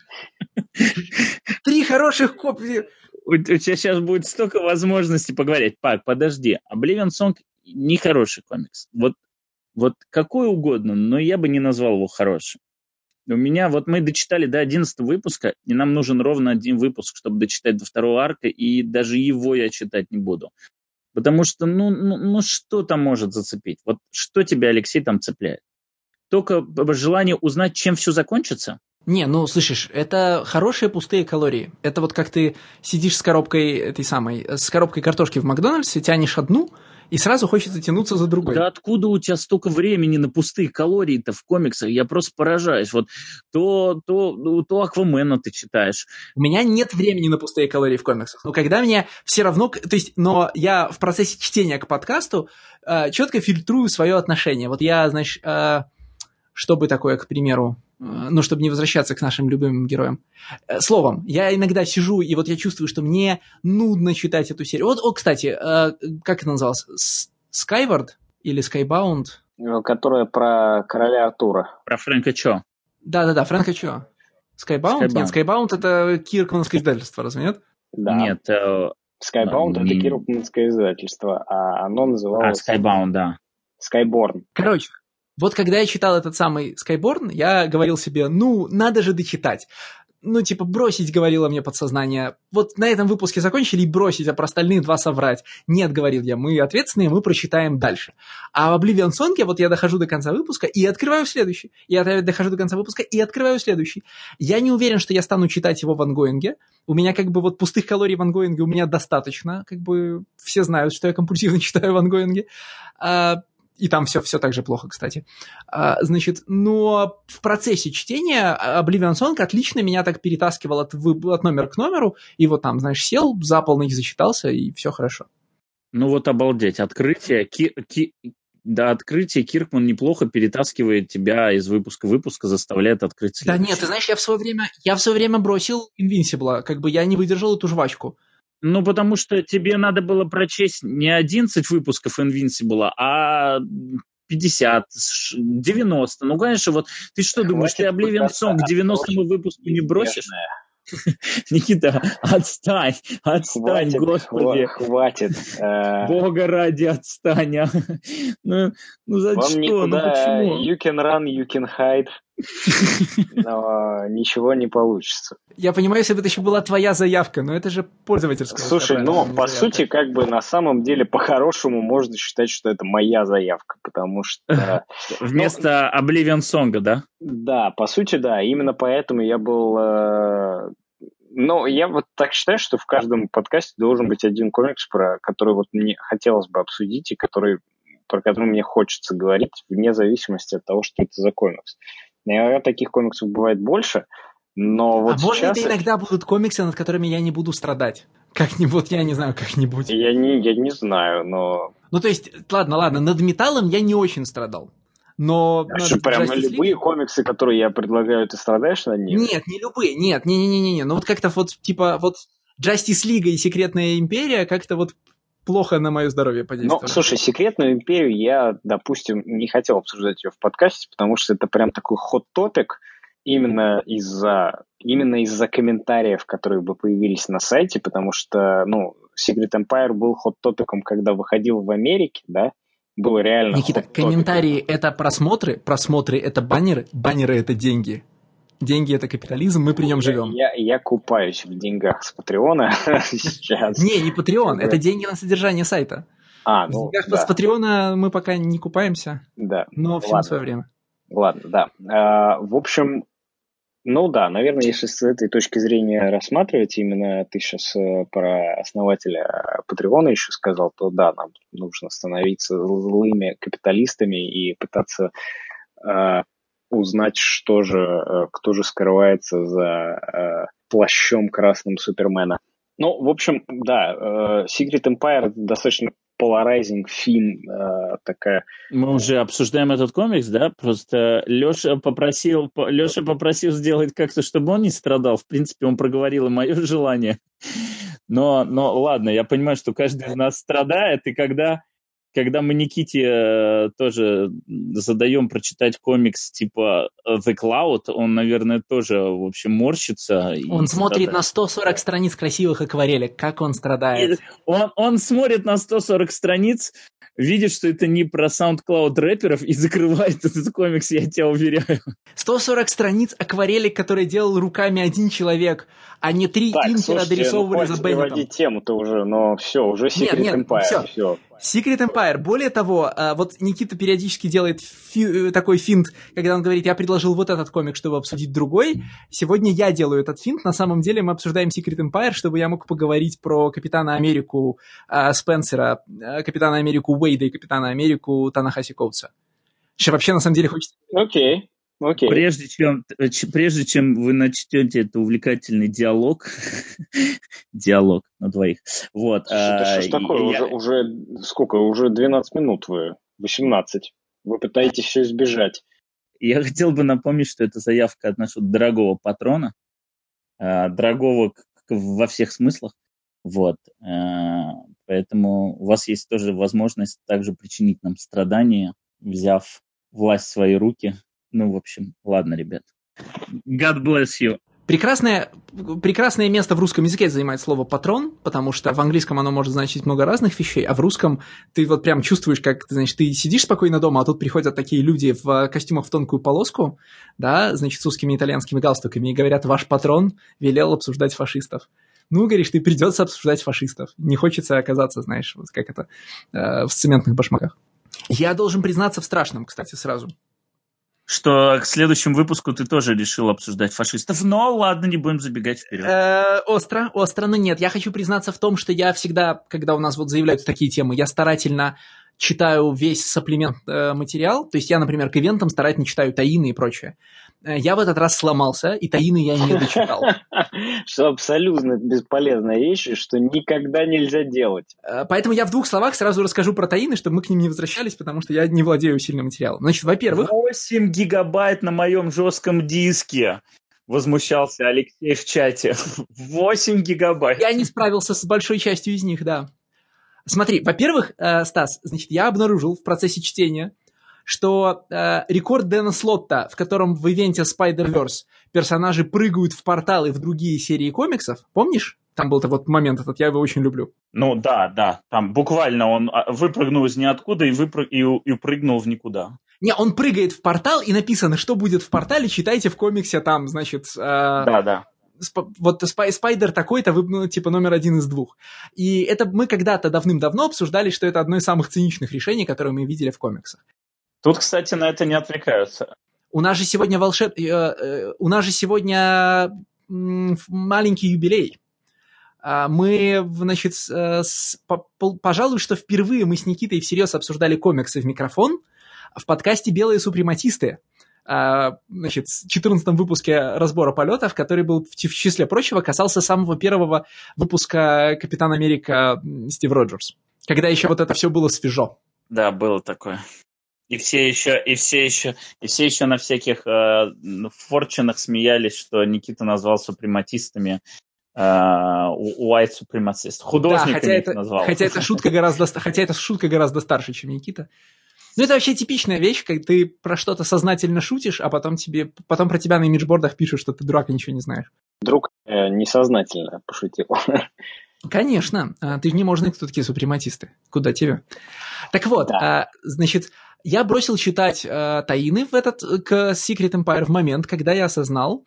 S1: Три хороших копии.
S2: У тебя сейчас будет столько возможностей поговорить. Пак, подожди. Oblivion Song не хороший комикс. Вот, вот какой угодно, но я бы не назвал его хорошим. У меня, вот мы дочитали до одиннадцатого выпуска, и нам нужен ровно один выпуск, чтобы дочитать до второго арка, и даже его я читать не буду. Потому что, ну, ну, ну что там может зацепить? Вот что тебя, Алексей, там цепляет? Только желание узнать, чем все закончится?
S1: Не, ну, слышишь, это хорошие пустые калории. Это вот как ты сидишь с коробкой этой самой, с коробкой картошки в Макдональдсе, тянешь одну, и сразу хочется тянуться за другой.
S2: Да откуда у тебя столько времени на пустые калории-то в комиксах? Я просто поражаюсь. Вот то, то, то Аквамена ты читаешь.
S1: У меня нет времени на пустые калории в комиксах. Но когда мне все равно... То есть, но я в процессе чтения к подкасту э, четко фильтрую свое отношение. Вот я, значит, э, что бы такое, к примеру, э, ну, чтобы не возвращаться к нашим любимым героям. Э, словом, я иногда сижу, и вот я чувствую, что мне нудно читать эту серию. Вот, о, кстати, э, как это называлось? Skyward или Skybound?
S3: Которая про короля Артура.
S2: Про Фрэнка Чо.
S1: Да-да-да, Фрэнка Чо. Skybound? Skybound? Нет, Skybound это Киркмановское издательство, разве нет?
S3: Да.
S2: Нет. Э,
S3: Skybound
S2: да,
S3: это
S2: не...
S3: Киркмановское издательство, а оно называлось...
S2: А, Skybound, да.
S3: Skyborn.
S1: Короче, вот когда я читал этот самый Skyborn, я говорил себе, ну, надо же дочитать. Ну, типа, бросить, говорило мне подсознание. Вот на этом выпуске закончили и бросить, а про остальные два соврать. Нет, говорил я, мы ответственные, мы прочитаем дальше. А в Oblivion Song вот я дохожу до конца выпуска и открываю следующий. Я дохожу до конца выпуска и открываю следующий. Я не уверен, что я стану читать его в ангоинге. У меня как бы вот пустых калорий в ангоинге у меня достаточно. Как бы все знают, что я компульсивно читаю в ангоинге. И там все, все так же плохо, кстати. А, значит, но в процессе чтения Oblivion Song отлично меня так перетаскивал от, от номера к номеру, и вот там, знаешь, сел, за полночь зачитался, и все хорошо.
S2: Ну вот обалдеть, открытие, ки, ки, до открытия Киркман неплохо перетаскивает тебя из выпуска в выпуск, заставляет открыть следующий.
S1: Да нет, ты знаешь, я в свое время, я в свое время бросил Invincible, как бы я не выдержал эту жвачку.
S2: Ну, потому что тебе надо было прочесть не одиннадцать выпусков Invincible, а пятьдесят, девяносто. Ну, конечно, вот ты что
S3: Хватит
S2: думаешь, ты Oblivion Song к девяностому выпуску не бросишь? Никита, отстань, отстань,
S3: хватит,
S2: господи.
S3: Хватит.
S2: Бога ради, отстань. Ну, ну за
S3: Вам
S2: что?
S3: Никуда,
S2: ну почему?
S3: You can run, you can hide. Но ничего не получится.
S1: Я понимаю, если бы это еще была твоя заявка, но это же пользовательская.
S3: Слушай, ну, по сути, как бы на самом деле, по-хорошему можно считать, что это моя заявка, потому что...
S2: Вместо ну, Oblivion Song, да?
S3: Да, по сути, да. Именно поэтому я был... Э... Ну, я вот так считаю, что в каждом подкасте должен быть один комикс, про который вот мне хотелось бы обсудить, и который, про который мне хочется говорить, вне зависимости от того, что это за комикс. Наверное, таких комиксов бывает больше, но вот
S1: а
S3: сейчас...
S1: может, это иногда будут комиксы, над которыми я не буду страдать? Как-нибудь, я не знаю, как-нибудь.
S3: Я не, я не знаю, но...
S1: Ну, то есть, ладно, ладно, над металлом я не очень страдал. Но...
S3: А что, прямо любые League... комиксы, которые я предлагаю, ты страдаешь над ними?
S1: Нет, не любые, нет, не-не-не-не. Ну, вот как-то вот, типа, вот Justice League и Секретная Империя как-то вот плохо на мое здоровье подействовали.
S3: Ну, слушай, Секретную Империю я, допустим, не хотел обсуждать ее в подкасте, потому что это прям такой хот-топик именно из-за, именно из-за комментариев, которые бы появились на сайте, потому что, ну, Secret Empire был хот-топиком, когда выходил в Америке, да, было реально...
S1: Никита, комментарии – это просмотры, просмотры – это баннеры, баннеры – это деньги. Деньги – это капитализм, мы при нем живем.
S3: Я, я, я купаюсь в деньгах с Патреона сейчас.
S1: Не, не Патреон, это деньги на содержание сайта.
S3: А, ну,
S1: в деньгах
S3: да.
S1: с Патреона мы пока не купаемся,
S3: да.
S1: но все на свое время.
S3: Ладно, да. А, в общем, ну да, наверное, если с этой точки зрения рассматривать, именно ты сейчас про основателя Патреона еще сказал, то да, нам нужно становиться злыми капиталистами и пытаться э, узнать, что же, э, кто же скрывается за э, плащом красным Супермена. Ну, в общем, да, э, Secret Empire достаточно polarizing фильм, э, такая...
S2: Мы уже обсуждаем этот комикс, да? Просто Леша попросил, Леша попросил сделать как-то, чтобы он не страдал. В принципе, он проговорил и мое желание. Но, но ладно, я понимаю, что каждый из нас страдает, и когда, когда мы Никите э, тоже задаем прочитать комикс типа The Cloud, он, наверное, тоже, в общем, морщится.
S1: Он смотрит страдает. На сто сорок страниц красивых акварелек, как он страдает.
S2: Он, он смотрит на сто сорок страниц, видит, что это не про SoundCloud рэперов, и закрывает этот комикс, я тебя уверяю.
S1: сто сорок страниц акварелек, которые делал руками один человек, а не три
S3: так,
S1: интера дорисовывали
S3: ну,
S1: за Беннетом.
S3: Переводить тему-то уже, но все, уже Secret
S1: нет, нет,
S3: Empire.
S1: Все.
S3: все.
S1: Secret Empire. Более того, вот Никита периодически делает фи- такой финт, когда он говорит, я предложил вот этот комик, чтобы обсудить другой. Сегодня я делаю этот финт. На самом деле мы обсуждаем Secret Empire, чтобы я мог поговорить про Капитана Америку э, Спенсера, э, Капитана Америку Уэйда и Капитана Америку Танахаси Коутса. Что вообще на самом деле хочется...
S3: Окей. Okay. Okay.
S2: Прежде чем, прежде чем вы начнете этот увлекательный диалог, диалог на двоих, вот.
S3: Что, что ж такое? Уже, уже сколько? Уже двенадцать минут вы, восемнадцать. Вы пытаетесь все избежать.
S2: Я хотел бы напомнить, что это заявка от нашего дорогого патрона, дорогого во всех смыслах, вот. Поэтому у вас есть тоже возможность также причинить нам страдания, взяв власть в свои руки. Ну, в общем, ладно, ребят. God bless you.
S1: Прекрасное, прекрасное место в русском языке занимает слово «патрон», потому что в английском оно может значить много разных вещей, а в русском ты вот прям чувствуешь, как, значит, ты сидишь спокойно дома, а тут приходят такие люди в костюмах в тонкую полоску, да, значит, с узкими итальянскими галстуками, и говорят, ваш патрон велел обсуждать фашистов. Ну, говоришь, ты придется обсуждать фашистов. Не хочется оказаться, знаешь, вот как это, э, в цементных башмаках. Я должен признаться в страшном, кстати, сразу.
S2: Что к следующему выпуску ты тоже решил обсуждать фашистов. Но ладно, не будем забегать вперед.
S1: Э, остро, остро, но нет. Я хочу признаться в том, что я всегда, когда у нас вот заявляются такие темы, я старательно читаю весь сапплимент э, материал. То есть я, например, к ивентам старательно читаю таины и прочее. Я в этот раз сломался, и таины я не дочитал.
S3: Что абсолютно бесполезная вещь, что никогда нельзя делать.
S1: Поэтому я в двух словах сразу расскажу про таины, чтобы мы к ним не возвращались, потому что я не владею сильным материалом. Значит, во-первых...
S2: восемь гигабайт на моем жестком диске. Возмущался Алексей в чате. восемь гигабайт.
S1: Я не справился с большой частью из них, да. Смотри, во-первых, Стас, значит, я обнаружил в процессе чтения, что э, рекорд Дэна Слотта, в котором в ивенте Spider-Verse персонажи прыгают в порталы в другие серии комиксов, помнишь? Там был вот момент этот, я его очень люблю.
S2: Ну да, да, там буквально он выпрыгнул из ниоткуда и, выпрыг... и, и прыгнул в никуда.
S1: Не, он прыгает в портал, и написано, что будет в портале, читайте в комиксе там, значит... Э,
S2: да, да.
S1: Сп- вот Спай- Спайдер такой-то, ну, типа номер один из двух. И это мы когда-то давным-давно обсуждали, что это одно из самых циничных решений, которые мы видели в комиксах.
S2: Тут, кстати, на это не отвлекаются.
S1: У нас же сегодня волшеб... У нас же сегодня маленький юбилей. Мы, значит, с... пожалуй, что впервые мы с Никитой всерьез обсуждали комиксы в микрофон в подкасте «Белые супрематисты». Значит, в четырнадцатом выпуске разбора полетов, который был, в числе прочего, касался самого первого выпуска «Капитан Америка» Стив Роджерс. Когда еще вот это все было свежо.
S2: Да, было такое. И все еще, и все еще, и все еще на всяких э, форчинах смеялись, что Никита назвал супрематистами э, white supremacist. Художниками
S1: да, хотя
S2: их
S1: это,
S2: назвал.
S1: Хотя эта шутка гораздо, хотя эта шутка гораздо старше, чем Никита. Ну, это вообще типичная вещь, когда ты про что-то сознательно шутишь, а потом тебе, потом про тебя на имиджбордах пишут, что ты дурак и ничего не знаешь.
S3: Друг э, несознательно пошутил.
S1: Конечно. Ты же не можешь знать, кто такие супрематисты. Куда тебе? Так вот, да. Значит, я бросил читать таины в этот, к Secret Empire в момент, когда я осознал,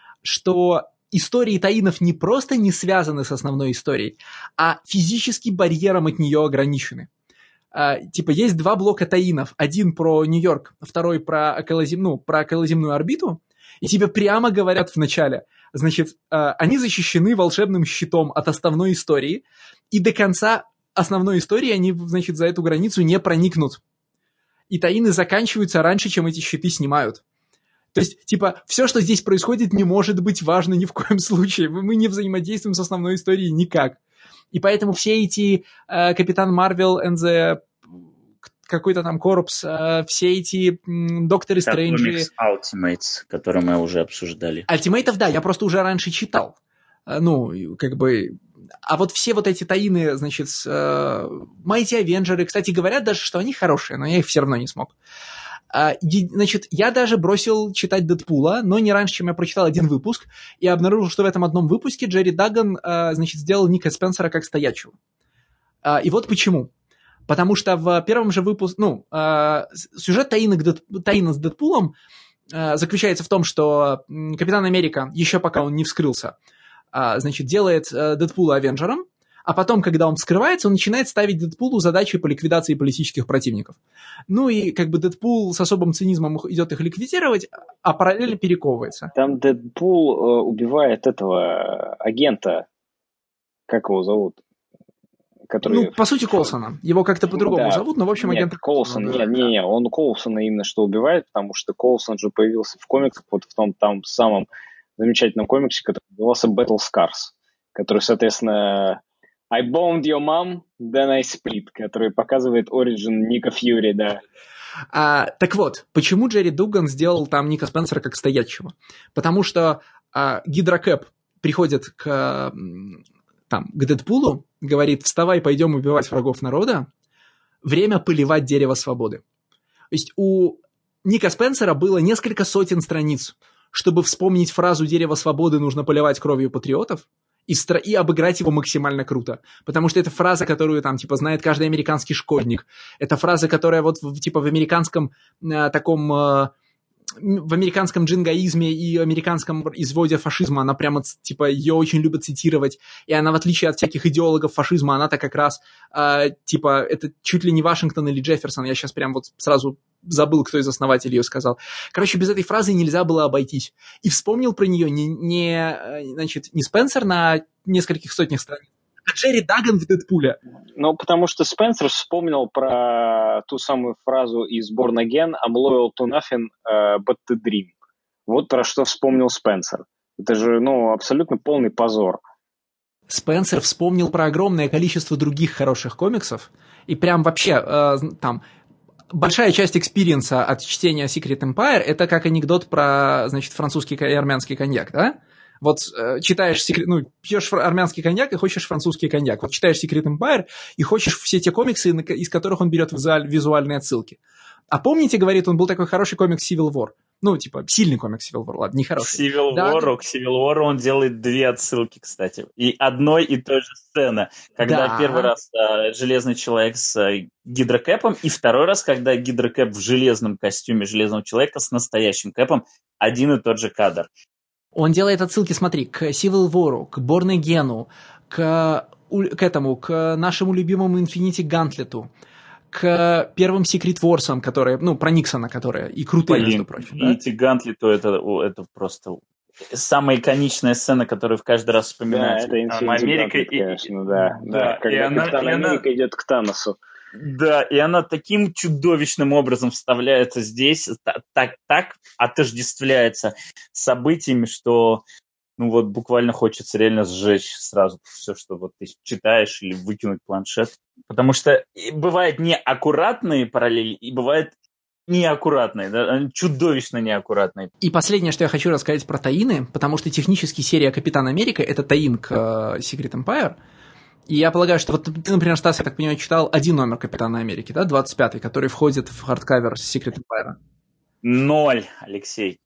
S1: что истории таинов не просто не связаны с основной историей, а физически барьером от нее ограничены. Uh, типа есть два блока таинов. Один про Нью-Йорк, второй про, околозем... ну, про околоземную орбиту. И тебе прямо говорят в начале, значит, uh, они защищены волшебным щитом от основной истории, и до конца основной истории они, значит, за эту границу не проникнут. И таины заканчиваются раньше, чем эти щиты снимают. То есть, типа, все, что здесь происходит, не может быть важно ни в коем случае. Мы не взаимодействуем с основной историей никак. И поэтому все эти uh, Капитан Марвел and the какой-то там корпус, uh, все эти м, Докторы Стрэнджи...
S2: Ultimates, которые мы уже обсуждали.
S1: Ультимейтов, да, я просто уже раньше читал. Uh, ну, как бы... А вот все вот эти таины, значит, uh, Mighty Avengers, кстати, говорят даже, что они хорошие, но я их все равно не смог. Uh, значит, я даже бросил читать Дэдпула, но не раньше, чем я прочитал один выпуск, и обнаружил, что в этом одном выпуске Джерри Дагган, uh, значит, сделал Ника Спенсера как стоячего. Uh, и вот почему. Потому что в первом же выпуске, ну, uh, сюжет таина, Дэд... таина с Дэдпулом uh, заключается в том, что Капитан Америка, еще пока он не вскрылся, uh, значит, делает uh, Дэдпула Авенджером, а потом, когда он вскрывается, он начинает ставить Дэдпулу задачи по ликвидации политических противников. Ну и как бы Дэдпул с особым цинизмом идет их ликвидировать, а параллельно перековывается.
S3: Там Дэдпул э, убивает этого агента, как его зовут?
S1: Который... Ну, по сути, Коулсона. Его как-то по-другому да. зовут, но, в общем,
S3: нет,
S1: агента
S3: Коулсон. Нет, не, не, он Коулсона именно что убивает, потому что Коулсон же появился в комиксах, вот в том там самом замечательном комиксе, который назывался Battle Scars, который, соответственно... I bombed your mom, then I split, который показывает origin Ника Фьюри, да.
S1: А, так вот, почему Джерри Дуган сделал там Ника Спенсера как стоячего? Потому что а, Гидра Кэп приходит к, там, к Дэдпулу, говорит, вставай, пойдем убивать врагов народа, время поливать дерево свободы. То есть у Ника Спенсера было несколько сотен страниц, чтобы вспомнить фразу «дерево свободы нужно поливать кровью патриотов», И, стро... и обыграть его максимально круто. Потому что это фраза, которую там, типа, знает каждый американский школьник. Это фраза, которая вот, в, типа, в американском э, таком... Э, в американском джингаизме и американском изводе фашизма, она прямо, типа, ее очень любят цитировать. И она, в отличие от всяких идеологов фашизма, она-то как раз, э, типа, это чуть ли не Вашингтон или Джефферсон. Я сейчас прям вот сразу забыл, кто из основателей ее сказал. Короче, без этой фразы нельзя было обойтись. И вспомнил про нее не, не, значит, не Спенсер на нескольких сотнях страниц, а Джерри Дагган в Дэдпуле.
S3: Ну, потому что Спенсер вспомнил про ту самую фразу из Born Again I'm loyal to nothing uh, but to dream. Вот про что вспомнил Спенсер. Это же, ну, абсолютно полный позор.
S1: Спенсер вспомнил про огромное количество других хороших комиксов. И прям вообще э, там... Большая часть экспириенса от чтения Secret Empire – это как анекдот про, значит, французский и армянский коньяк, да? Вот э, читаешь, секрет, ну, пьешь армянский коньяк и хочешь французский коньяк. Вот читаешь Secret Empire и хочешь все те комиксы, из которых он берет визуальные отсылки. А помните, говорит, он был такой хороший комикс Civil War? Ну, типа, сильный комикс Civil War, ладно, не хороший.
S2: Civil
S1: да,
S2: War, к Civil War он делает две отсылки, кстати. И одной и той же сцены. Когда да. первый раз а, Железный Человек с а, Гидрокэпом, и второй раз, когда Гидрокэп в железном костюме Железного Человека с настоящим Кэпом, один и тот же кадр.
S1: Он делает отсылки, смотри, к Civil War, к Born Again, к, к этому, к нашему любимому Infinity Gauntlet, к первым Secret Wars'ам, которые, ну, про Никсона, которые, и крутые,
S2: Блин,
S1: между прочим.
S2: Infinity да? Gauntlet, это, это просто самая иконичная сцена, которую в каждый раз вспоминается.
S3: Да, это Infinity
S2: Америка,
S3: Gauntlet,
S2: и,
S3: конечно, да.
S2: да,
S3: да. Когда
S2: она,
S3: Капитан Америка она... идет к Таносу.
S2: Да, и она таким чудовищным образом вставляется здесь, так, так отождествляется с событиями, что ну вот буквально хочется реально сжечь сразу все, что вот ты читаешь, или выкинуть планшет. Потому что бывают неаккуратные параллели, и бывают неаккуратные, да, чудовищно неаккуратные.
S1: И последнее, что я хочу рассказать про таины, потому что технически серия Капитан Америка – это таин к uh, Secret Empire. И я полагаю, что вот ты, например, Стас, я так понимаю, читал один номер Капитана Америки, да, двадцать пятый, который входит в хардкавер Secret Empire.
S2: Ноль, Алексей.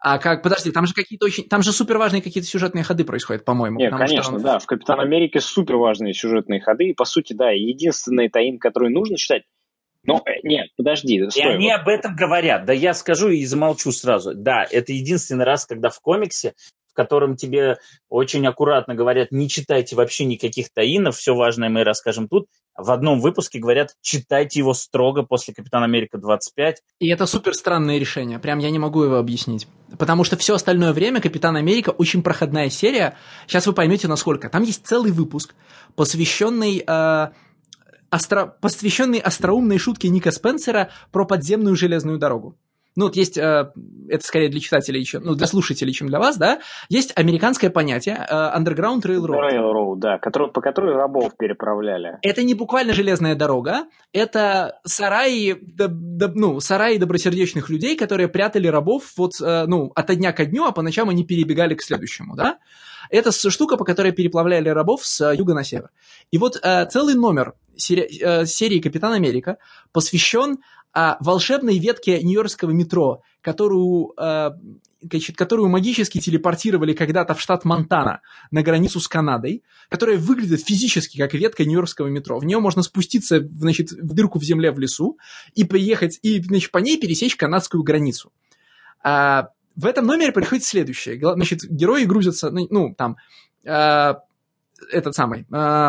S1: А как, подожди, там же какие-то очень, там же суперважные какие-то сюжетные ходы происходят, по-моему.
S3: Нет, конечно,
S1: он...
S3: да, в «Капитан Америке» суперважные сюжетные ходы, и, по сути, да, единственный таин, который нужно читать. Ну, нет, подожди, стой.
S2: И они
S3: вот.
S2: об этом говорят. Да я скажу и замолчу сразу. Да, это единственный раз, когда в комиксе, в котором тебе очень аккуратно говорят, не читайте вообще никаких таинов, все важное мы расскажем тут. В одном выпуске говорят, читайте его строго после «Капитана Америка двадцать пять».
S1: И это супер странное решение. Прям я не могу его объяснить. Потому что все остальное время «Капитан Америка» очень проходная серия. Сейчас вы поймете, насколько. Там есть целый выпуск, посвященный... Э, остро... посвященный остроумной шутке Ника Спенсера про подземную железную дорогу. Ну, вот есть, э, это скорее для читателей, чем, ну, для слушателей, чем для вас, да, есть американское понятие э, Underground Railroad.
S3: Railroad, да, который, по которой рабов переправляли.
S1: Это не буквально железная дорога, это сараи, да, да, ну, сараи добросердечных людей, которые прятали рабов вот, э, ну, ото дня ко дню, а по ночам они перебегали к следующему, да. Это штука, по которой переплавляли рабов с э, юга на север. И вот э, целый номер сери- э, серии «Капитан Америка» посвящен о волшебной ветке нью-йоркского метро, которую, э, которую магически телепортировали когда-то в штат Монтана на границу с Канадой, которая выглядит физически как ветка нью-йоркского метро. В нее можно спуститься, значит, в дырку в земле в лесу и поехать, и, значит, по ней пересечь канадскую границу. А в этом номере происходит следующее. Значит, герои грузятся, ну, там, э, этот самый, э,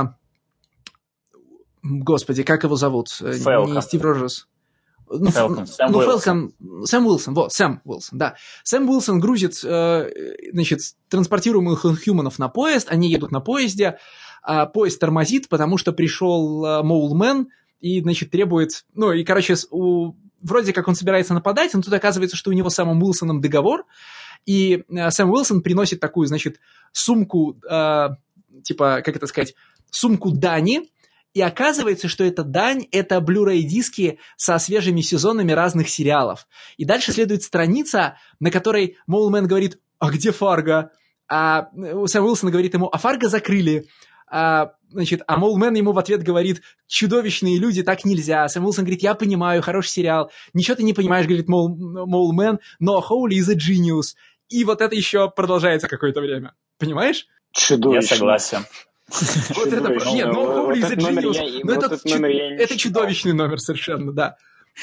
S1: господи, как его зовут?
S2: Фэлкон.
S1: Не Стив Роджерс. Ну,
S2: Фэлкон, Сэм
S1: ну,
S2: Уилсон.
S1: Фэлкон, Сэм Уилсон, вот, Сэм Уилсон, да. Сэм Уилсон грузит, э, значит, транспортируемых инхьюманов на поезд, они едут на поезде, а поезд тормозит, потому что пришел э, Моулмен и, значит, требует, ну, и, короче, у, вроде как он собирается нападать, но тут оказывается, что у него с Сэмом Уилсоном договор, и э, Сэм Уилсон приносит такую, значит, сумку, э, типа, как это сказать, сумку дани. И оказывается, что эта дань – это Blu-ray диски со свежими сезонами разных сериалов. И дальше следует страница, на которой Моулмен говорит: «А где Фарго?» А Сэм Уилсон говорит ему: «А Фарго закрыли». А, значит, а Моулмен ему в ответ говорит: «Чудовищные люди, так нельзя». Сэм Уилсон говорит: «Я понимаю, хороший сериал». «Ничего ты не понимаешь», говорит Моулмен, «но Хоули is a genius». И вот это еще продолжается какое-то время. Понимаешь?
S2: Я согласен.
S1: Вот это, нет, ну, Holy is a Genius, но это, это чудовищный номер совершенно, да.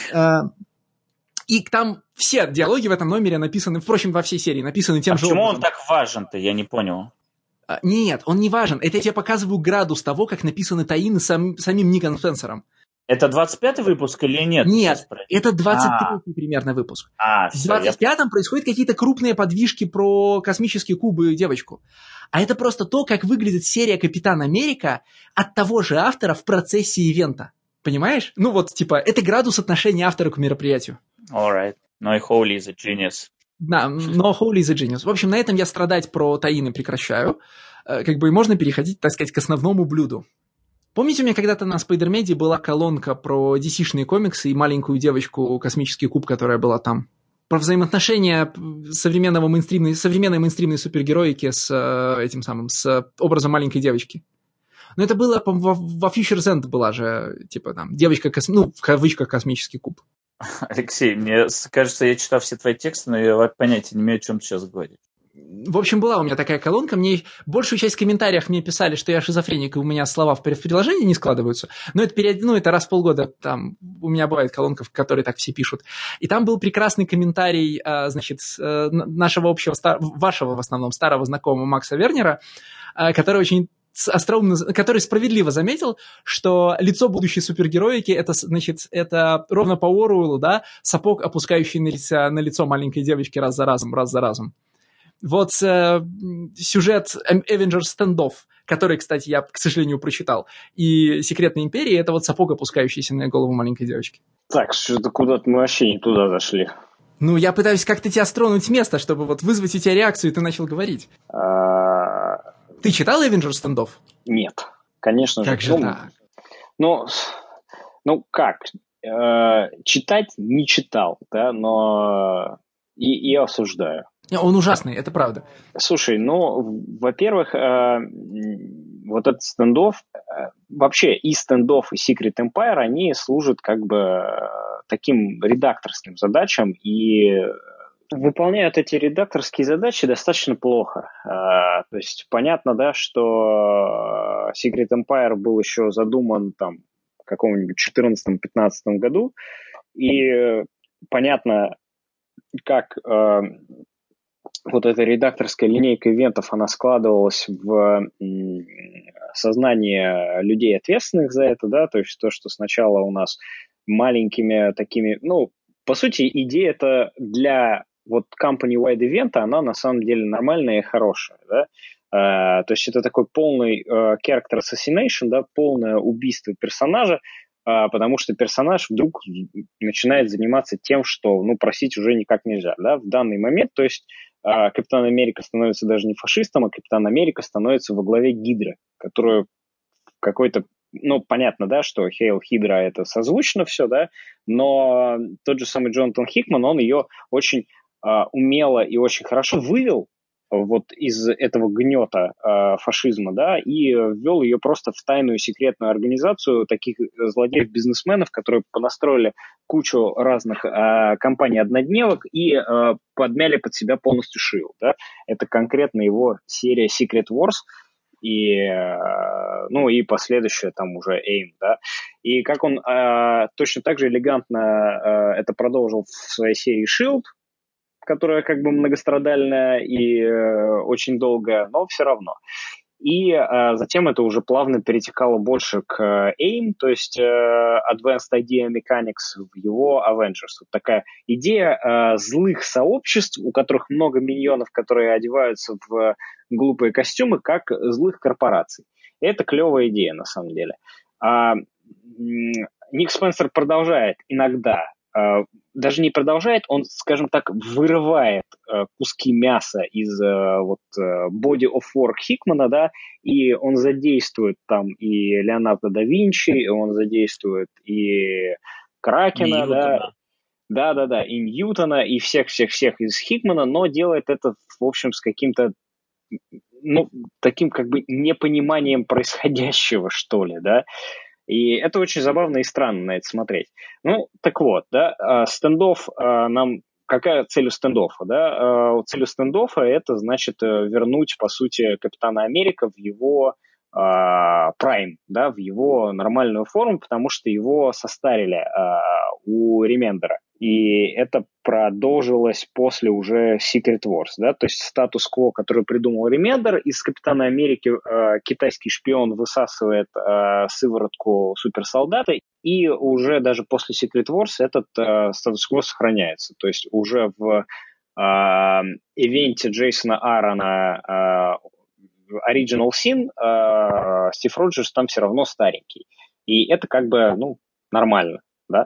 S1: И там все диалоги в этом номере написаны, впрочем, во всей серии написаны тем
S2: а
S1: же образом.
S2: Почему он так важен-то, я не понял.
S1: Нет, он не важен. Это я тебе показываю градус того, как написаны таины сам, самим Ником Спенсером.
S2: Это двадцать пятый выпуск или нет?
S1: Нет, это двадцать третий
S2: а.
S1: примерно выпуск.
S2: А,
S1: в двадцать пятом я... происходят какие-то крупные подвижки про космические кубы и девочку. А это просто то, как выглядит серия «Капитан Америка» от того же автора в процессе ивента. Понимаешь? Ну вот, типа, это градус отношения автора к мероприятию.
S2: Alright. No, Holy is a genius.
S1: Да, но Holy is a genius. В общем, на этом я страдать про таины прекращаю. Как бы можно переходить, так сказать, к основному блюду. Помните, у меня когда-то на Спайдермеде была колонка про ди си-шные комиксы и маленькую девочку «Космический куб», которая была там? Про взаимоотношения современного мейнстримной, современной мейнстримной супергероики с этим самым, с образом маленькой девочки. Но это было, во, во Future's End была же, типа там, девочка, кос... ну, в кавычках, «Космический куб».
S2: Алексей, мне кажется, я читал все твои тексты, но я понятия не имею, о чем ты сейчас говоришь.
S1: В общем, была у меня такая колонка, мне большую часть в комментариях мне писали, что я шизофреник, и у меня слова в предложении не складываются, но это, перед... ну, это раз в полгода, там, у меня бывает колонка, в которой так все пишут. И там был прекрасный комментарий, значит, нашего общего, вашего в основном старого знакомого Макса Вернера, который очень остроумно, который справедливо заметил, что лицо будущей супергероики это, значит, это ровно по Оруэллу, да, сапог, опускающий на лицо, на лицо маленькой девочки раз за разом, раз за разом. Вот э, сюжет Avengers Standoff, который, кстати, я, к сожалению, прочитал, и Секретной Империи, это вот сапог, опускающийся на голову маленькой девочки.
S3: Так, что-то куда-то мы вообще не туда зашли.
S1: Ну, я пытаюсь как-то тебя стронуть с места, чтобы вот вызвать у тебя реакцию, и ты начал говорить.
S3: А...
S1: Ты читал Avengers Standoff?
S3: Нет, конечно же.
S1: Как же так?
S3: Ну, ну как? Э, читать не читал, да, но и, и осуждаю.
S1: Он ужасный, это правда.
S3: Слушай, ну, во-первых, э, вот этот стендов, э, вообще и стендов, и Secret Empire, они служат как бы э, таким редакторским задачам, и выполняют эти редакторские задачи достаточно плохо. А, то есть понятно, да, что Secret Empire был еще задуман там в каком-нибудь четырнадцатом-пятнадцатом году, и понятно, как э, вот эта редакторская линейка ивентов, она складывалась в м, сознание людей, ответственных за это, да, то есть то, что сначала у нас маленькими такими, ну, по сути, идея это для вот company-wide ивента, она на самом деле нормальная и хорошая, да, uh, то есть это такой полный uh, character assassination, да, полное убийство персонажа, uh, потому что персонаж вдруг начинает заниматься тем, что, ну, просить уже никак нельзя, да, в данный момент, то есть uh, Капитан Америка становится даже не фашистом, а Капитан Америка становится во главе Гидры, которую какой-то, ну, понятно, да, что Hail Hydra это созвучно все, да, но тот же самый Джонатан Хикман, он ее очень uh, умело и очень хорошо вывел вот из этого гнета uh, фашизма, да, и ввел ее просто в тайную секретную организацию таких злодеев-бизнесменов, которые понастроили кучу разных uh, компаний-однодневок и uh, подмяли под себя полностью шилд, да. Это конкретно его серия Secret Wars, и, ну, и последующее там уже эйм, да, и как он э, точно так же элегантно э, это продолжил в своей серии шилд, которая как бы многострадальная и э, очень долгая, но все равно. И э, затем это уже плавно перетекало больше к эйм, то есть э, Advanced Idea Mechanics в его Avengers. Вот такая идея э, злых сообществ, у которых много миньонов, которые одеваются в глупые костюмы, как злых корпораций. И это клевая идея, на самом деле. А, Ник Спенсер продолжает иногда, э, даже не продолжает, он, скажем так, вырывает э, куски мяса из э, вот, э, body of work Хикмана, да, и он задействует там и Леонардо да Винчи, и он задействует и Кракена, да, да-да-да, и Ньютона, и всех-всех-всех из Хикмана, но делает это, в общем, с каким-то, ну, таким как бы непониманием происходящего, что ли, да. И это очень забавно и странно на это смотреть. Ну, так вот, да, стендофф нам... Какая цель у стендоффа, да? Цель у стендоффа это, значит, вернуть, по сути, Капитана Америка в его прайм, да, в его нормальную форму, потому что его состарили у Ремендера. И это продолжилось после уже Secret Wars, да, то есть статус-кво, который придумал Ремендер, из Капитана Америки э, китайский шпион высасывает э, сыворотку суперсолдата, и уже даже после Secret Wars этот э, статус-кво сохраняется, то есть уже в э, ивенте Джейсона Аарона э, Original Sin э, Стив Роджерс там все равно старенький, и это как бы, ну, нормально, да.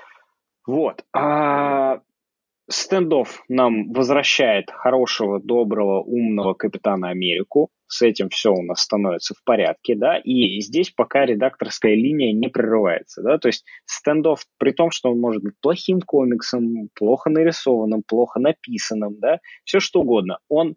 S3: Вот. А стендофф нам возвращает хорошего, доброго, умного Капитана Америку. С этим все у нас становится в порядке, да, и здесь пока редакторская линия не прерывается, да, то есть стендофф, при том, что он может быть плохим комиксом, плохо нарисованным, плохо написанным, да, все что угодно, он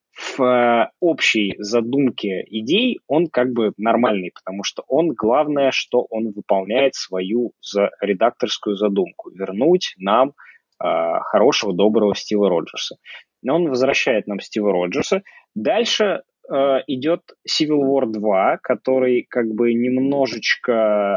S3: в общей задумке идей он как бы нормальный, потому что он, главное, что он выполняет свою за редакторскую задумку, вернуть нам э, хорошего, доброго Стива Роджерса. Но он возвращает нам Стива Роджерса. Дальше э, идет Civil War два, который как бы немножечко,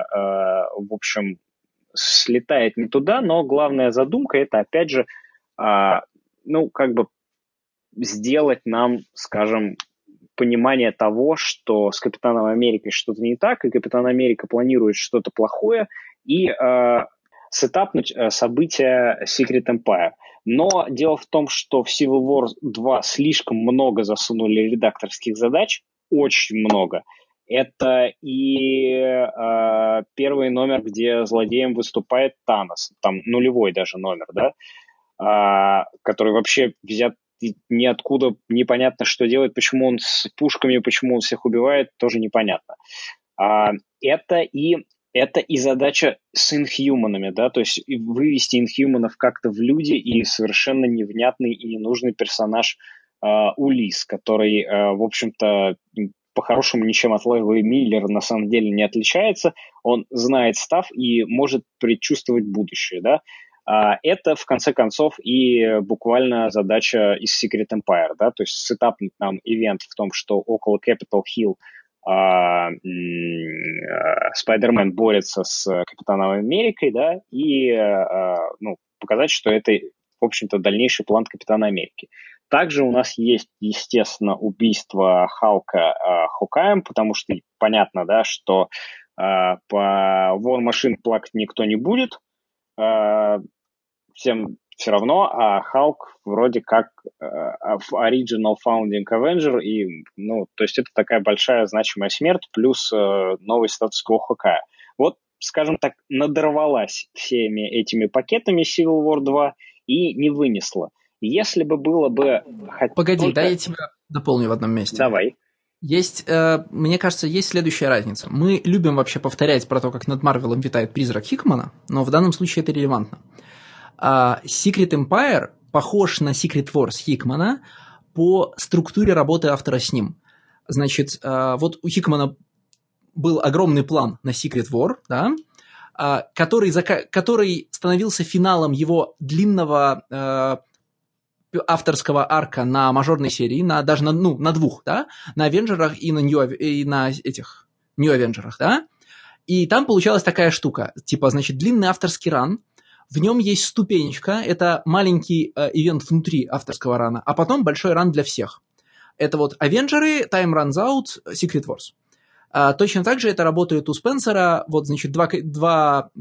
S3: э, в общем, слетает не туда, но главная задумка это, опять же, э, ну, как бы сделать нам, скажем, понимание того, что с Капитаном Америкой что-то не так, и Капитан Америка планирует что-то плохое, и э, сетапнуть э, события Secret Empire. Но дело в том, что в Civil War два слишком много засунули редакторских задач, очень много. Это и э, первый номер, где злодеем выступает Танос, там нулевой даже номер, да, э, который вообще взят ниоткуда, непонятно, что делать, почему он с пушками, почему он всех убивает, тоже непонятно. А, это, и, это и задача с инхьюманами, да, то есть вывести инхьюманов как-то в люди, и совершенно невнятный и ненужный персонаж а, Улис, который, а, в общем-то, по-хорошему ничем от Лэйвы Миллера на самом деле не отличается, он знает став и может предчувствовать будущее, да. это, в конце концов, и буквально задача из Secret Empire, да, то есть сетапнуть нам ивент в том, что около Capitol Hill Спайдермен борется с Капитаном Америкой, да, и ну, показать, что это, в общем-то, дальнейший план Капитана Америки. Также у нас есть, естественно, убийство Халка Хокаем, потому что понятно, да, что по War Machine плакать никто не будет, всем все равно, а Халк вроде как Original Founding Avenger, и, ну, то есть это такая большая значимая смерть, плюс э, новый статус-кво Хокая. Вот, скажем так, надорвалась всеми этими пакетами Civil War два и не вынесла. Если бы было бы...
S1: Погоди, только... да, я тебя дополню в одном месте.
S3: Давай.
S1: Есть, э, мне кажется, есть следующая разница. Мы любим вообще повторять про то, как над Марвелом витает призрак Хикмана, но в данном случае это релевантно. Uh, Secret Empire похож на Secret Wars Хикмана по структуре работы автора с ним. Значит, uh, вот у Хикмана был огромный план на Secret War, да, uh, который, зака- который становился финалом его длинного uh, авторского арка на мажорной серии, на, даже на, ну, на двух, да, на Авенджерах и на, New, и на этих New Авенджерах, да. И там получалась такая штука, типа, значит, длинный авторский ран. В нем есть ступенечка, это маленький э, ивент внутри авторского рана, а потом большой ран для всех. Это вот Авенджеры, Time Runs Out, Secret Wars. А, точно так же это работает у Спенсера, вот, значит, два, два,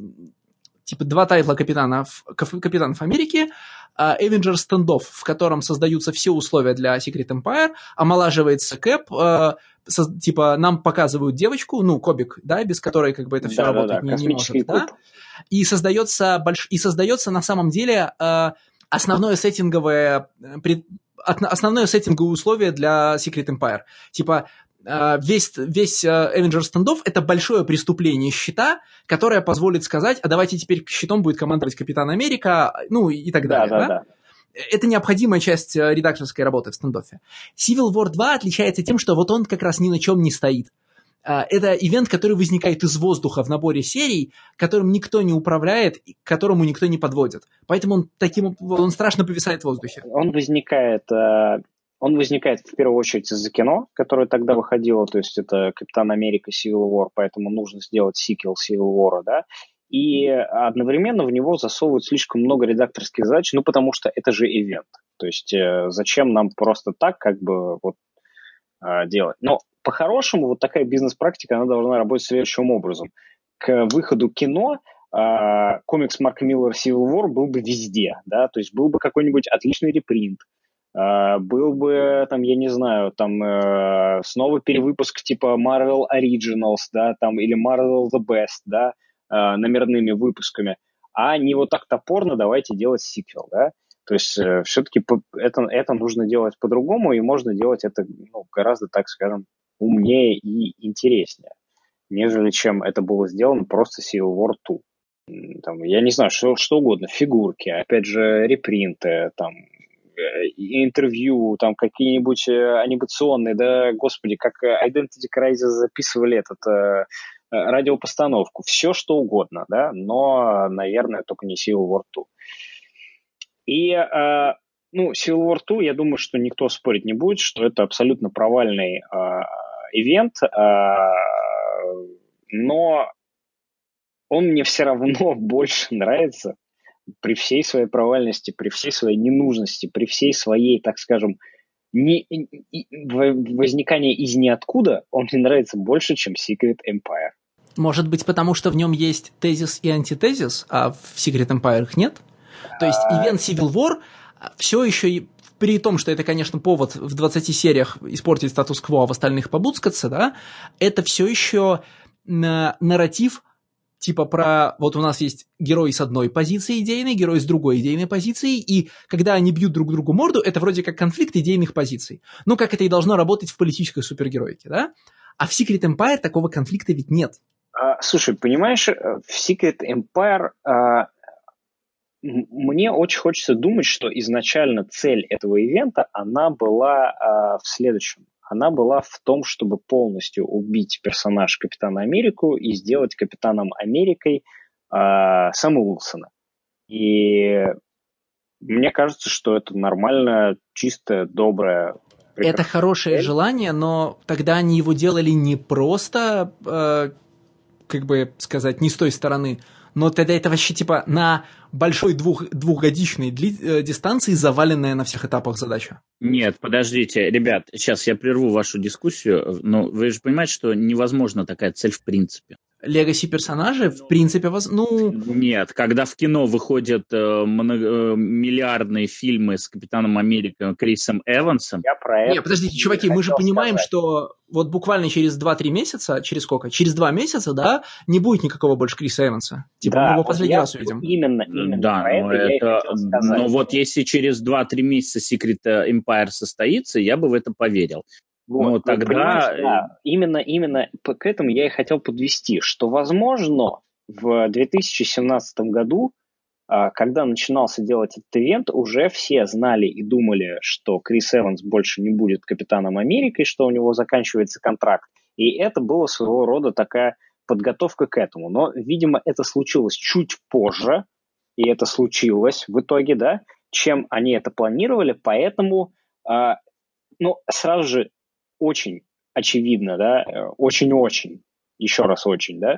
S1: типа, два тайтла капитанов, капитанов Америки, Avengers Standoff, в котором создаются все условия для Secret Empire, омолаживается Кэп, э, со, типа, нам показывают девочку, ну, Кобик, да, без которой, как бы, это все да, работать да, да. не, не может, да? И создается, больш... и создается на самом деле э, основное сеттинговое, пред... основное сеттинговое условие для Secret Empire. Типа, э, весь, весь Avengers Standoff — это большое преступление щита, которое позволит сказать, а давайте теперь щитом будет командовать Капитан Америка, ну и так далее. Да, да, да? Да. Это необходимая часть редакторской работы в стендоффе. Civil War два отличается тем, что вот он как раз ни на чем не стоит. Это ивент, который возникает из воздуха в наборе серий, которым никто не управляет, к которому никто не подводит. Поэтому он таким он страшно повисает в воздухе.
S3: Он возникает, он возникает в первую очередь из-за кино, которое тогда выходило, то есть это Капитан Америка Civil War, поэтому нужно сделать сиквел Civil War, да. И одновременно в него засовывают слишком много редакторских задач, ну потому что это же ивент. То есть зачем нам просто так как бы вот делать? Но по-хорошему, вот такая бизнес-практика, она должна работать следующим образом. К выходу кино э, комикс Марка Миллера Civil War был бы везде, да, то есть был бы какой-нибудь отличный репринт, э, был бы, там, я не знаю, там, э, снова перевыпуск типа Marvel Originals, да, там, или Marvel The Best, да, э, номерными выпусками, а не вот так топорно давайте делать сиквел, да. То есть э, все-таки это, это нужно делать по-другому, и можно делать это ну, гораздо, так скажем, умнее и интереснее, нежели чем это было сделано просто Civil War два. Там, я не знаю, что, что угодно, фигурки, опять же, репринты, там, интервью, там, какие-нибудь анимационные, да, господи, как Identity Crisis записывали этот, э, радиопостановку, все что угодно, да, но, наверное, только не Civil War два. И э, ну, Civil War два, я думаю, что никто спорить не будет, что это абсолютно провальный э, ивент, э, но он мне все равно больше нравится при всей своей провальности, при всей своей ненужности, при всей своей, так скажем, не, возникания из ниоткуда, он мне нравится больше, чем Secret Empire.
S1: Может быть, потому что в нем есть тезис и антитезис, а в Secret Empire их нет? То есть ивент Civil War все еще, при том, что это, конечно, повод в двадцати сериях испортить статус-кво, а в остальных побуцкаться, да, это все еще нарратив типа про, вот у нас есть герой с одной позиции идейной, герой с другой идейной позицией, и когда они бьют друг другу морду, это вроде как конфликт идейных позиций. Ну, как это и должно работать в политической супергероике, да? А в Secret Empire такого конфликта ведь нет.
S3: А, слушай, понимаешь, в Secret Empire... А... Мне очень хочется думать, что изначально цель этого ивента, она была э, в следующем. Она была в том, чтобы полностью убить персонаж Капитана Америку и сделать Капитаном Америкой э, Сэма Уилсона. И мне кажется, что это нормальное, чистое, доброе.
S1: Это хорошее желание, но тогда они его делали не просто, э, как бы сказать, не с той стороны, но тогда это вообще типа на большой двух, двухгодичной дли, э, дистанции заваленная на всех этапах задача.
S2: Нет, подождите, ребят, сейчас я прерву вашу дискуссию, но вы же понимаете, что невозможна такая цель в принципе.
S1: Легаси персонажи, в принципе, воз... ну...
S2: Нет, когда в кино выходят э, много, миллиардные фильмы с Капитаном Америкой Крисом Эвансом...
S3: Я про это
S1: Нет, подождите, чуваки, мы же понимаем, сказать. Что вот буквально через два-три месяца, через сколько? Через два месяца, да, не будет никакого больше Криса Эванса. Типа да, мы его последний раз увидим.
S3: Именно, именно
S2: да,
S3: про
S2: но
S3: это,
S2: это,
S3: я и хотел сказать.
S2: Но вот если через два-три месяца Secret Empire состоится, я бы в это поверил.
S3: Вот,
S2: но тогда...
S3: Да, именно, именно к этому я и хотел подвести, что, возможно, в две тысячи семнадцатом году, когда начинался делать этот ивент, уже все знали и думали, что Крис Эванс больше не будет Капитаном Америкой, что у него заканчивается контракт. И это было своего рода такая подготовка к этому. Но, видимо, это случилось чуть позже, и это случилось в итоге, да, чем они это планировали, поэтому, ну, сразу же очень очевидно, да, очень-очень, еще раз очень, да,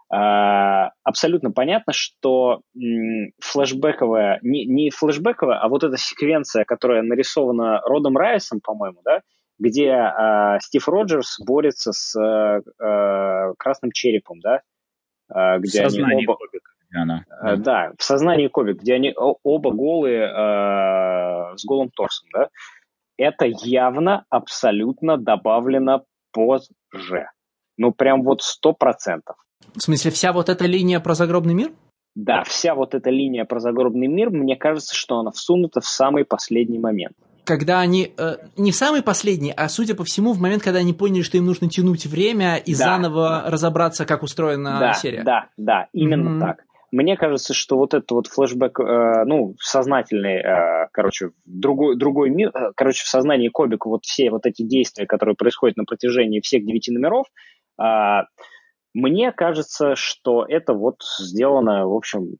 S3: а, абсолютно понятно, что м, флешбековая, не, не флешбековая, а вот эта секвенция, которая нарисована Родом Райсом, по-моему, да, где а, Стив Роджерс борется с а, Красным Черепом, да, а, где
S2: в сознании
S3: они оба...
S2: Кобика, она.
S3: А, да, в сознании Кобик, где они оба голые а, с голым торсом, да. Это явно абсолютно добавлено позже. Ну, прям вот сто процентов.
S1: В смысле, вся вот эта линия про загробный мир?
S3: Да, вся вот эта линия про загробный мир, мне кажется, что она всунута в самый последний момент.
S1: Когда они... Э, не в самый последний, а, судя по всему, в момент, когда они поняли, что им нужно тянуть время и да, заново да. разобраться, как устроена
S3: да,
S1: серия.
S3: Да, да, именно mm-hmm. так. Мне кажется, что вот этот вот флешбэк, э, ну, сознательный, э, короче, другой, другой мир, э, короче, в сознании Кобика вот все вот эти действия, которые происходят на протяжении всех девяти номеров, э, мне кажется, что это вот сделано, в общем,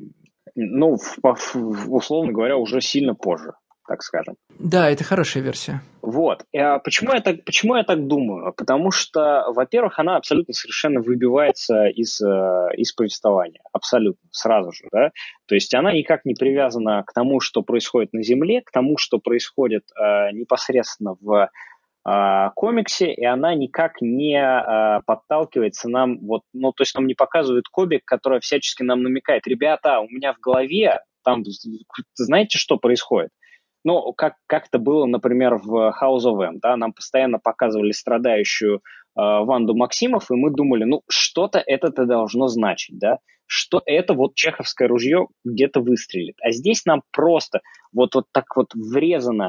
S3: ну, в, в, условно говоря, уже сильно позже, так скажем.
S1: Да, это хорошая версия.
S3: Вот. А почему я так, почему я так думаю? Потому что, во-первых, она абсолютно совершенно выбивается из, из повествования. Абсолютно, сразу же, да. То есть она никак не привязана к тому, что происходит на Земле, к тому, что происходит э, непосредственно в э, комиксе, и она никак не э, подталкивается нам, вот, ну, то есть нам не показывает Кобик, которая всячески нам намекает: ребята, у меня в голове, там, знаете, что происходит? Ну, как, как это было, например, в House of M, да, нам постоянно показывали страдающую э, Ванду Максимов, и мы думали, ну, что-то это-то должно значить, да, что это вот чеховское ружье где-то выстрелит. А здесь нам просто вот, вот так вот врезано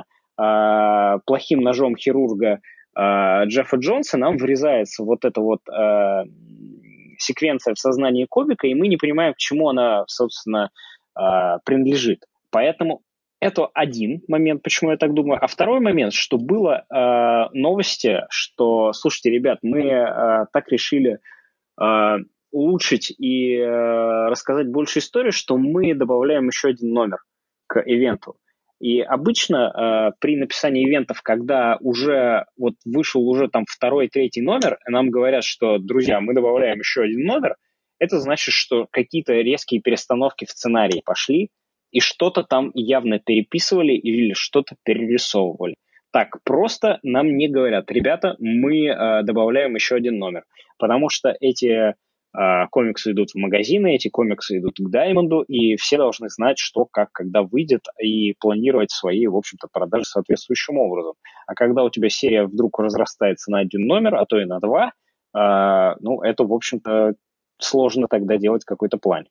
S3: э, плохим ножом хирурга э, Джеффа Джонса, нам врезается вот эта вот э, секвенция в сознании Кобика, и мы не понимаем, к чему она, собственно, э, принадлежит. Поэтому это один момент, почему я так думаю. А второй момент, что было э, новости, что, слушайте, ребят, мы э, так решили э, улучшить и э, рассказать больше истории, что мы добавляем еще один номер к ивенту. И обычно э, при написании ивентов, когда уже вот вышел уже там второй, третий номер, нам говорят, что, друзья, мы добавляем еще один номер, это значит, что какие-то резкие перестановки в сценарии пошли, и что-то там явно переписывали или что-то перерисовывали. Так просто нам не говорят: ребята, мы э, добавляем еще один номер, потому что эти э, комиксы идут в магазины, эти комиксы идут к Даймонду, и все должны знать, что, как, когда выйдет, и планировать свои, в общем-то, продажи соответствующим образом. А когда у тебя серия вдруг разрастается на один номер, а то и на два, э, ну, это, в общем-то, сложно тогда делать какой-то план.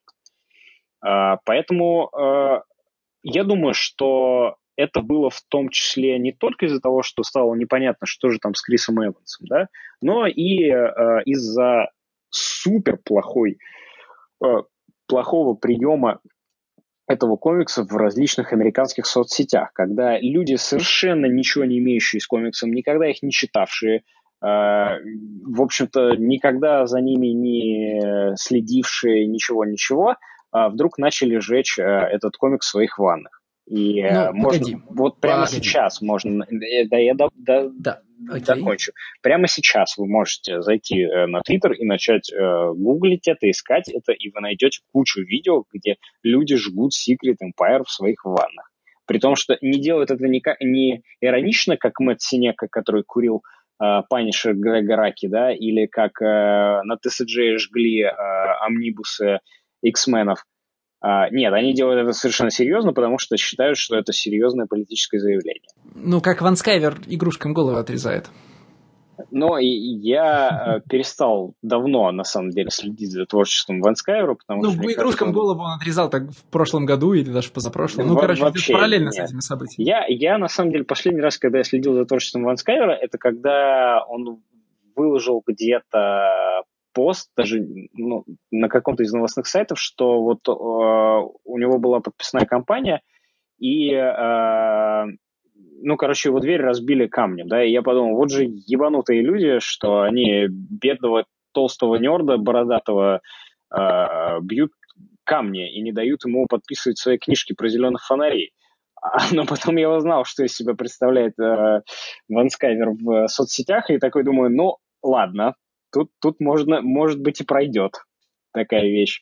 S3: Поэтому э, я думаю, что это было в том числе не только из-за того, что стало непонятно, что же там с Крисом Эвансом, да, но и э, из-за супер плохой, э, плохого приема этого комикса в различных американских соцсетях, когда люди, совершенно ничего не имеющие с комиксом, никогда их не читавшие, э, в общем-то, никогда за ними не следившие, ничего-ничего, вдруг начали жечь этот комикс в своих ваннах. И ну, можно, погоди. вот прямо погоди. сейчас можно, да я до, до, да, закончу. Прямо сейчас вы можете зайти на Твиттер и начать э, гуглить это, искать это, и вы найдете кучу видео, где люди жгут Secret Empire в своих ваннах. При том, что не делают это не, не иронично, как Мэтт Синека, который курил э, Панишер Грега Раки, да, или как э, на Ти Си Джей жгли э, амнибусы X-менов. Uh, нет, они делают это совершенно серьезно, потому что считают, что это серьезное политическое заявление.
S1: Ну, как Ван Скайвер игрушкам голову отрезает.
S3: Но и я э, перестал давно, на самом деле, следить за творчеством Ван Скайвера, потому
S1: ну,
S3: что...
S1: Ну, игрушкам кажется, голову он отрезал так в прошлом году или даже в позапрошлом. Ну, короче, вообще, параллельно нет. с этими событиями.
S3: Я, я, на самом деле, последний раз, когда я следил за творчеством Ван Скайвера, это когда он выложил где-то пост, даже ну, на каком-то из новостных сайтов, что вот э, у него была подписная кампания, и, э, ну, короче, его дверь разбили камнем, да, и я подумал, вот же ебанутые люди, что они бедного толстого нерда, бородатого, э, бьют камни и не дают ему подписывать свои книжки про зеленых фонарей. Но потом я узнал, что из себя представляет э, Ван Скайвер в соцсетях, и такой думаю, ну, ладно, Тут, тут можно, может быть, и пройдет такая вещь.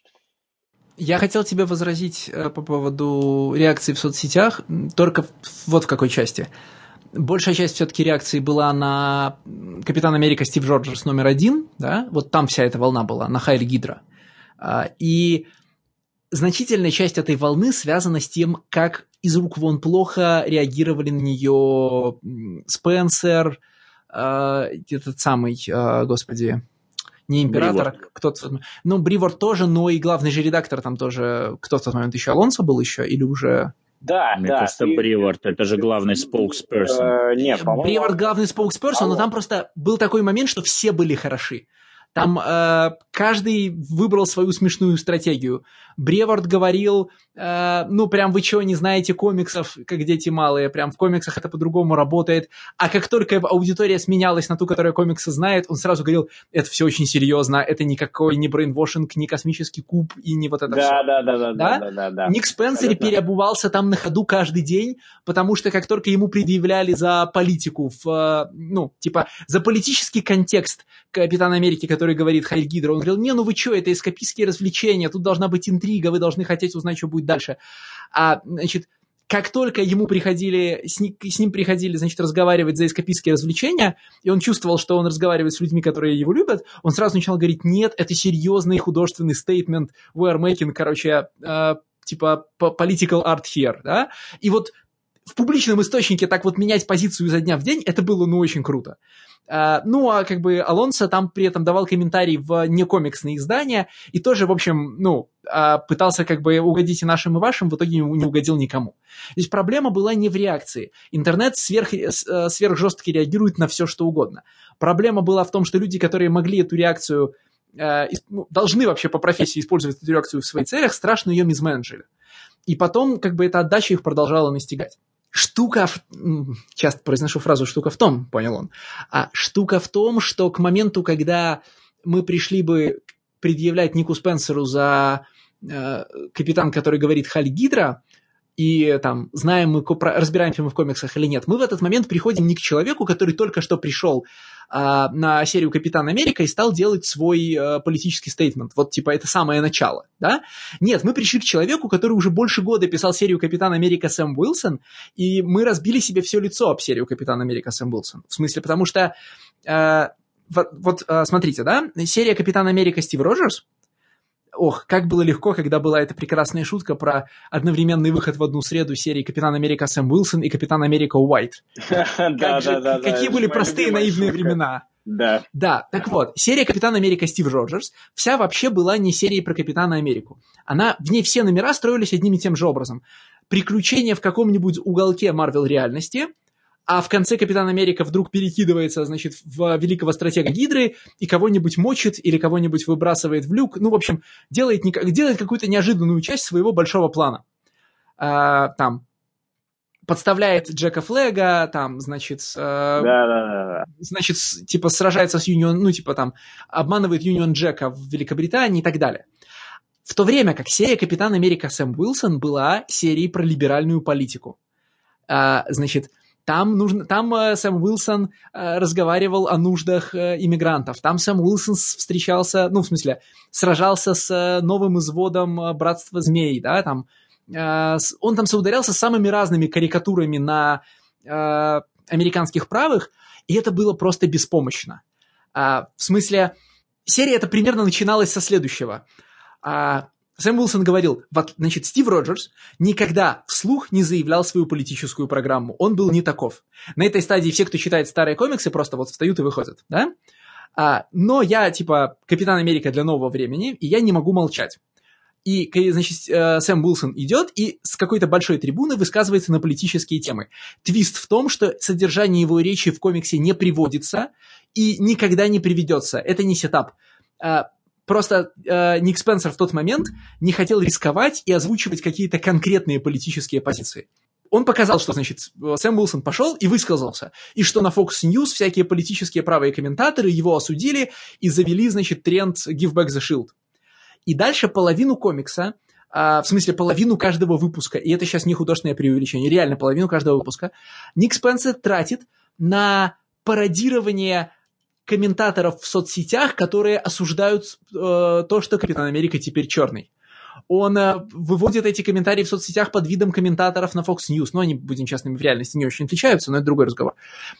S1: Я хотел тебе возразить э, по поводу реакции в соцсетях, только в, вот в какой части. Большая часть все-таки реакции была на Капитан Америка Стив Роджерс номер один, да, вот там вся эта волна была, на Хайль Гидра. А, и значительная часть этой волны связана с тем, как из рук вон плохо реагировали на нее Спенсер, этот самый, господи, не император, Бривор. кто-то... Ну, Бривор тоже, но и главный же редактор там тоже, кто в тот момент еще, Алонсо был еще, или уже...
S3: Да,
S2: Мне
S3: да.
S2: кажется, и... Бривор, это же главный споксперсон.
S3: Э, нет, по-моему...
S1: Бривор главный споксперсон, но там просто был такой момент, что все были хороши. Там э, каждый выбрал свою смешную стратегию. Бревард говорил, э, ну, прям вы чего, не знаете комиксов, как дети малые, прям в комиксах это по-другому работает. А как только аудитория сменялась на ту, которая комиксы знает, он сразу говорил, это все очень серьезно, это никакой не брейнвошинг, не космический куб и не вот это
S3: да,
S1: все.
S3: Да, да, да, да, да, да, да.
S1: Ник Спенсер Абсолютно. переобувался там на ходу каждый день, потому что как только ему предъявляли за политику, в, ну, типа, за политический контекст Капитана Америки, который говорит Хайль Гидра, он говорил, не, ну вы что, это эскапистские развлечения, тут должна быть интрига, вы должны хотеть узнать, что будет дальше. А, значит, как только ему приходили, с ним, с ним приходили, значит, разговаривать за эскапистские развлечения, и он чувствовал, что он разговаривает с людьми, которые его любят, он сразу начал говорить, нет, это серьезный художественный стейтмент, we are making, короче, э, типа political art here, да, и вот в публичном источнике так вот менять позицию изо дня в день, это было, ну, очень круто. Uh, ну, а как бы Алонсо там при этом давал комментарий в некомиксные издания и тоже, в общем, ну, uh, пытался как бы угодить и нашим, и вашим, в итоге не угодил никому. Здесь проблема была не в реакции. Интернет сверх, сверхжестко реагирует на все, что угодно. Проблема была в том, что люди, которые могли эту реакцию, uh, ну, должны вообще по профессии использовать эту реакцию в своих целях, страшно ее мизменеджили. И потом как бы эта отдача их продолжала настигать. Штука, в... часто произношу фразу «штука в том», понял он, а штука в том, что к моменту, когда мы пришли бы предъявлять Нику Спенсеру за э, капитан, который говорит «Хайль Гидра», и там, знаем мы, разбираемся мы в комиксах или нет, мы в этот момент приходим не к человеку, который только что пришел а, на серию Капитан Америка и стал делать свой а, политический стейтмент. Вот, типа, это самое начало, да? Нет, мы пришли к человеку, который уже больше года писал серию Капитан Америка Сэм Уилсон, и мы разбили себе все лицо об серию Капитан Америка Сэм Уилсон. В смысле, потому что, а, вот, вот а, смотрите, да, серия Капитан Америка Стив Роджерс, ох, как было легко, когда была эта прекрасная шутка про одновременный выход в одну среду серии Капитан Америка Сэм Уилсон и Капитан Америка Уайт. Какие были простые наивные времена.
S3: Да.
S1: Да, так вот, серия Капитан Америка Стив Роджерс вся вообще была не серией про Капитана Америку. Она, в ней все номера строились одним и тем же образом. Приключения в каком-нибудь уголке Марвел реальности, а в конце Капитан Америка вдруг перекидывается, значит, в великого стратега Гидры и кого-нибудь мочит или кого-нибудь выбрасывает в люк. Ну, в общем, делает, делает какую-то неожиданную часть своего большого плана. А, там, подставляет Джека Флэга, там, значит,
S3: да, да, да.
S1: значит, типа, сражается с Юнион, ну, типа, там, обманывает Юнион Джека в Великобритании и так далее. В то время как серия «Капитан Америка» Сэм Уилсон была серией про либеральную политику. А, значит, там, нужно, там э, Сэм Уилсон э, разговаривал о нуждах э, иммигрантов. Там Сэм Уилсон встречался, ну, в смысле, сражался с э, новым изводом э, Братства Змей, да, там. Э, с, он там соударялся с самыми разными карикатурами на э, американских правых, и это было просто беспомощно. А, в смысле, серия эта примерно начиналась со следующего. А, Сэм Уилсон говорил, вот, значит, Стив Роджерс никогда вслух не заявлял свою политическую программу. Он был не таков. На этой стадии все, кто читает старые комиксы, просто вот встают и выходят, да? А, но я, типа, Капитан Америка для нового времени, и я не могу молчать. И, значит, Сэм Уилсон идет и с какой-то большой трибуны высказывается на политические темы. Твист в том, что содержание его речи в комиксе не приводится и никогда не приведется. Это не сетап. Просто э, Ник Спенсер в тот момент не хотел рисковать и озвучивать какие-то конкретные политические позиции. Он показал, что, значит, Сэм Уилсон пошел и высказался, и что на Fox News всякие политические правые комментаторы его осудили и завели, значит, тренд «Give back the shield». И дальше половину комикса, э, в смысле половину каждого выпуска, и это сейчас не художественное преувеличение, реально половину каждого выпуска, Ник Спенсер тратит на пародирование комментаторов в соцсетях, которые осуждают э, то, что Капитан Америка теперь черный. Он э, выводит эти комментарии в соцсетях под видом комментаторов на Fox News, но они, будем честными, в реальности не очень отличаются, но это другой разговор.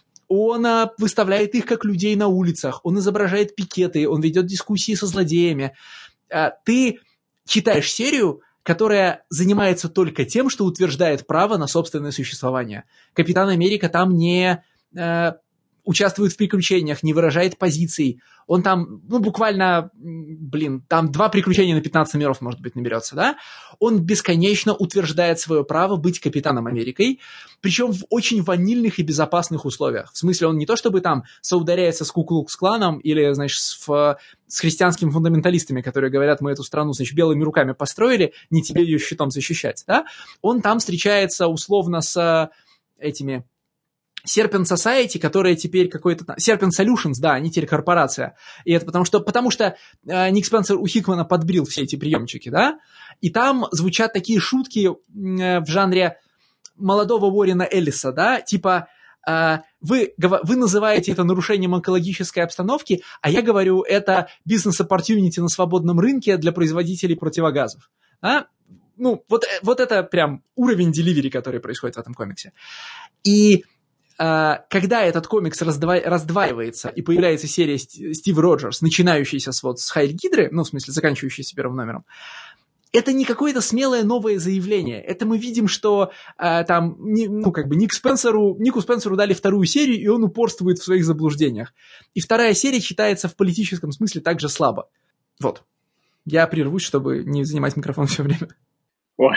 S1: Он э, выставляет их как людей на улицах, он изображает пикеты, он ведет дискуссии со злодеями. Э, ты читаешь серию, которая занимается только тем, что утверждает право на собственное существование. Капитан Америка там не... Э, участвует в приключениях, не выражает позиций. Он там, ну, буквально, блин, там два приключения на пятнадцать номеров, может быть, наберется, да? Он бесконечно утверждает свое право быть Капитаном Америкой, причем в очень ванильных и безопасных условиях. В смысле, он не то чтобы там соударяется с Ку-Клукс-кланом или, знаешь, с, в, с христианскими фундаменталистами, которые говорят, мы эту страну, значит, белыми руками построили, не тебе ее щитом защищать, да? Он там встречается условно с этими... Serpent Society, которая теперь какой-то... Serpent Solutions, да, они теперь корпорация. И это потому что, потому что э, Ник Спенсер у Хикмана подбрил все эти приемчики, да? И там звучат такие шутки э, в жанре молодого Уоррена Эллиса, да? Типа, э, вы, вы называете это нарушением экологической обстановки, а я говорю, это бизнес-оппортюнити на свободном рынке для производителей противогазов. Да? Ну, вот, вот это прям уровень деливери, который происходит в этом комиксе. И... когда этот комикс раздва... раздваивается и появляется серия Стив Роджерс, начинающаяся с, вот, с Хайль Гидры, ну, в смысле, заканчивающаяся первым номером, это не какое-то смелое новое заявление. Это мы видим, что э, там, не, ну, как бы Ник Спенсеру, Нику Спенсеру дали вторую серию, и он упорствует в своих заблуждениях. И вторая серия читается в политическом смысле также слабо. Вот. Я прервусь, чтобы не занимать микрофон все время.
S3: Ой...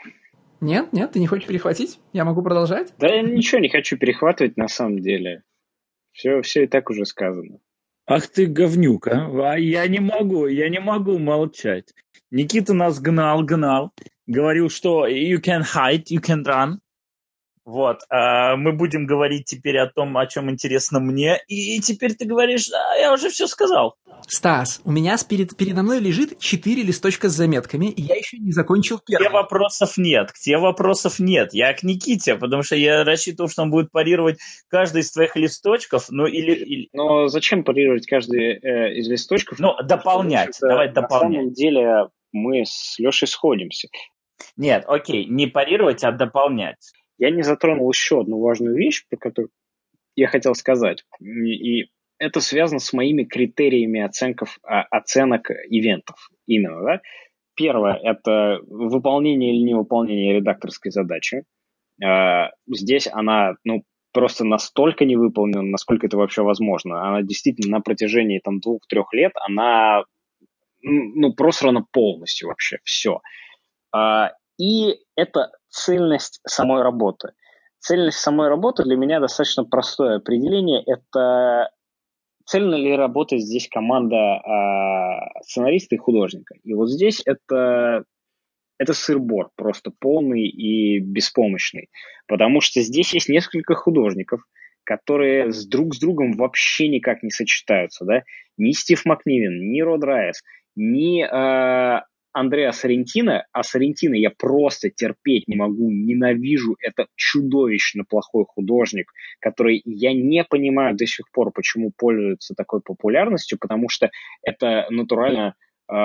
S1: Нет, нет, ты не хочешь перехватить? Я могу продолжать?
S3: Да я ничего не хочу перехватывать на самом деле. Все, все и так уже сказано.
S2: Ах ты говнюк, а? А я не могу, я не могу молчать. Никита нас гнал, гнал. Говорил, что you can hide, you can run. Вот. А мы будем говорить теперь о том, о чем интересно мне. И теперь ты говоришь, а я уже все сказал.
S1: Стас, у меня перед, передо мной лежит четыре листочка с заметками, и я еще не закончил первый.
S2: К тебе вопросов нет, к тебе вопросов нет. Я к Никите, потому что я рассчитывал, что он будет парировать каждый из твоих листочков. Ну, или, или...
S3: Но зачем парировать каждый э, из листочков?
S2: Ну, дополнять, давай дополнять.
S3: На самом деле мы с Лешей сходимся.
S2: Нет, окей, не парировать, а дополнять.
S3: Я не затронул еще одну важную вещь, про которую я хотел сказать. И это связано с моими критериями оценков, оценок ивентов. Именно, да? Первое – это выполнение или невыполнение редакторской задачи. Здесь она, ну, просто настолько не выполнена, насколько это вообще возможно. Она действительно на протяжении там двух-трех лет, она, ну, просрана полностью вообще, все. И это цельность самой работы. Цельность самой работы для меня достаточно простое определение. Это цельно ли работает здесь команда э, сценариста и художника. И вот здесь это, это сыр-бор просто полный и беспомощный. Потому что здесь есть несколько художников, которые с друг с другом вообще никак не сочетаются. Да? Ни Стив Макнивен, ни Род Райс, ни... Э, Андреа Соррентино, а Соррентино я просто терпеть не могу, ненавижу. Это чудовищно плохой художник, который я не понимаю до сих пор, почему пользуется такой популярностью, потому что это натурально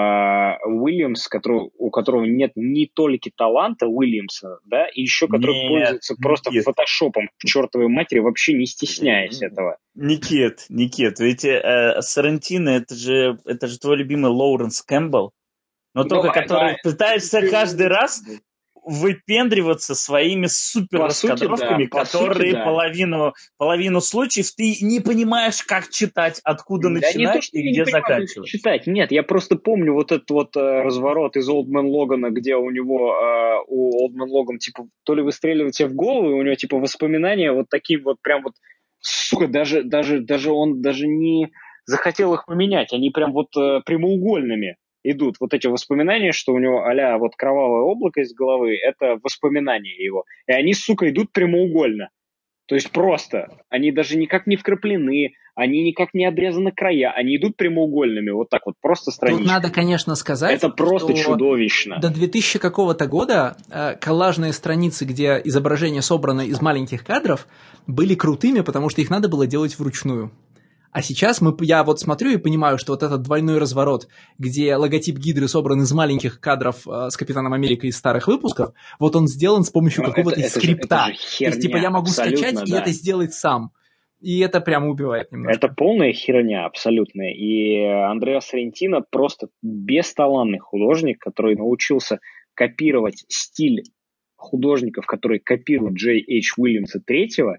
S3: Уильямс, который, у которого нет ни толики таланта Уильямса, да, и еще который нет, пользуется просто Никит. фотошопом к чертовой матери, вообще не стесняясь этого.
S2: Никит, Никит, ведь э, Соррентино, это же, это же твой любимый Лоуренс Кэмпбелл, но только ну, который да, пытается да. каждый раз выпендриваться своими супер раскадровками, да, которые сути, да. половину, половину случаев ты не понимаешь, как читать, откуда да начинать то, и где заканчивать.
S3: Читать. Нет, я просто помню вот этот вот э, разворот из Old Man Logan, где у него, э, у Old Man Logan, типа, то ли выстреливает тебе в голову, и у него, типа, воспоминания вот такие вот прям вот, сука, даже, даже, даже он даже не захотел их поменять, они прям вот э, прямоугольными идут вот эти воспоминания, что у него а-ля вот кровавое облако из головы, это воспоминания его. И они, сука, идут прямоугольно. То есть просто. Они даже никак не вкраплены, они никак не обрезаны края, они идут прямоугольными, вот так вот, просто страничками.
S1: Тут надо, конечно, сказать,
S3: это просто что чудовищно.
S1: До двухтысячного какого-то года э, коллажные страницы, где изображения собраны из маленьких кадров, были крутыми, потому что их надо было делать вручную. А сейчас мы, я вот смотрю и понимаю, что вот этот двойной разворот, где логотип Гидры собран из маленьких кадров э, с Капитаном Америкой из старых выпусков, вот он сделан с помощью Но какого-то это, это скрипта. Же, это же херня, то есть, типа, я могу скачать да. и это сделать сам. И это прямо убивает немножко.
S3: Это полная херня, абсолютная. И Андреа Соррентино просто бесталанный художник, который научился копировать стиль художников, которые копируют Джей Эйч Уильямса третьего.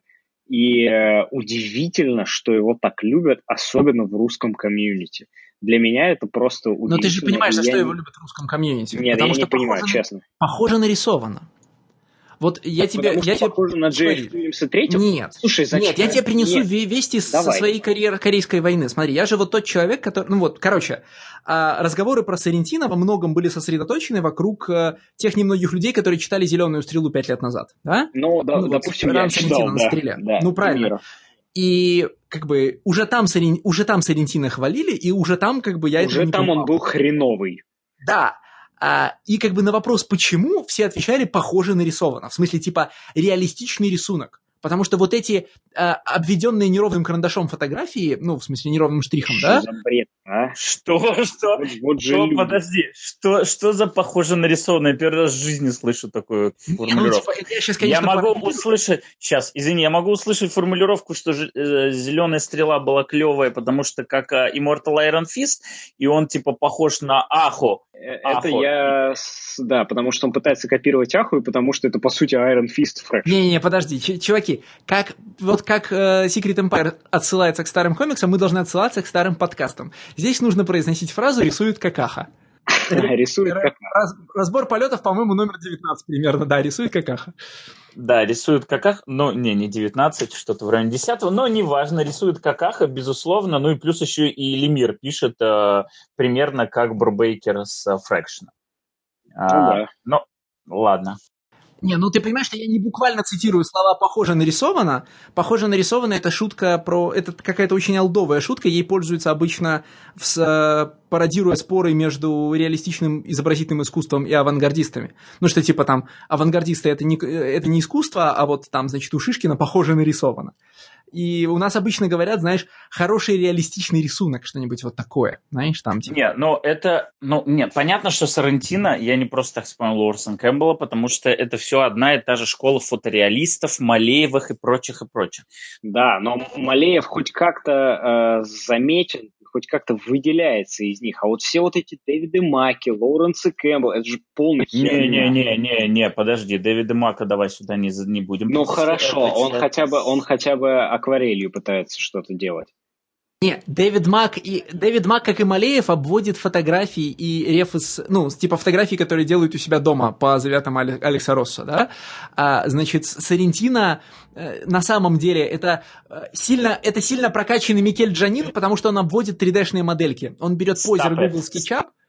S3: И э, удивительно, что его так любят, особенно в русском комьюнити. Для меня это просто удивительно.
S1: Но ты же понимаешь, за что я... его любят в русском комьюнити.
S3: Нет,
S1: потому
S3: я
S1: что
S3: не понимаю,
S1: на...
S3: честно.
S1: Похоже нарисовано. Вот я тебе...
S3: Потому
S1: я
S3: что
S1: тебе...
S3: похоже на Джей Уильямса третьего?
S1: Нет.
S3: Слушай, зачем?
S1: Нет, я тебе принесу
S3: Нет.
S1: вести
S3: Давай.
S1: со своей карьеры Корейской войны. Смотри, я же вот тот человек, который... Ну вот, короче, разговоры про Соррентино во многом были сосредоточены вокруг тех немногих людей, которые читали «Зеленую стрелу» пять лет назад. Да?
S3: Ну, да,
S1: ну
S3: допустим,
S1: вот,
S3: я читал,
S1: на
S3: да,
S1: стреле.
S3: да.
S1: Ну, правильно.
S3: Мира.
S1: И как бы уже там, уже там Соррентино хвалили, и уже там как бы я
S3: уже
S1: это
S3: там
S1: не
S3: он был хреновый.
S1: Да. А, и как бы на вопрос «почему?» все отвечали «похоже нарисовано». В смысле типа реалистичный рисунок. Потому что вот эти а, обведенные неровным карандашом фотографии, ну, в смысле, неровным штрихом,
S3: что
S1: да?
S3: Что за бред, а?
S2: Что? Что?
S3: Вот, вот
S2: что подожди, что, что за похоже нарисованное? Первый раз в жизни слышу такую формулировку. Ну, типа, я, сейчас, конечно, я могу по... услышать, сейчас, извини, я могу услышать формулировку, что э, «Зеленая стрела» была клевая, потому что как э, Immortal Iron Fist, и он типа похож на Ахо.
S3: Это Ахо. я... Да, потому что он пытается копировать Аху, и потому что это, по сути, Iron Fist Fresh.
S1: Не-не-не, подожди, ч- чуваки, как, вот как э, Secret Empire отсылается к старым комиксам, мы должны отсылаться к старым подкастам. Здесь нужно произносить фразу «рисует как Аха».
S3: Рисует как
S1: Аха. Разбор полетов, по-моему, номер девятнадцать примерно, да, рисует как Аха.
S2: Да, рисует как Аха, но не, не девятнадцать, что-то в районе десятого, но неважно, рисует как Аха, безусловно, ну и плюс еще и Лемир пишет э, примерно как Брубейкер с э, Фрэкшена.
S3: Ну а, да.
S2: Ну, ладно.
S1: Не, ну ты понимаешь, что я не буквально цитирую слова «похоже нарисовано». «Похоже нарисовано» — это шутка про... Это какая-то очень олдовая шутка, ей пользуются обычно, в... пародируя споры между реалистичным изобразительным искусством и авангардистами. Ну что типа там авангардисты — это не, это не искусство, а вот там, значит, у Шишкина «похоже нарисовано». И у нас обычно говорят, знаешь, хороший реалистичный рисунок, что-нибудь вот такое, знаешь, там типа...
S2: Нет, ну это... Ну, нет, понятно, что Соррентино, я не просто так вспомнил Лоуренса Кэмпбелла, потому что это все одна и та же школа фотореалистов, Малеевых и прочих, и прочих.
S3: Да, но Малеев хоть как-то э, заметен, хоть как-то выделяется из них. А вот все вот эти Дэвиды Маки, Лоуренс Кэмпбелл, это же полный херня.
S2: Не-не-не, подожди, Дэвида Мака давай сюда не, не будем.
S3: Ну хорошо, он хотя бы, он хотя бы акварелью пытается что-то делать.
S1: Не, Дэвид Мак, и, Дэвид Мак, как и Малеев, обводит фотографии и рефы, ну, типа фотографии, которые делают у себя дома по заветам Алекса Росса, да? А, значит, Соррентино э, на самом деле это сильно, это сильно прокачанный Микель Джанин, потому что он обводит три дэ-шные модельки. Он берет позер Google SketchUp.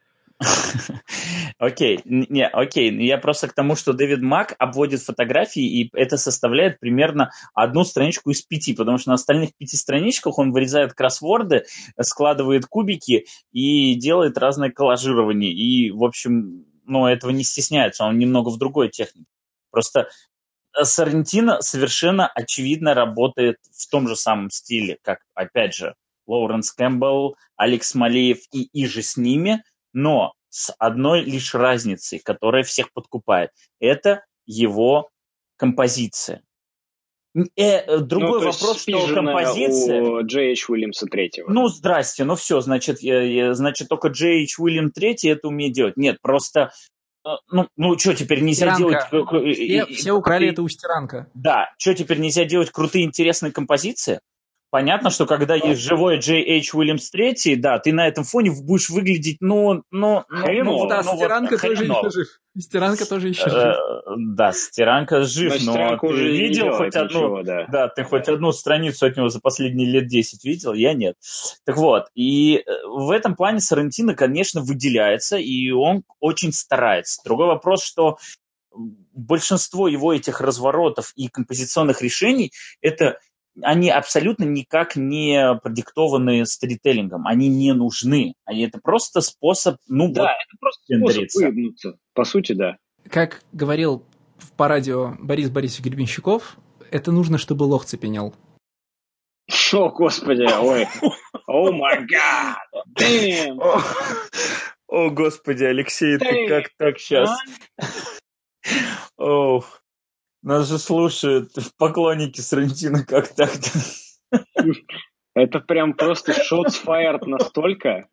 S2: Окей, не, окей, я просто к тому, что Дэвид Мак обводит фотографии, и это составляет примерно одну страничку из пяти, потому что на остальных пяти страничках он вырезает кроссворды, складывает кубики и делает разное коллажирование, и, в общем, ну, этого не стесняется, он немного в другой технике. Просто Соррентино совершенно очевидно работает в том же самом стиле, как, опять же, Лоуренс Кэмпбелл, Алекс Малеев и иже с ними, но с одной лишь разницей, которая всех подкупает. Это его композиция. Э, другой ну, вопрос, что композиция...
S3: у Джей Эйч Уильямса третьего.
S2: Ну, здрасте, ну все, значит, я, я, значит только Джей Эйч Уильям третий это умеет делать. Нет, просто... Ну, ну что теперь нельзя
S1: Стиранка.
S2: делать...
S1: Все, все украли это у Стиранка.
S2: Да, что теперь нельзя делать крутые интересные композиции? Понятно, что когда есть живой Джей Эйч Уильямс третий, да, ты на этом фоне будешь выглядеть, ну, ну,
S1: ну, да, ну, Стиранка вот, тоже еще жив. Стиранка тоже еще жив.
S2: Да, Стиранка жив, но ты видел хоть одну, да, ты хоть одну страницу от него за последние лет десять видел? Я нет. Так вот, и в этом плане Соррентино, конечно, выделяется, и он очень старается. Другой вопрос, что большинство его этих разворотов и композиционных решений – это они абсолютно никак не продиктованы сторителлингом. Они не нужны. Они, это просто способ, ну,
S3: да,
S2: вот,
S3: это просто способ выебнуться. По сути, да.
S1: Как говорил по радио Борис Борисович Гребенщиков, это нужно, чтобы лох цепенел.
S3: О, господи, ой. О, май гад. Damn.
S2: О, господи, Алексей, ты как так сейчас? О, нас же слушают поклонники Соррентино, как так-то?
S3: Это прям просто shots fired настолько.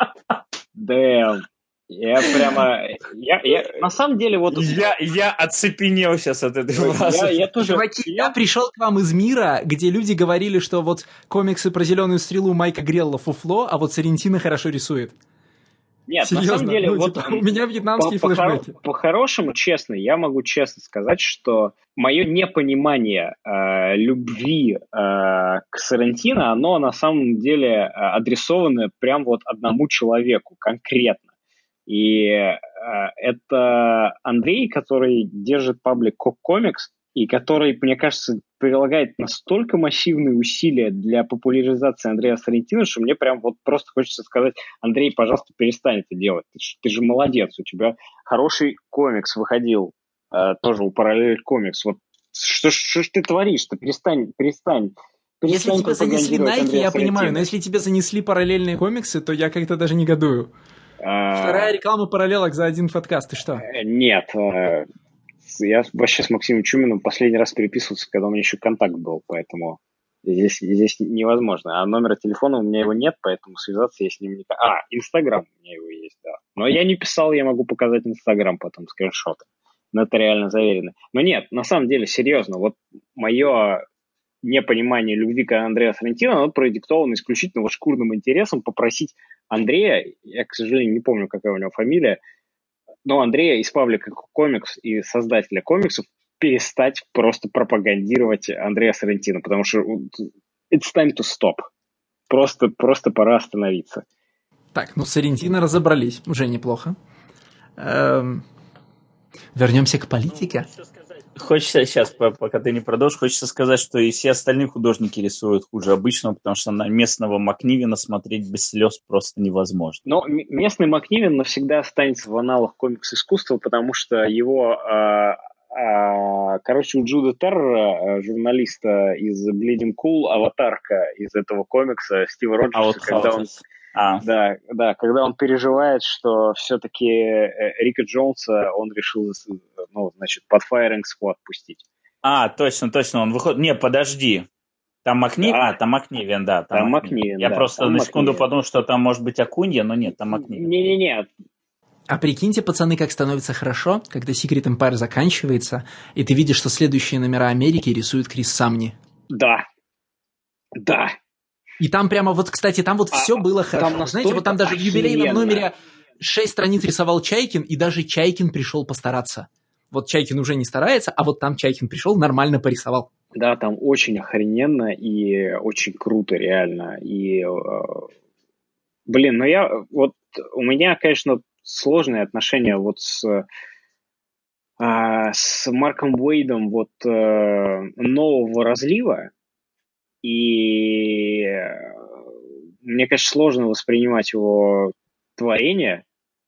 S3: Damn. Я прямо... Я, я, на самом деле вот...
S2: Я, я оцепенел сейчас от этой фразы.
S1: Я, я тоже... Чуваки, я пришел к вам из мира, где люди говорили, что вот комиксы про зеленую стрелу Майка Грелла фуфло, а вот Соррентино хорошо рисует.
S3: Нет,
S1: серьезно,
S3: на самом деле,
S1: ну,
S3: вот
S1: типа, у меня вьетнамские
S3: по,
S1: флешбеки.
S3: По, по-хорошему, честно, я могу честно сказать, что мое непонимание э, любви э, к Соррентино, оно на самом деле адресовано прям вот одному человеку конкретно. И э, это Андрей, который держит паблик Comics, и который, мне кажется, прилагает настолько массивные усилия для популяризации Андрея Соррентино, что мне прям вот просто хочется сказать: Андрей, пожалуйста, перестань это делать. Ты, ты же молодец, у тебя хороший комикс выходил, э, тоже у Параллель Комикс. Вот что, что ж ты творишь-то? Перестань, перестань.
S1: Если тебе занесли Nike, я понимаю, но если тебе занесли параллельные комиксы, то я как-то даже негодую. А... Вторая реклама параллелок за один подкаст, ты что?
S3: Нет, я вообще с Максимом Чуминым последний раз переписывался, когда у меня еще контакт был, поэтому здесь, здесь невозможно. А номера телефона у меня его нет, поэтому связаться я с ним не... А, Инстаграм у меня его есть, да. Но я не писал, я могу показать Инстаграм потом, скриншоты. Но это реально заверено. Но нет, на самом деле, серьезно, вот мое непонимание любви к Андрею Соррентино, оно продиктовано исключительно вот шкурным интересом попросить Андрея, я, к сожалению, не помню, какая у него фамилия, но Андрея из паблика комикс и создателя комиксов перестать просто пропагандировать Андрея Соррентино, потому что it's time to stop. Просто, просто пора остановиться.
S1: Так, ну с Соррентино разобрались, уже неплохо. Эм... Вернемся к политике.
S2: Хочется сейчас, пока ты не продолжишь, хочется сказать, что и все остальные художники рисуют хуже обычного, потому что на местного Макнивена смотреть без слез просто невозможно.
S3: Но местный Макнивен навсегда останется в аналах комикс-искусства, потому что его... А, а, короче, у Джуда Террора, журналиста из Bleeding Cool, аватарка из этого комикса Стива Роджерса, когда он... А. Да, да, когда он переживает, что все-таки Рика Джонса он решил, ну, значит, под Firing Squad пустить.
S2: А, точно, точно, он выходит... Не, подожди. Там Макнивен? Да. А, там Макнивен, да.
S3: Там, там Макнивен,
S2: Я
S3: да,
S2: просто на секунду Макнивен. подумал, что там может быть Акунья, но нет, там Макнивен.
S3: Не-не-не.
S1: А прикиньте, пацаны, как становится хорошо, когда Secret Empire заканчивается, и ты видишь, что следующие номера Америки рисует Крис Самни.
S3: Да. Да.
S1: И там прямо вот, кстати, там вот а, все было хорошо. Знаете, вот там даже в юбилейном номере шесть страниц рисовал Чайкин, и даже Чайкин пришел постараться. Вот Чайкин уже не старается, а вот там Чайкин пришел, нормально порисовал.
S3: Да, там очень охрененно и очень круто, реально. И, э, блин, ну я, вот у меня, конечно, сложные отношения вот с, а, с Марком Уэйдом вот а, нового разлива, и мне, конечно, сложно воспринимать его творение,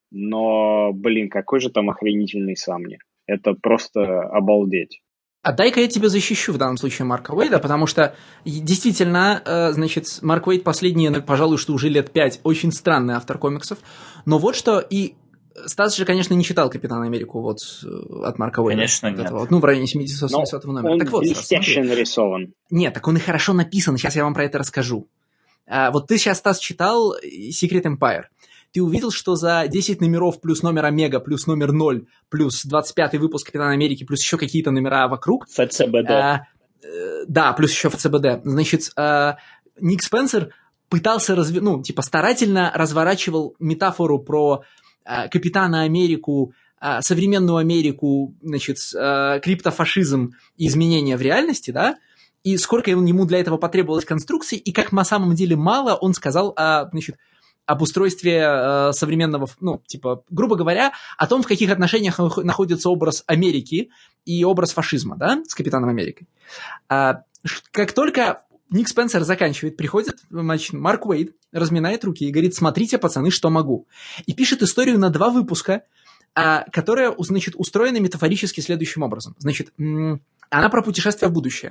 S3: но, блин, какой же там охренительный Самнер. Это просто обалдеть.
S1: А дай-ка я тебя защищу в данном случае Марка Уэйда, потому что действительно, значит, Марк Уэйд последние, пожалуй, что уже лет пять, очень странный автор комиксов. Но вот что, и Стас же, конечно, не читал «Капитана Америку» вот от Марка Уэйда.
S2: Конечно, нет.
S1: Этого, ну, в районе семидесятого номера.
S3: Он
S1: так вот,
S3: блестяще
S1: Стас,
S3: нарисован.
S1: Нет, так он и хорошо написан, сейчас я вам про это расскажу. А, вот ты сейчас, Стас, читал Secret Empire. Ты увидел, что за десять номеров плюс номер Омега, плюс номер ноль, плюс двадцать пятый выпуск Капитана Америки, плюс еще какие-то номера вокруг.
S2: эф цэ бэ дэ.
S1: А, э, да, плюс еще эф цэ бэ дэ. Значит, а, Ник Спенсер пытался, разви... ну, типа, старательно разворачивал метафору про а, Капитана Америку, а, современную Америку, значит, а, криптофашизм и изменения в реальности, да, и сколько ему для этого потребовалось конструкций, и как на самом деле мало он сказал о, значит, об устройстве э, современного, ну, типа, грубо говоря, о том, в каких отношениях находится образ Америки и образ фашизма, да, с Капитаном Америкой. А, как только Ник Спенсер заканчивает, приходит, значит, Марк Уэйд, разминает руки и говорит: смотрите, пацаны, что могу. И пишет историю на два выпуска, а, которая, значит, устроена метафорически следующим образом. Значит, м- она про путешествие в будущее.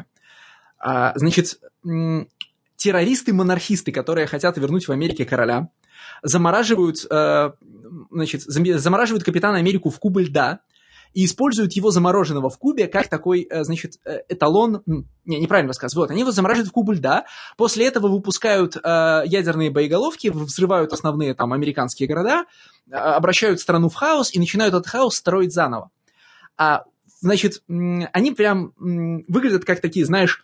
S1: А, значит, м- террористы-монархисты, которые хотят вернуть в Америке короля, замораживают, э, значит, замораживают Капитана Америку в кубе льда и используют его замороженного в кубе как такой, э, значит, эталон... Не, неправильно рассказываю. Вот, они его замораживают в кубе льда, после этого выпускают э, ядерные боеголовки, взрывают основные там американские города, э, обращают страну в хаос и начинают этот хаос строить заново. А, значит, они прям выглядят как такие, знаешь...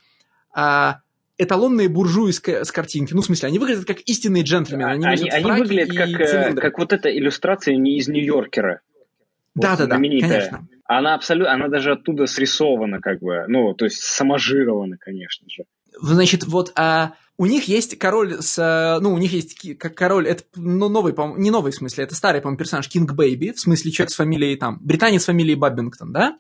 S1: Э, эталонные буржуи с, с картинки. Ну, в смысле, они выглядят как истинные джентльмены. Они,
S3: они, они выглядят как, как вот эта иллюстрация не из Нью-Йоркера.
S1: Да-да-да, вот, конечно.
S3: Она абсолютно, она даже оттуда срисована, как бы, ну, то есть саможирована, конечно же.
S1: Значит, вот а, у них есть король с... Ну, у них есть как король, это ну, новый, по не новый в смысле, это старый, по-моему, персонаж Кинг Бэйби, в смысле человек с фамилией, там, британец с фамилией Баббингтон, да?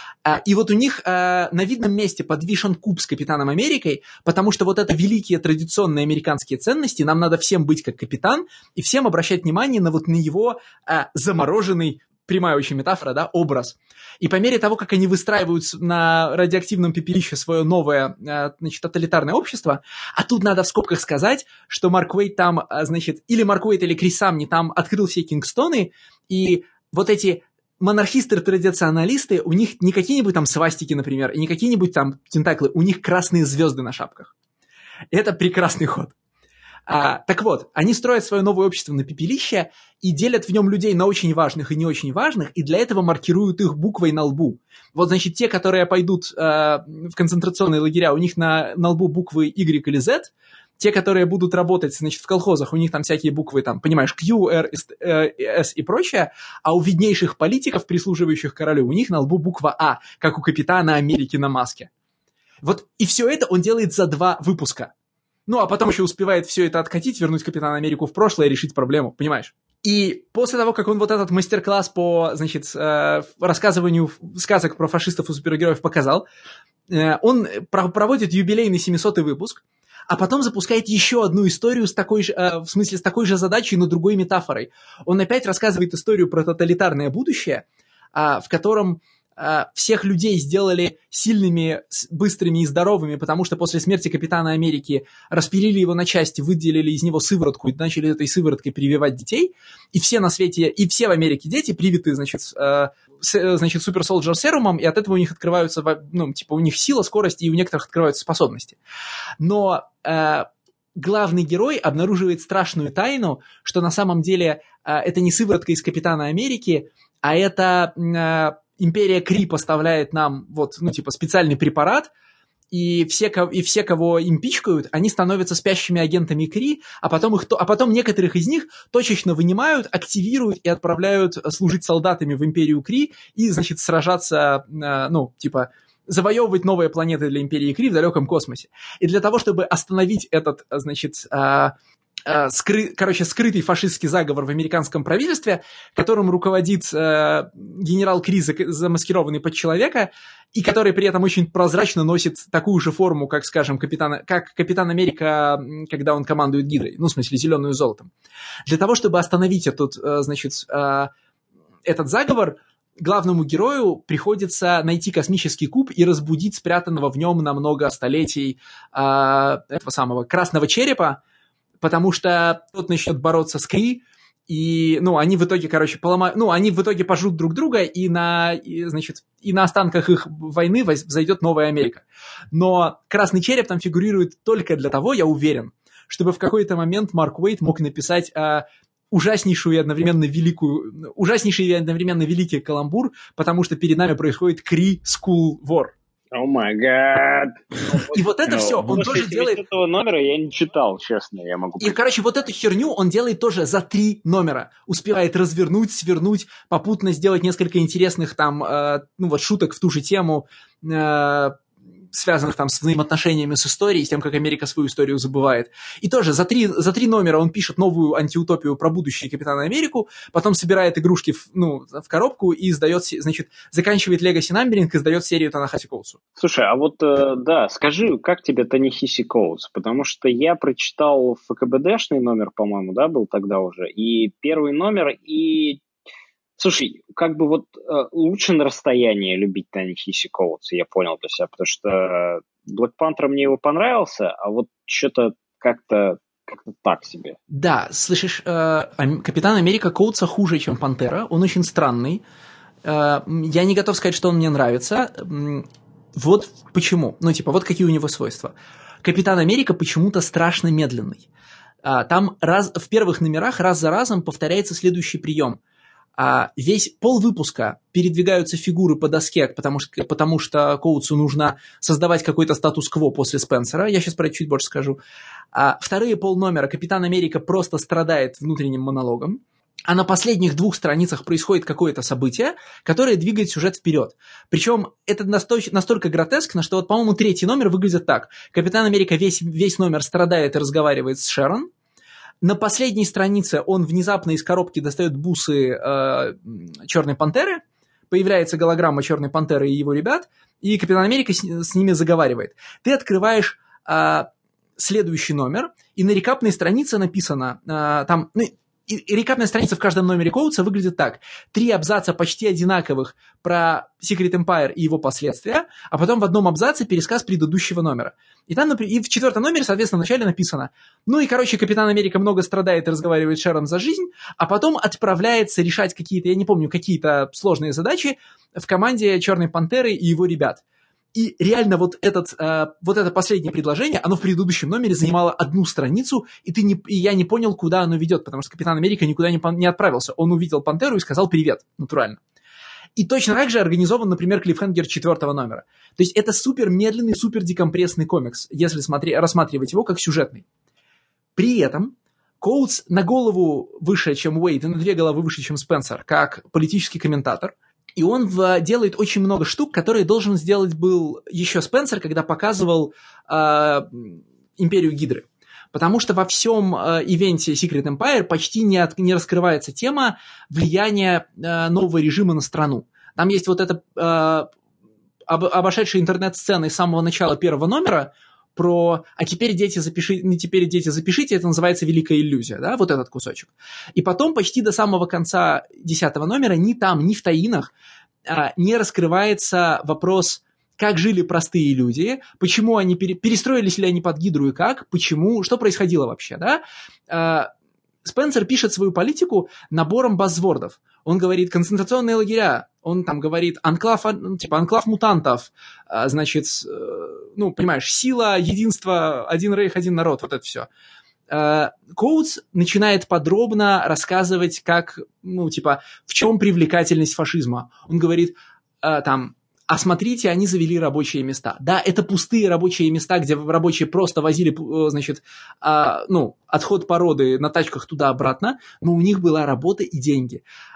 S1: И вот у них э, на видном месте подвешен куб с Капитаном Америкой, потому что вот это великие традиционные американские ценности, нам надо всем быть как капитан и всем обращать внимание на вот на его э, замороженный, прямая очень метафора, да, образ. И по мере того, как они выстраивают на радиоактивном пепелище свое новое, э, значит, тоталитарное общество, а тут надо в скобках сказать, что Марк Уэйд там, э, значит, или Марк Уэйд, или Крис Самни там открыл все Кингстоны, и вот эти... монархисты-традиционалисты, у них не какие-нибудь там свастики, например, и не какие-нибудь там тентаклы, у них красные звезды на шапках. Это прекрасный ход. А, так вот, они строят свое новое общество на пепелище и делят в нем людей на очень важных и не очень важных, и для этого маркируют их буквой на лбу. Вот, значит, те, которые пойдут э, в концентрационные лагеря, у них на, на лбу буквы Y или Z. Те, которые будут работать, значит, в колхозах, у них там всякие буквы, там, понимаешь, Q, R, S и прочее, а у виднейших политиков, прислуживающих королю, у них на лбу буква А, как у Капитана Америки на маске. Вот, и все это он делает за два выпуска. Ну, а потом еще успевает все это откатить, вернуть Капитана Америку в прошлое и решить проблему, понимаешь? И после того, как он вот этот мастер-класс по, значит, рассказыванию сказок про фашистов и супергероев показал, он проводит юбилейный семисотый выпуск, а потом запускает еще одну историю с такой же, э, в смысле, с такой же задачей, но другой метафорой. Он опять рассказывает историю про тоталитарное будущее, э, в котором э, всех людей сделали сильными, быстрыми и здоровыми, потому что после смерти Капитана Америки распилили его на части, выделили из него сыворотку и начали этой сывороткой прививать детей. И все на свете, и все в Америке дети привиты, значит, э, с, значит, Super Soldier серумом, и от этого у них открываются, ну, типа, у них сила, скорость, и у некоторых открываются способности. Но э, главный герой обнаруживает страшную тайну, что на самом деле э, это не сыворотка из Капитана Америки, а это э, империя Кри поставляет нам, вот, ну, типа, специальный препарат, и все, и все, кого им пичкают, они становятся спящими агентами Кри, а потом, их, а потом некоторых из них точечно вынимают, активируют и отправляют служить солдатами в империю Кри и, значит, сражаться, ну, типа, завоевывать новые планеты для империи Кри в далеком космосе. И для того, чтобы остановить этот, значит, скры, короче, скрытый фашистский заговор в американском правительстве, которым руководит э, генерал Кри, замаскированный под человека, и который при этом очень прозрачно носит такую же форму, как, скажем, капитан, как Капитан Америка, когда он командует Гидрой, ну, в смысле, зеленую золотом. Для того, чтобы остановить этот, э, значит, э, этот заговор, главному герою приходится найти космический куб и разбудить спрятанного в нем на много столетий э, этого самого красного черепа, потому что тот начнет бороться с Кри, и, ну, они в итоге, короче, поломают, ну, они в итоге пожрут друг друга, и на, и, значит, и на останках их войны взойдет новая Америка. Но красный череп там фигурирует только для того, я уверен, чтобы в какой-то момент Марк Уэйд мог написать а, ужаснейшую и одновременно великую, ужаснейший и одновременно великий каламбур, потому что перед нами происходит Крee School War.
S3: О май гад.
S1: И вот это все он тоже делает...
S3: Этого номера я не читал, честно, я могу...
S1: И, короче, вот эту херню он делает тоже за три номера. Успевает развернуть, свернуть, попутно сделать несколько интересных там, э, ну вот, шуток в ту же тему, э, связанных там с взаимоотношениями с историей, с тем, как Америка свою историю забывает. И тоже за три, за три номера он пишет новую антиутопию про будущее Капитана Америку, потом собирает игрушки в, ну, в коробку и сдает, значит, заканчивает Legacy Numbering и сдает серию Та-Нехаси Коутсу.
S3: Слушай, а вот, э, да, скажи, как тебе Та-Нехаси Коутс? Потому что я прочитал ФКБДшный номер, по-моему, да, был тогда уже, и первый номер, и... Слушай, как бы вот э, лучше на расстоянии любить Та-Нехаси Коутса, я понял для себя, потому что Black Panther мне его понравился, а вот что-то как-то, как-то так себе.
S1: Да, слышишь, э, Капитан Америка Коутса хуже, чем Пантера, он очень странный. Э, я не готов сказать, что он мне нравится. Вот почему. Ну, типа, вот какие у него свойства. Капитан Америка почему-то страшно медленный. Э, там раз, в первых номерах раз за разом повторяется следующий прием. А весь полвыпуска передвигаются фигуры по доске, потому что, потому что Коутсу нужно создавать какой-то статус-кво после Спенсера. Я сейчас про это чуть больше скажу. А вторые полномера Капитан Америка просто страдает внутренним монологом. А на последних двух страницах происходит какое-то событие, которое двигает сюжет вперед. Причем это настолько, настолько гротескно, что вот, по-моему, третий номер выглядит так. Капитан Америка весь, весь номер страдает и разговаривает с Шерон. На последней странице он внезапно из коробки достает бусы э, Черной Пантеры, появляется голограмма Черной Пантеры и его ребят, и Капитан Америка с, с ними заговаривает. Ты открываешь э, следующий номер, и на рекапной странице написано, э, там, ну, и, и рекапная страница в каждом номере Коутса выглядит так. Три абзаца почти одинаковых про Secret Empire и его последствия, а потом в одном абзаце пересказ предыдущего номера. И там, например, и в четвертом номере, соответственно, вначале написано, ну и, короче, Капитан Америка много страдает и разговаривает с Шерон за жизнь, а потом отправляется решать какие-то, я не помню, какие-то сложные задачи в команде Черной Пантеры и его ребят. И реально вот, этот, э, вот это последнее предложение, оно в предыдущем номере занимало одну страницу, и, ты не, и я не понял, куда оно ведет, потому что Капитан Америка никуда не, не отправился. Он увидел Пантеру и сказал привет, натурально. И точно так же организован, например, клиффхенгер четвертого номера. То есть это супер медленный, супер декомпрессный комикс, если смотри, рассматривать его как сюжетный. При этом Коутс на голову выше, чем Уэйд, и на две головы выше, чем Спенсер, как политический комментатор. И он в, делает очень много штук, которые должен сделать был еще Спенсер, когда показывал э, Империю Гидры. Потому что во всем э, ивенте Secret Empire почти не, от, не раскрывается тема влияния э, нового режима на страну. Там есть вот эта э, об, обошедшая интернет-сцена с самого начала первого номера про «а теперь, дети, запиши, ну, теперь, дети, запишите», это называется «Великая иллюзия», да, вот этот кусочек. И потом почти до самого конца десятого номера ни там, ни в таинах а, не раскрывается вопрос, как жили простые люди, почему они, пере, перестроились ли они под Гидру и как, почему, что происходило вообще, да. А, Спенсер пишет свою политику набором базвордов. Он говорит концентрационные лагеря, он там говорит анклав, типа анклав мутантов, значит, ну, понимаешь, сила, единство, один рейх, один народ, вот это все. Коутс начинает подробно рассказывать, как, ну, типа, в чем привлекательность фашизма. Он говорит, там, а смотрите, они завели рабочие места. Да, это пустые рабочие места, где рабочие просто возили, значит, а, ну, отход породы на тачках туда-обратно, но у них была работа и деньги.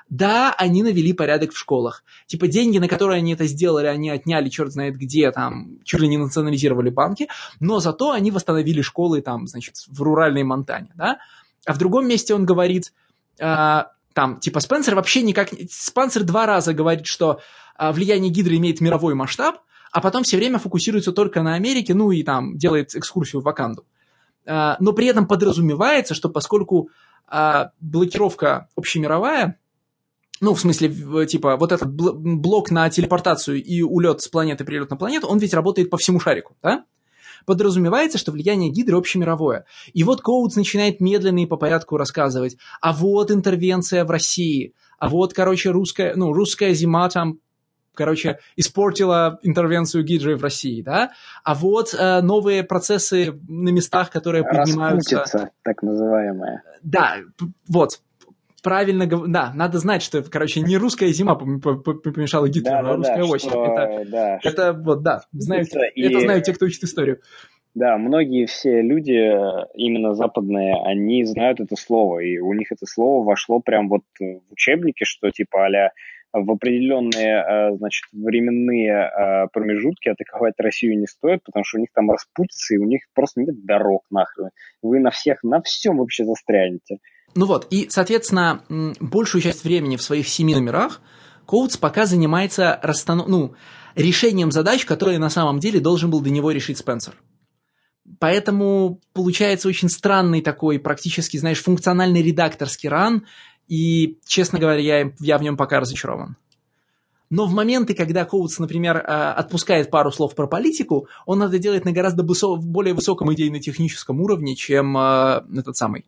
S1: Да, они навели порядок в школах. Типа деньги, на которые они это сделали, они отняли черт знает где, там, чуть ли не национализировали банки, но зато они восстановили школы, там, значит, в руральной Монтане, да. А в другом месте он говорит, э, там, типа, Спенсер вообще никак... Спенсер два раза говорит, что э, влияние Гидры имеет мировой масштаб, а потом все время фокусируется только на Америке, ну и там делает экскурсию в Ваканду. Э, но при этом подразумевается, что поскольку э, блокировка общемировая, ну, в смысле, типа, вот этот блок на телепортацию и улет с планеты, перелет на планету, он ведь работает по всему шарику, да? Подразумевается, что влияние Гидры общемировое. И вот Коутс начинает медленно и по порядку рассказывать, а вот интервенция в России, а вот, короче, русская, ну, русская зима там, короче, испортила интервенцию Гидры в России, да? А вот э, новые процессы на местах, которые поднимаются...
S3: Распутица, так называемая.
S1: Да, вот. Правильно, да, надо знать, что, короче, не русская зима помешала Гитлеру, да, а русская да, осень. Что, это, да, это что... вот, да, знают, и... это знают те, кто учит историю.
S3: Да, многие все люди, именно западные, они знают это слово, и у них это слово вошло прям вот в учебники, что типа а-ля в определенные, значит, временные промежутки атаковать Россию не стоит, потому что у них там распутица, и у них просто нет дорог нахрен. Вы на всех, на всем вообще застрянете.
S1: Ну вот, и, соответственно, большую часть времени в своих семи номерах Коутс пока занимается расстанов... ну, решением задач, которые на самом деле должен был до него решить Спенсер. Поэтому получается очень странный такой, практически, знаешь, функциональный редакторский ран, и, честно говоря, я, я в нем пока разочарован. Но в моменты, когда Коутс, например, отпускает пару слов про политику, он это делает на гораздо высо... более высоком идейно-техническом уровне, чем э, этот самый...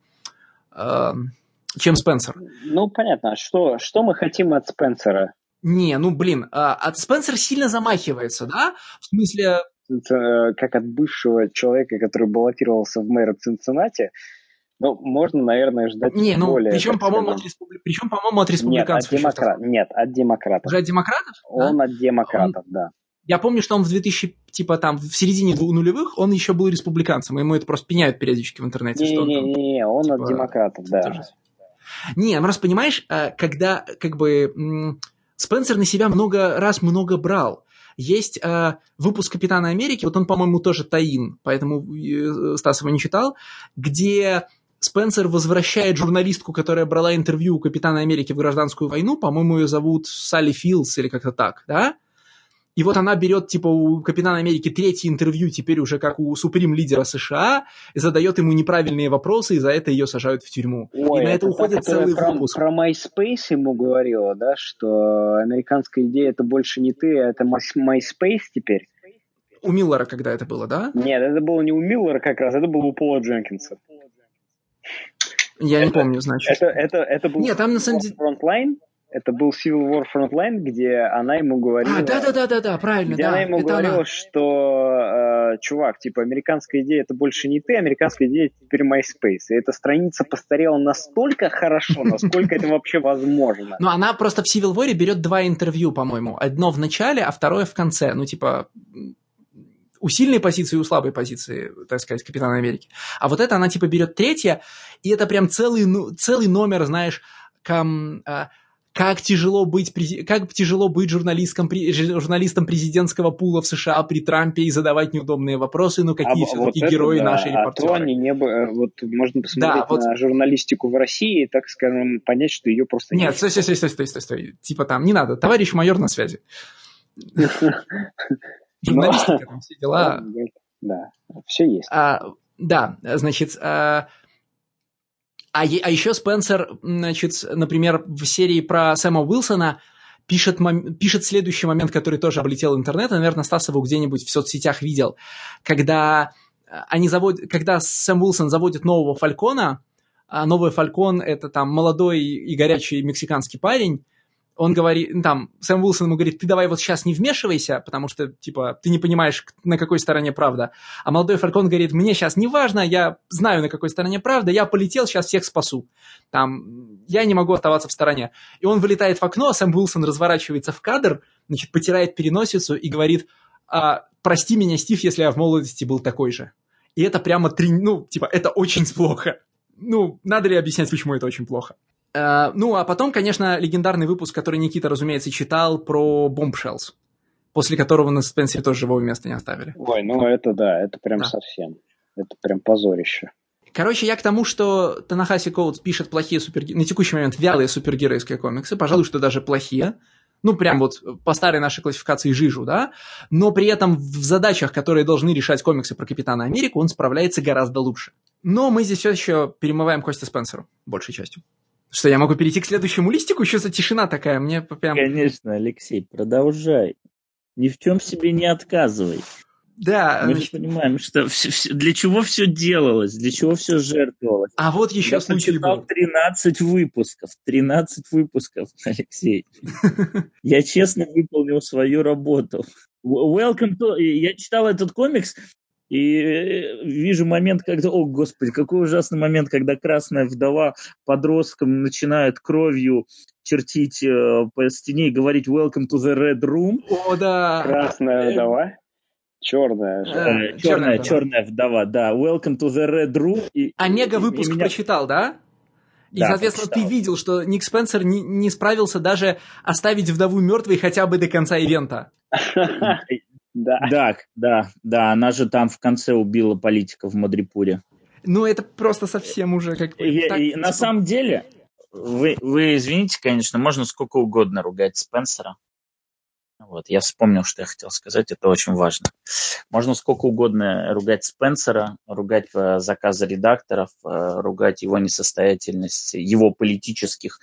S1: чем Спенсер.
S3: Ну, понятно. Что, что мы хотим от Спенсера?
S1: Не, ну, блин, от Спенсера сильно замахивается, да? В смысле...
S3: Это, как от бывшего человека, который баллотировался в мэра Цинциннати, ну, можно, наверное, ждать
S1: не, ну,
S3: более...
S1: Причем, по-моему, от республи... причем, по-моему, от республиканцев.
S3: Нет, от, демокра... Нет, от демократов.
S1: Уже от демократов?
S3: Он
S1: да?
S3: от демократов, он... да.
S1: Я помню, что он в двухтысячном, типа там, в середине нулевых, он еще был республиканцем, ему это просто пеняют периодически в интернете.
S3: Не-не-не, он, он типа, от демократов, да. Тоже...
S1: Не, ну просто понимаешь, когда как бы Спенсер на себя много раз много брал. Есть э, выпуск «Капитана Америки», вот он, по-моему, тоже таин, поэтому э, Стас его не читал, где Спенсер возвращает журналистку, которая брала интервью у Капитана Америки в гражданскую войну, по-моему, ее зовут Салли Филдс или как-то так, да? И вот она берет, типа, у Капитана Америки третье интервью, теперь уже как у суприм-лидера США, и задает ему неправильные вопросы, и за это ее сажают в тюрьму.
S3: Ой,
S1: и на это, это уходит
S3: та,
S1: целый
S3: про,
S1: выпуск.
S3: Про MySpace ему говорила, да, что американская идея — это больше не ты, а это MySpace теперь?
S1: У Миллера когда это было, да?
S3: Нет, это было не у Миллера как раз, это было у Пола Дженкинса.
S1: Я это, не помню, значит.
S3: Это, это, это был
S1: Нет, там на самом деле...
S3: Frontline. Это был Civil War Frontline, где она ему говорила...
S1: А, да-да-да, правильно,
S3: где
S1: да.
S3: она ему
S1: это
S3: говорила,
S1: она.
S3: что, э, чувак, типа, американская идея — это больше не ты, американская идея — теперь MySpace. И эта страница постарела настолько хорошо, насколько это вообще возможно.
S1: Ну, она просто в Civil War берет два интервью, по-моему. Одно в начале, а второе в конце. Ну, типа... у сильной позиции и у слабой позиции, так сказать, Капитана Америки. А вот это она, типа, берет третье, и это прям целый, ну, целый номер, знаешь, кам, а, как тяжело быть, как тяжело быть журналистом, журналистом президентского пула в США при Трампе и задавать неудобные вопросы, ну, какие а все-таки вот герои да. наши репортеры.
S3: А то они не бы, вот можно посмотреть да, вот... на журналистику в России и, так скажем, понять, что ее просто
S1: нет. Нет, стой, стой, стой, стой, стой, стой, типа там, не надо, товарищ майор на связи. Журналистика, там все дела.
S3: Да, все есть.
S1: А, да, значит, а, а, а еще Спенсер, значит, например, в серии про Сэма Уилсона пишет, пишет следующий момент, который тоже облетел интернет, наверное, Стас его где-нибудь в соцсетях видел, когда, они заводят, когда Сэм Уилсон заводит нового Фалькона, а новый Фалькон – это там молодой и горячий мексиканский парень, он говорит, там, Сэм Уилсон ему говорит, ты давай вот сейчас не вмешивайся, потому что, типа, ты не понимаешь, на какой стороне правда. А молодой Фалькон говорит, мне сейчас не важно, я знаю, на какой стороне правда, я полетел, сейчас всех спасу. Там, я не могу оставаться в стороне. И он вылетает в окно, а Сэм Уилсон разворачивается в кадр, значит, потирает переносицу и говорит, а, прости меня, Стив, если я в молодости был такой же. И это прямо, три, ну, типа, это очень плохо. Ну, надо ли объяснять, почему это очень плохо? Uh, ну, а потом, конечно, легендарный выпуск, который Никита, разумеется, читал, про Bombshells, после которого на Спенсере тоже живого места не оставили.
S3: Ой, ну это да, это прям да. совсем. Это прям позорище.
S1: Короче, я к тому, что Танахаси Коутс пишет плохие супергерои, на текущий момент вялые супергеройские комиксы, пожалуй, что даже плохие. Ну, прям вот по старой нашей классификации жижу, да? Но при этом в задачах, которые должны решать комиксы про Капитана Америку, он справляется гораздо лучше. Но мы здесь все еще перемываем кости Спенсеру, большей частью. Что, я могу перейти к следующему листику? Еще за тишина такая, мне прям...
S2: Конечно, Алексей, продолжай. Ни в чем себе не отказывай.
S1: Да.
S2: Мы
S1: значит...
S2: же понимаем, что все, все, для чего все делалось, для чего все жертвовалось.
S1: А вот еще
S2: я
S1: случай был.
S2: тринадцать выпусков, тринадцать выпусков, Алексей. Я честно выполнил свою работу. Welcome to... Я читал этот комикс, и вижу момент, когда... О, Господи, какой ужасный момент, когда красная вдова подросткам начинает кровью чертить э, по стене и говорить «Welcome to the Red Room».
S1: О, да.
S3: Красная вдова? Черная.
S2: Э, черная, черная, черная вдова, да. «Welcome to the Red Room». И,
S1: Омега выпуск меня... прочитал, да? И, да, соответственно, прочитал. Ты видел, что Ник Спенсер не, не справился даже оставить вдову мертвой хотя бы до конца ивента.
S2: Да. да, да, да, она же там в конце убила политика в Мадрипуре.
S1: Ну, это просто совсем уже как бы...
S2: И,
S1: так,
S2: и,
S1: типа...
S2: На самом деле, вы, вы извините, конечно, можно сколько угодно ругать Спенсера. Вот, я вспомнил, что я хотел сказать, это очень важно. Можно сколько угодно ругать Спенсера, ругать заказы редакторов, ругать его несостоятельность, его политических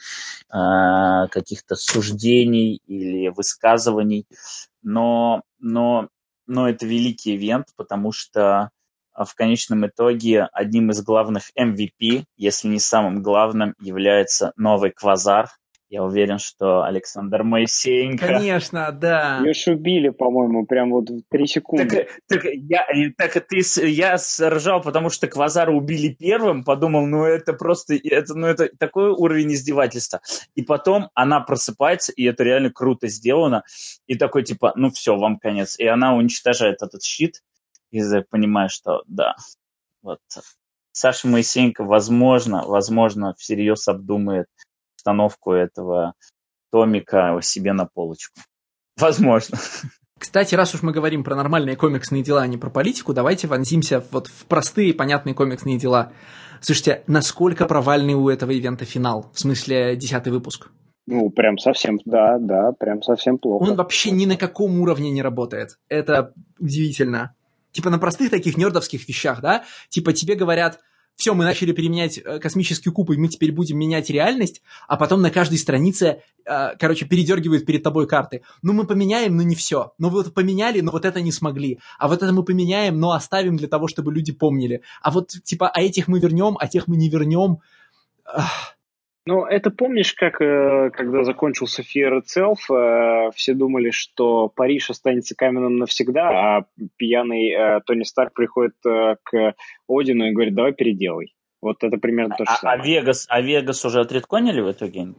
S2: э, каких-то суждений или высказываний, но, но, но это великий ивент, потому что в конечном итоге одним из главных эм ви пи, если не самым главным, является новый Квазар. Я уверен, что Александр Моисеенко...
S1: Конечно, да.
S3: Ее ж убили, по-моему, прям вот в три секунды.
S2: Так, так, я, так ты, я ржал, потому что Квазара убили первым, подумал, ну это просто, это, ну это такой уровень издевательства. И потом она просыпается, и это реально круто сделано. И такой типа, ну все, вам конец. И она уничтожает этот щит, и понимаешь, что да, вот Саша Моисеенко, возможно, возможно, всерьез обдумает установку этого томика себе на полочку. Возможно.
S1: Кстати, раз уж мы говорим про нормальные комиксные дела, а не про политику, давайте вонзимся вот в простые, понятные комиксные дела. Слушайте, насколько провальный у этого ивента финал? В смысле, десятый выпуск?
S3: Ну, прям совсем, да, да, прям совсем плохо.
S1: Он вообще ни на каком уровне не работает. Это удивительно. Типа на простых таких нердовских вещах, да? Типа тебе говорят... Все, мы начали применять космический куб, и мы теперь будем менять реальность, а потом на каждой странице, короче, передергивают перед тобой карты. Ну, мы поменяем, но не все. Ну, вы вот поменяли, но вот это не смогли. А вот это мы поменяем, но оставим для того, чтобы люди помнили. А вот, типа, а этих мы вернем, а тех мы не вернем. Ах.
S3: Ну, это помнишь, как когда закончился Fear Itself, все думали, что Париж останется каменным навсегда, а пьяный Тони Старк приходит к Одину и говорит, давай переделай. Вот это примерно то же
S2: а,
S3: самое.
S2: А Вегас, а Вегас уже отредконили в итоге?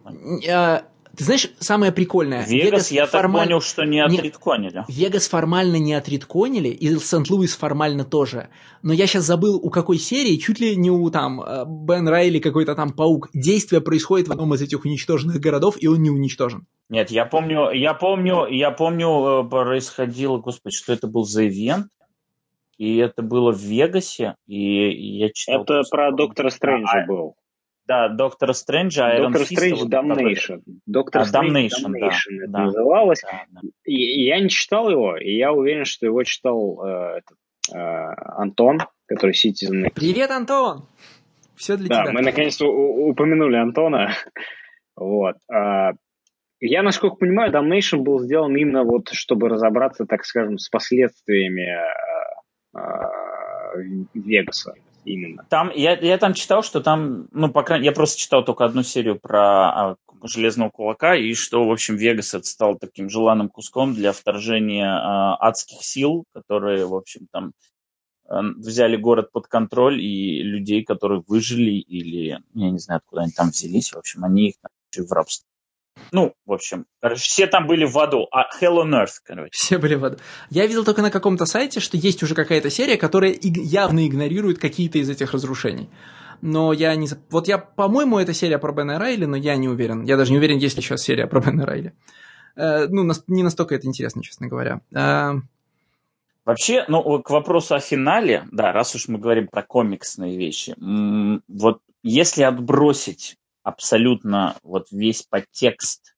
S1: Ты знаешь, самое прикольное...
S2: Вегас, я формаль... так понял, что не отредконили.
S1: Вегас формально не отредконили, и Сент-Луис формально тоже. Но я сейчас забыл, у какой серии, чуть ли не у там Бен Райли какой-то там паук. Действие происходит в одном из этих уничтоженных городов, и он не уничтожен.
S2: Нет, я помню, я помню, я помню, происходило, господи, что это был за ивент. И это было в Вегасе, и я читал...
S3: Это про Доктора Стрэнджа а, был.
S2: Да, Доктора Стрэнджа, Айрон
S3: Доктор
S2: Фиста.
S3: Стрэндж Damnation. Доктор Стрэндж Damnation это называлось. Да, да. И, я не читал его, и я уверен, что его читал э, этот, э, Антон, который Citizen.
S1: Привет, Антон! Все для
S3: да,
S1: тебя.
S3: Да, мы наконец-то упомянули Антона. Вот. Я, насколько понимаю, Damnation был сделан именно вот, чтобы разобраться, так скажем, с последствиями э, э, Вегаса. Именно.
S2: Там, я, я там читал, что там, ну, по крайней мере, я просто читал только одну серию про а, Железного Кулака, и что, в общем, Вегас это стал таким желанным куском для вторжения а, адских сил, которые, в общем, там а, взяли город под контроль, и людей, которые выжили, или, я не знаю, откуда они там взялись, в общем, они их там в рабство. Ну, в общем, короче, все там были в аду, а Hell on Earth, короче.
S1: Все были в аду. Я видел только на каком-то сайте, что есть уже какая-то серия, которая явно игнорирует какие-то из этих разрушений. но я не... Вот я, по-моему, это серия про Бена Райли, но я не уверен. Я даже не уверен, есть ли сейчас серия про Бена Райли. Э, ну, не настолько это интересно, честно говоря. Э...
S2: Вообще, ну, к вопросу о финале, да, раз уж мы говорим про комиксные вещи, вот если отбросить абсолютно вот весь подтекст,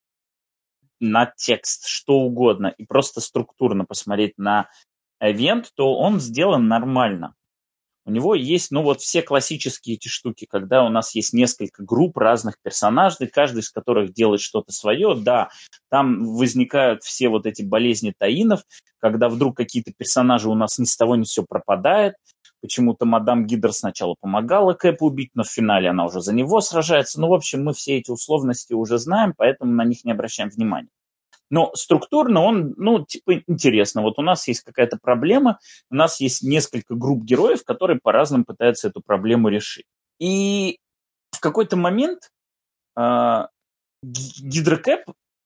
S2: надтекст, что угодно, и просто структурно посмотреть на ивент, то он сделан нормально. У него есть, ну, вот все классические эти штуки, когда у нас есть несколько групп разных персонажей, каждый из которых делает что-то свое. Да, там возникают все вот эти болезни таинов, когда вдруг какие-то персонажи у нас ни с того ни с сего пропадают. Почему-то мадам Гидра сначала помогала Кэпу убить, но в финале она уже за него сражается. Ну, в общем, мы все эти условности уже знаем, поэтому на них не обращаем внимания. Но структурно он, ну, типа, интересно. Вот у нас есть какая-то проблема, у нас есть несколько групп героев, которые по-разному пытаются эту проблему решить. И в какой-то момент э, Гидра Кэп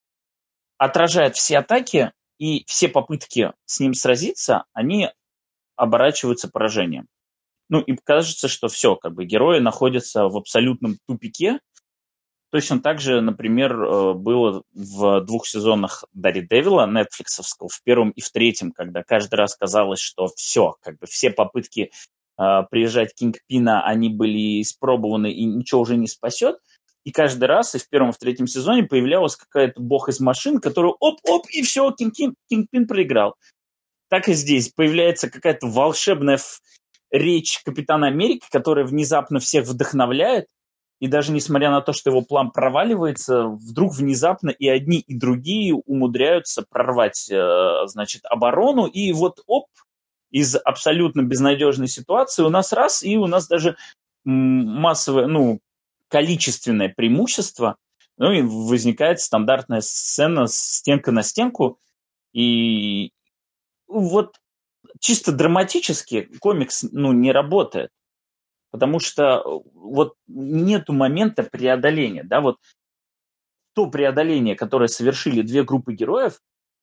S2: отражает все атаки, и все попытки с ним сразиться, они оборачиваются поражением. Ну, и кажется, что все, как бы герои находятся в абсолютном тупике. Точно так же, например, было в двух сезонах Daredevil, нетфликсовского, в первом и в третьем, когда каждый раз казалось, что все, как бы все попытки э, приезжать Кингпина, они были испробованы и ничего уже не спасет. И каждый раз, и в первом, и в третьем сезоне появлялась какая-то бог из машин, который оп-оп, и все, Кингпин, Кингпин проиграл. Так и здесь появляется какая-то волшебная ф- речь Капитана Америки, которая внезапно всех вдохновляет. И даже несмотря на то, что его план проваливается, вдруг внезапно и одни, и другие умудряются прорвать, значит, оборону. И вот, оп, из абсолютно безнадежной ситуации у нас раз, и у нас даже массовое, ну, количественное преимущество. Ну, и возникает стандартная сцена стенка на стенку. И вот чисто драматически комикс, ну, не работает. Потому что вот нету момента преодоления, да, вот то преодоление, которое совершили две группы героев,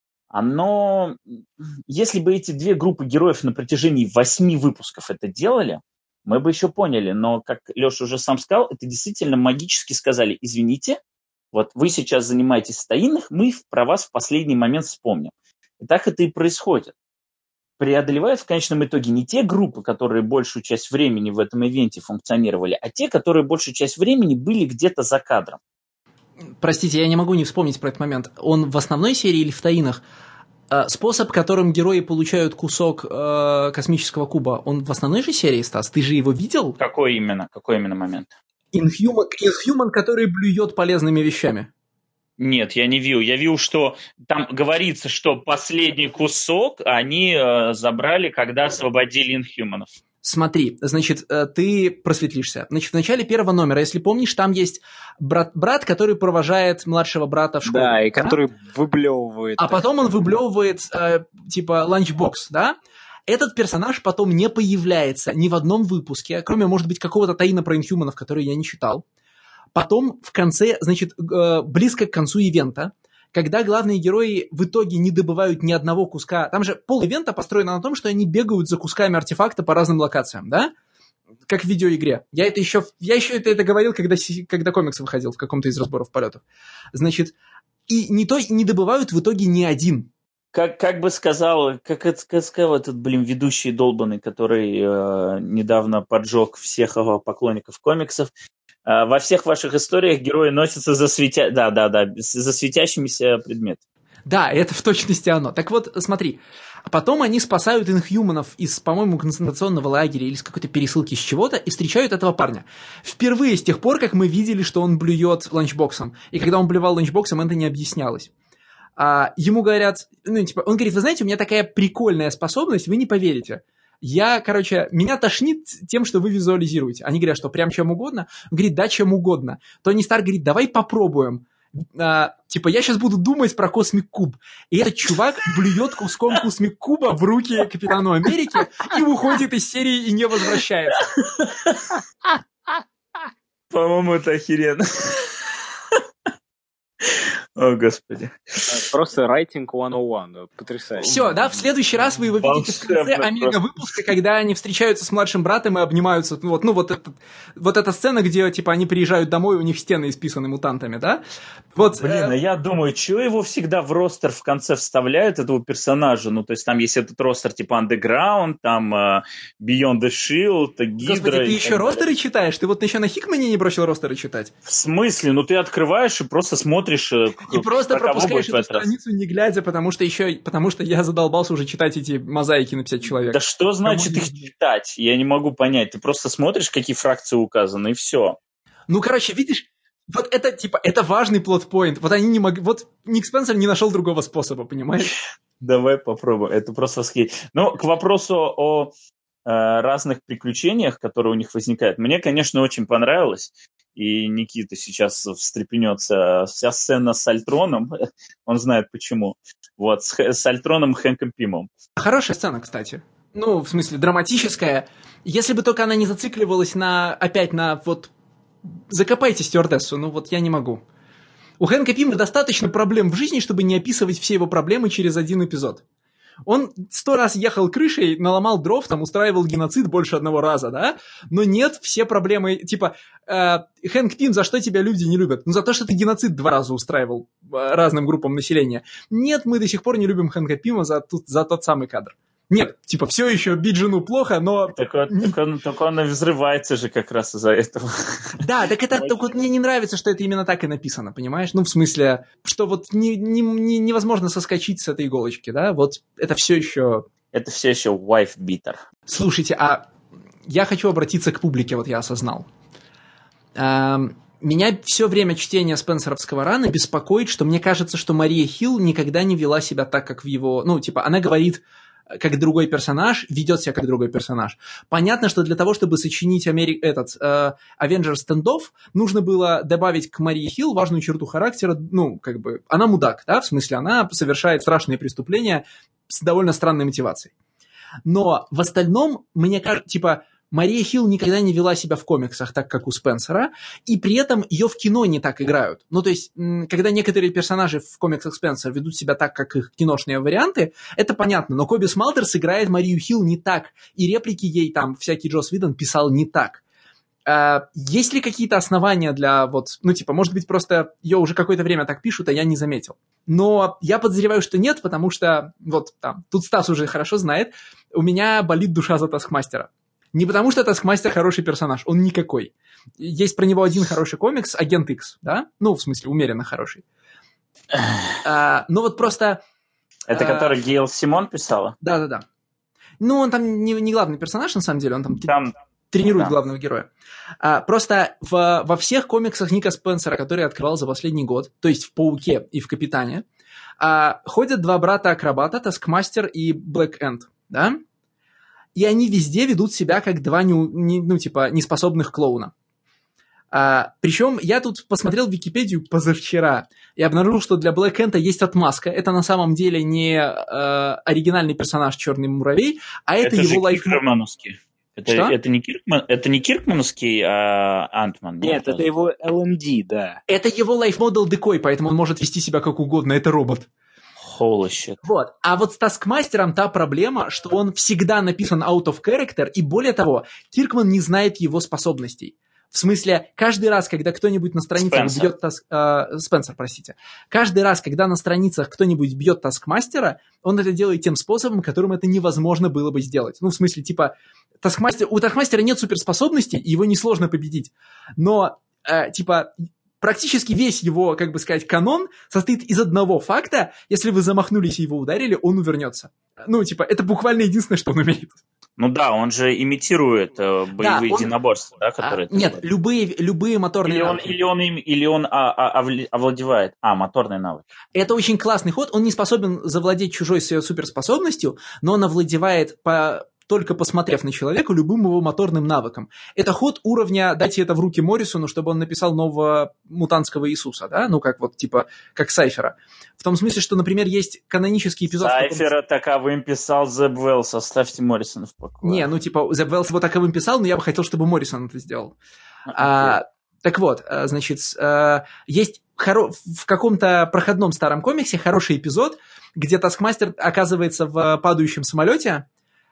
S2: оно, если бы эти две группы героев на протяжении восьми выпусков это делали, мы бы еще поняли, но, как Леша уже сам сказал, это действительно магически сказали, извините, вот вы сейчас занимаетесь таинных, мы про вас в последний момент вспомним. И так это и происходит. Преодолевают в конечном итоге не те группы, которые большую часть времени в этом ивенте функционировали, а те, которые большую часть времени были где-то за кадром.
S1: Простите, я не могу не вспомнить про этот момент. Он в основной серии или в таинах? Способ, которым герои получают кусок э, космического куба, он в основной же серии, Стас? Ты же его видел?
S2: Какой именно? Какой именно момент?
S1: Inhuman, Inhuman, который блюет полезными вещами.
S2: Нет, я не видел. Я видел, что там говорится, что последний кусок они э, забрали, когда освободили инхьюманов.
S1: Смотри, значит, ты просветлишься. Значит, в начале первого номера, если помнишь, там есть брат, брат, который провожает младшего брата в школу.
S3: Да, и
S1: да?
S3: который выблевывает.
S1: А потом он выблевывает, э, типа, ланчбокс, да? Этот персонаж потом не появляется ни в одном выпуске, кроме, может быть, какого-то таина про инхьюманов, который я не читал. Потом в конце, значит, э, близко к концу ивента, когда главные герои в итоге не добывают ни одного куска. Там же пол ивента построено на том, что они бегают за кусками артефакта по разным локациям, да? Как в видеоигре. Я это еще, я еще это, это говорил, когда, когда комикс выходил в каком-то из разборов полетов. Значит, и не, то, не добывают в итоге ни один.
S2: Как, как бы сказал, как, это, как сказал этот, блин, ведущий долбанный, который э, недавно поджег всех поклонников комиксов, э, во всех ваших историях герои носятся за, светя... да, да, да, за светящимися предметами.
S1: Да, это в точности оно. Так вот, смотри, потом они спасают инхьюманов из, по-моему, концентрационного лагеря или с какой-то пересылки с чего-то и встречают этого парня. Впервые с тех пор, как мы видели, что он блюет ланчбоксом. И когда он блювал ланчбоксом, это не объяснялось. А, ему говорят, ну, типа, он говорит, вы знаете, у меня такая прикольная способность, вы не поверите. Я, короче, меня тошнит тем, что вы визуализируете. Они говорят, что прям чем угодно? Он говорит, да, чем угодно. Тони Старк говорит, давай попробуем. А, типа, я сейчас буду думать про Космик Куб. И этот чувак блюет куском Космик Куба в руки Капитану Америки и уходит из серии и не возвращается.
S2: По-моему, это охеренно. О, господи.
S4: Просто writing сто один. Потрясающе.
S1: Все, да, в следующий раз вы его видите в конце омега-выпуска, когда они встречаются с младшим братом и обнимаются. Вот, ну, вот, этот, вот эта сцена, где, типа, они приезжают домой, у них стены исписаны мутантами, да? Вот,
S2: Блин,
S1: э...
S2: а я думаю, чего его всегда в ростер в конце вставляют, этого персонажа? Ну, то есть там есть этот ростер типа Underground, там uh, Beyond the Shield, Гидра...
S1: Господи, ты еще ростеры читаешь? Ты вот еще на Хикмане не бросил ростеры читать?
S2: В смысле? Ну, ты открываешь и просто смотришь...
S1: И просто пропускаешь эту страницу, не глядя, потому что еще, потому что я задолбался уже читать эти мозаики на пятьдесят человек.
S2: Да что значит
S1: Кому
S2: их читать? Я не могу понять. Ты просто смотришь, какие фракции указаны, и все.
S1: Ну, короче, видишь, вот это, типа, это важный плот-поинт. Вот они не могли... Вот Ник Спенсер не нашел другого способа, понимаешь?
S2: Давай попробуем. Это просто восхитительно. Ну, к вопросу о э, разных приключениях, которые у них возникают. Мне, конечно, очень понравилось. И Никита сейчас встрепенется. Вся сцена с Альтроном, он знает почему. Вот, с, с Альтроном Хэнком Пимом.
S1: Хорошая сцена, кстати. Ну, в смысле, драматическая. Если бы только она не зацикливалась на, опять на вот... Закопайте стюардессу, ну вот я не могу. У Хэнка Пима достаточно проблем в жизни, чтобы не описывать все его проблемы через один эпизод. Он сто раз ехал крышей, наломал дров, там устраивал геноцид больше одного раза, да? Но нет, все проблемы, типа, э, Хэнк Пим, за что тебя люди не любят? Ну, за то, что ты геноцид два раза устраивал э, разным группам населения. Нет, мы до сих пор не любим Хэнка Пима за, тут, за тот самый кадр. Нет, типа, все еще бить жену плохо, но...
S2: Так, вот, так, он, так он и взрывается же как раз из-за этого.
S1: Да, так это, так вот мне не нравится, что это именно так и написано, понимаешь? Ну, в смысле, что вот не, не, не, невозможно соскочить с этой иголочки, да? Вот это все еще...
S2: Это все еще wife-beater.
S1: Слушайте, а я хочу обратиться к публике, вот я осознал. Эм... Меня все время чтения Спенсеровского рана беспокоит, что мне кажется, что Мария Хилл никогда не вела себя так, как в его... Ну, типа, она говорит... как другой персонаж, ведет себя как другой персонаж. Понятно, что для того, чтобы сочинить Амери... этот э, Avengers Standoff, нужно было добавить к Марии Хилл важную черту характера, ну, как бы, она мудак, да, в смысле, она совершает страшные преступления с довольно странной мотивацией. Но в остальном, мне кажется, типа, Мария Хилл никогда не вела себя в комиксах так, как у Спенсера, и при этом ее в кино не так играют. Ну, то есть, когда некоторые персонажи в комиксах Спенсера ведут себя так, как их киношные варианты, это понятно, но Коби Смалтерс играет Марию Хилл не так, и реплики ей там всякий Джосс Уидон писал не так. А, есть ли какие-то основания для вот, ну, типа, может быть, просто ее уже какое-то время так пишут, а я не заметил. Но я подозреваю, что нет, потому что, вот, там, тут Стас уже хорошо знает, у меня болит душа за Таскмастера. Не потому, что Таскмастер хороший персонаж, он никакой. Есть про него один хороший комикс, Агент Икс, да? Ну, в смысле, умеренно хороший. а, ну, вот просто...
S2: Это а, который Гейл Симон писала?
S1: Да-да-да. Ну, он там не, не главный персонаж, на самом деле, он там, там тренирует да. главного героя. А, просто в, во всех комиксах Ника Спенсера, которые я открывал за последний год, то есть в «Пауке» и в «Капитане», а, ходят два брата-акробата, Таскмастер и Блэк Энд, да? И они везде ведут себя как два, не, не, ну, типа, неспособных клоуна. А, причем я тут посмотрел Википедию позавчера и обнаружил, что для Блэк Энта есть отмазка. Это на самом деле не э, оригинальный персонаж Черный муравей, а это, это его лайф...
S2: Это, это, не Киркман, это не Киркмановский а, Антман?
S4: Нет, это его эл эм ди, да.
S1: Это его лайф-модел декой, поэтому он может вести себя как угодно. Это робот.
S2: Holy shit.
S1: Вот. А вот с Таскмастером та проблема, что он всегда написан out of character, и более того, Киркман не знает его способностей. В смысле, каждый раз, когда кто-нибудь на страницах Спенсер. бьет... Таск... Э, Спенсер, простите. Каждый раз, когда на страницах кто-нибудь бьет Таскмастера, он это делает тем способом, которым это невозможно было бы сделать. Ну, в смысле, типа, Таскмастер... у Таскмастера нет суперспособностей, его несложно победить. Но, э, типа... Практически весь его, как бы сказать, канон состоит из одного факта. Если вы замахнулись и его ударили, он увернется. Ну, типа, это буквально единственное, что он умеет.
S2: Ну да, он же имитирует э, боевые да, он... единоборства, да, которые...
S1: А, нет, любые, любые моторные
S2: или он,
S1: навыки.
S2: Или он, или он а, а, овладевает... А, моторный навык.
S1: Это очень классный ход. Он не способен завладеть чужой своей суперспособностью, но он овладевает по... только посмотрев на человека любым его моторным навыком. Это ход уровня «дайте это в руки Моррисону, чтобы он написал нового мутантского Иисуса», да? Ну, как вот, типа, как Сайфера. В том смысле, что, например, есть канонический эпизод...
S2: Сайфера котором... таковым писал Зеб Уэллс, оставьте Моррисона в покое.
S1: Не, ну, типа, Зеб Уэллс его таковым писал, но я бы хотел, чтобы Моррисон это сделал. Okay. А, Так вот, значит, есть хоро... в каком-то проходном старом комиксе хороший эпизод, где Таскмастер оказывается в падающем самолете,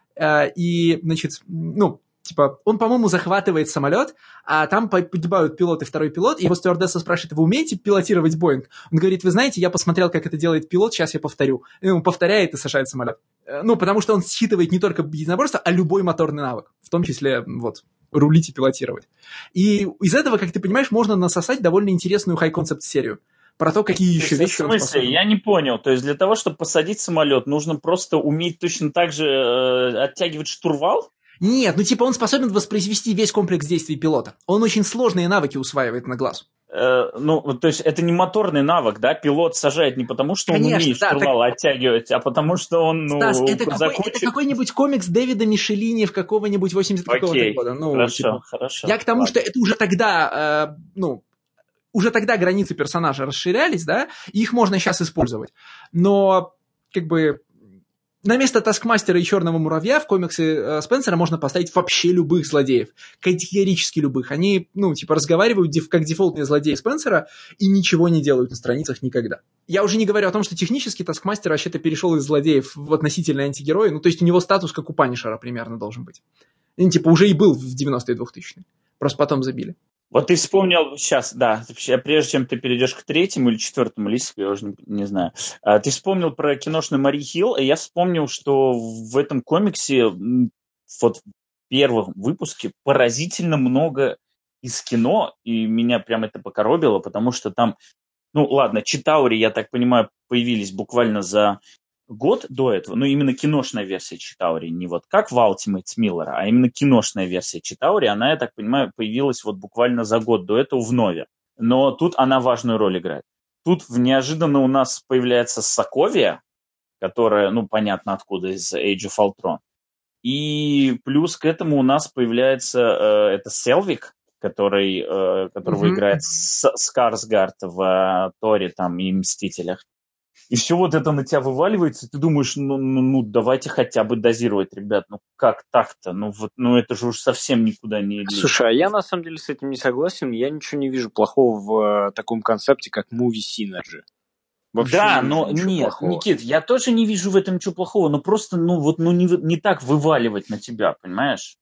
S1: и, значит, ну, типа, он, по-моему, захватывает самолет, а там погибают пилот и второй пилот, и его стюардесса спрашивает: вы умеете пилотировать Боинг? Он говорит: вы знаете, я посмотрел, как это делает пилот, сейчас я повторю. И он повторяет и сажает самолет. Ну, потому что он считывает не только единоборство, а любой моторный навык, в том числе, вот, рулить и пилотировать. И из этого, как ты понимаешь, можно насосать довольно интересную хай-концепт-серию про то, какие то еще вещи
S2: он способен. В смысле? Я не понял. То есть для того, чтобы посадить самолет, нужно просто уметь точно так же э, оттягивать штурвал?
S1: Нет, ну типа он способен воспроизвести весь комплекс действий пилота. Он очень сложные навыки усваивает на глаз.
S2: Э, ну, то есть это не моторный навык, да? Пилот сажает не потому, что
S1: Конечно,
S2: он умеет
S1: да,
S2: штурвал
S1: так...
S2: оттягивать, а потому что он, ну,
S1: Стас, это, какой,
S2: закончит...
S1: это какой-нибудь комикс Дэвида Мишелини в какого-нибудь восемьдесят какого-то года. Ну,
S2: хорошо,
S1: типа,
S2: хорошо.
S1: Я к тому,
S2: ладно.
S1: что это уже тогда, э, ну, уже тогда границы персонажа расширялись, да, и их можно сейчас использовать. Но, как бы, на место Таскмастера и Черного Муравья в комиксе э, Спенсера можно поставить вообще любых злодеев. Категорически любых. Они, ну, типа, разговаривают деф- как дефолтные злодеи Спенсера и ничего не делают на страницах никогда. Я уже не говорю о том, что технически Таскмастер вообще-то перешел из злодеев в относительно антигероя. Ну, то есть у него статус как у Панишера примерно должен быть. Он, типа, уже и был в девяностые и двухтысячные. Просто потом забили.
S2: Вот ты вспомнил сейчас, да, прежде чем ты перейдешь к третьему или четвертому листу, я уже не, не знаю, ты вспомнил про киношную Мари Хилл, и я вспомнил, что в этом комиксе, вот в первом выпуске, поразительно много из кино, и меня прям это покоробило, потому что там, ну ладно, Читаури, я так понимаю, появились буквально за год до этого, ну, именно киношная версия Читаури, не вот как в Ultimates Миллера, а именно киношная версия Читаури, она, я так понимаю, появилась вот буквально за год до этого в Нове. Но тут она важную роль играет. Тут неожиданно у нас появляется Соковия, которая, ну, понятно откуда, из Age of Ultron. И плюс к этому у нас появляется э, это Селвик, который, э, которого mm-hmm. играет Скарсгард в э, Торе там, и Мстителях. И все вот это на тебя вываливается, и ты думаешь, ну, ну, ну давайте хотя бы дозировать, ребят, ну как так-то? Ну, вот, ну это же уж совсем никуда не лезет.
S4: Слушай, а я на самом деле с этим не согласен, я ничего не вижу плохого в э, таком концепте, как movie synergy.
S2: Вообще да, но нет, плохого. Никит, я тоже не вижу в этом ничего плохого, но просто, ну вот, ну не, не так вываливать на тебя, понимаешь?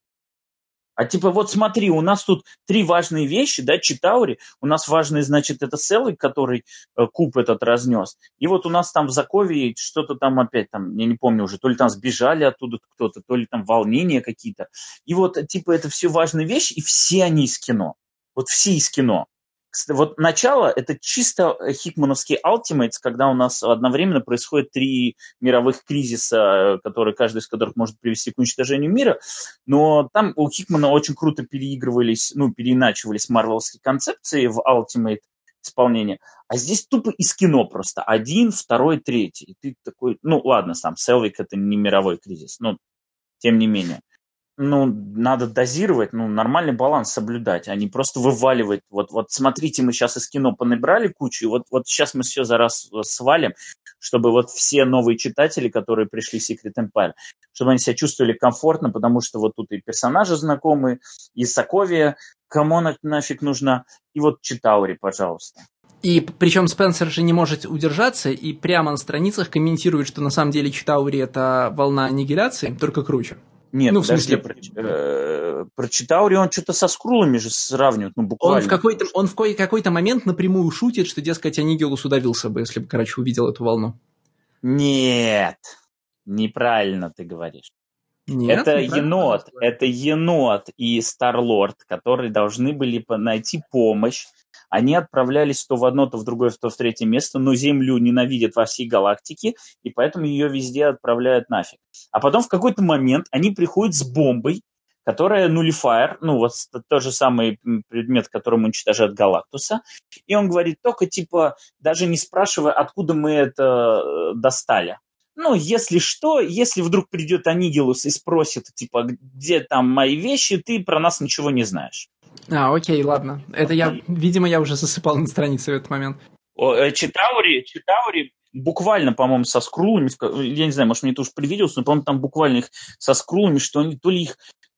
S2: А типа вот смотри, у нас тут три важные вещи, да, Читаури, у нас важный, значит, это Селвик, который э, куб этот разнес, и вот у нас там в Закове что-то там опять там, я не помню уже, то ли там сбежали оттуда кто-то, то ли там волнения какие-то, и вот типа это все важные вещи, и все они из кино, вот все из кино. Вот начало – это чисто хикмановский Ultimates, когда у нас одновременно происходит три мировых кризиса, которые, каждый из которых может привести к уничтожению мира. Но там у Хикмана очень круто переигрывались, ну, переиначивались марвеловские концепции в Ultimate исполнении. А здесь тупо из кино просто. Один, второй, третий. И ты такой, ну, ладно, сам Селвик – это не мировой кризис, но тем не менее. Ну, надо дозировать, ну, нормальный баланс соблюдать, а не просто вываливать. Вот, вот смотрите, мы сейчас из кино понабрали кучу, и вот, вот сейчас мы все за раз свалим, чтобы вот все новые читатели, которые пришли в Secret Empire, чтобы они себя чувствовали комфортно, потому что вот тут и персонажи знакомые, и Соковия, кому она нафиг нужна, и вот Читаури, пожалуйста.
S1: И причем Спенсер же не может удержаться и прямо на страницах комментирует, что на самом деле Читаури – это волна аннигиляции, только круче.
S2: Нет,
S1: ну, в
S2: подожди,
S1: смысле,
S2: про, э, про Читаури он что-то со скрулами же сравнивает, ну, буквально.
S1: Он в какой-то, он в какой-то момент напрямую шутит, что, дескать, Аннигилус удавился бы, если бы, короче, увидел эту волну.
S2: Нет, неправильно ты говоришь.
S1: Нет,
S2: это енот, это енот и Старлорд, которые должны были найти помощь. Они отправлялись то в одно, то в другое, то в третье место, но Землю ненавидят во всей галактике, и поэтому ее везде отправляют нафиг. А потом в какой-то момент они приходят с бомбой, которая нулифайер, ну вот тот же самый предмет, которым уничтожают Галактуса, и он говорит только типа, даже не спрашивая, откуда мы это достали. Ну, если что, если вдруг придет Аннигилус и спросит, типа, где там мои вещи, ты про нас ничего не знаешь.
S1: А, окей, ладно. Это я, видимо, я уже засыпал на странице в этот момент.
S2: Читаури, Читаури буквально, по-моему, со скрулами, я не знаю, может, мне это уж привиделось, но, по-моему, там буквально их со скрулами, что они то ли их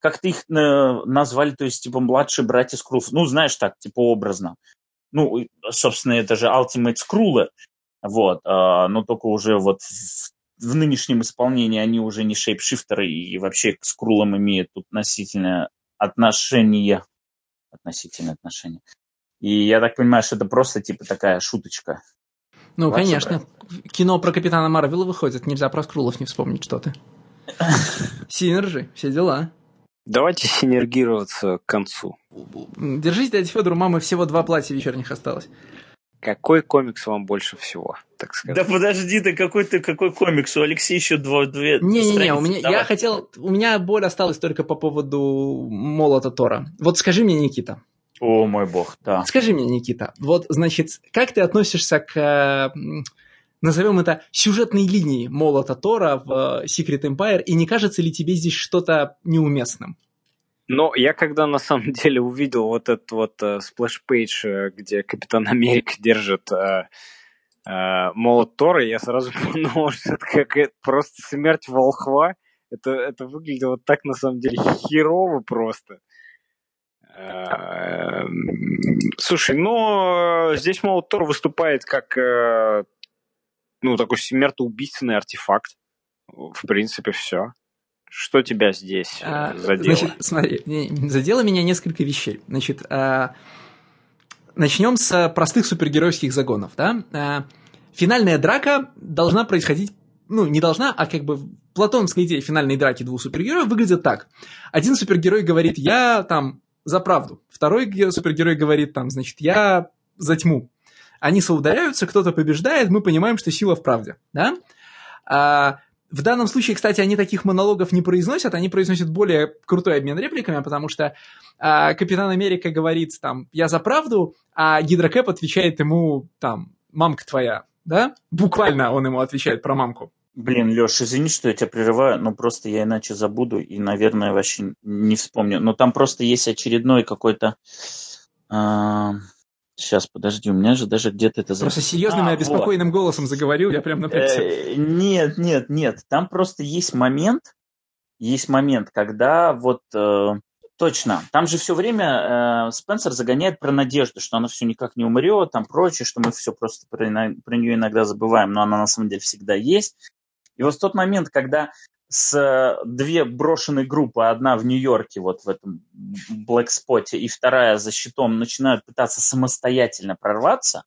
S2: как-то их э, назвали, то есть, типа, младшие братья Скрулов. Ну, знаешь, так, типа, образно. Ну, собственно, это же Ultimate Скрулы, вот, э, но только уже вот в, в нынешнем исполнении они уже не шейпшифтеры и вообще к Скрулам имеют тут относительное отношение. Относительное отношение. И я так понимаю, что это просто, типа, такая шуточка.
S1: Ну,
S2: Младший
S1: конечно.
S2: брат.
S1: Кино про Капитана Марвела выходит, нельзя про Скрулов не вспомнить, что ты. Синержи, все дела.
S4: Давайте синергироваться к концу.
S1: Держись, дядя Федор, у мамы всего два платья вечерних осталось.
S4: Какой комикс вам больше всего, так сказать?
S2: Да подожди ты, какой ты, какой комикс? У Алексея еще два, две
S1: Не-не-не, у меня,
S2: Давай.
S1: я хотел, у меня боль осталась только по поводу молота Тора. Вот скажи мне, Никита.
S2: О, мой бог, да.
S1: Скажи мне, Никита, вот, значит, как ты относишься к, назовем это, сюжетной линии молота Тора в Secret Empire, и не кажется ли тебе здесь что-то неуместным?
S4: Но я когда на самом деле увидел вот этот вот uh, сплэш-пейдж, где Капитан Америка держит uh, uh, молот Тора, я сразу подумал, что это какая-то просто смерть волхва. Это, это выглядело так на самом деле херово просто. Uh, слушай, ну здесь молот Тора выступает как uh, ну, такой смертоубийственный артефакт. В принципе, все. Что тебя здесь а, задело?
S1: Значит, смотри, задело меня несколько вещей. Значит, а, начнем с простых супергеройских загонов. Да? А, финальная драка должна происходить, ну, не должна, а как бы платоновская идея финальной драки двух супергероев выглядит так. Один супергерой говорит, я там за правду. Второй супергерой говорит, там, значит, я за тьму. Они соударяются, кто-то побеждает, мы понимаем, что сила в правде. Да? А, В данном случае, кстати, они таких монологов не произносят, они произносят более крутой обмен репликами, потому что э, Капитан Америка говорит, там, я за правду, а Гидрокэп отвечает ему, там, мамка твоя, да? Буквально он ему отвечает про мамку.
S2: Блин, Леш, извини, что я тебя прерываю, но просто я иначе забуду и, наверное, вообще не вспомню. Но там просто есть очередной какой-то... Э... Сейчас, подожди, у меня же даже где-то это...
S1: Просто серьезным а, и обеспокоенным вот. голосом заговорил, я прям напрягся.
S2: Э, нет, нет, нет, там просто есть момент, есть момент, когда вот... Э, точно, там же все время э, Спенсер загоняет про надежду, что она все никак не умрет, там прочее, что мы все просто про, про нее иногда забываем, но она на самом деле всегда есть. И вот в тот момент, когда с две брошенные группы, одна в Нью-Йорке, вот в этом блэкспоте, и вторая за щитом, начинают пытаться самостоятельно прорваться,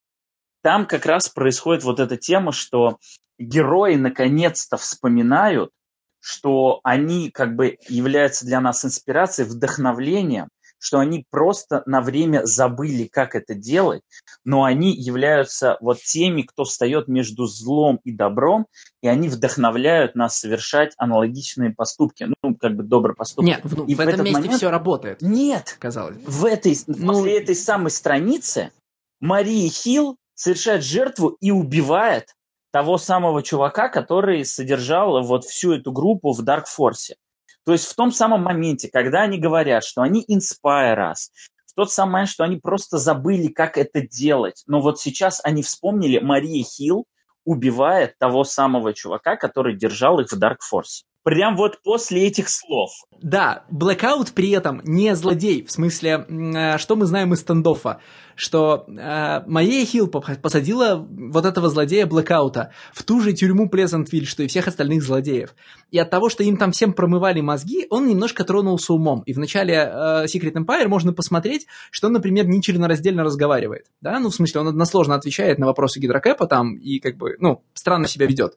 S2: там как раз происходит вот эта тема, что герои наконец-то вспоминают, что они как бы являются для нас инспирацией, вдохновлением, что они просто на время забыли, как это делать, но они являются вот теми, кто встает между злом и добром, и они вдохновляют нас совершать аналогичные поступки, ну, как бы добрые поступки.
S1: Нет, ну, в, в этом месте момент... все работает.
S2: Нет,
S1: казалось бы.
S2: В этой,
S1: ну...
S2: после этой самой страницы Мария Хилл совершает жертву и убивает того самого чувака, который содержал вот всю эту группу в Dark Force. То есть в том самом моменте, когда они говорят, что они inspire us, в тот самый момент, что они просто забыли, как это делать, но вот сейчас они вспомнили, Мария Хилл убивает того самого чувака, который держал их в Dark Force. Прям вот после этих слов.
S1: Да, Blackout при этом не злодей, в смысле, что мы знаем из стендоффа, что э, Мария Хилл посадила вот этого злодея Блэкаута в ту же тюрьму Плезантвиль, что и всех остальных злодеев. И от того, что им там всем промывали мозги, он немножко тронулся умом. И в начале э, Secret Empire можно посмотреть, что он, например, нечленораздельно разговаривает. Да? Ну, в смысле, он односложно отвечает на вопросы Гидрокэпа там и, как бы, ну, странно себя ведет.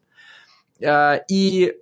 S1: Э, и...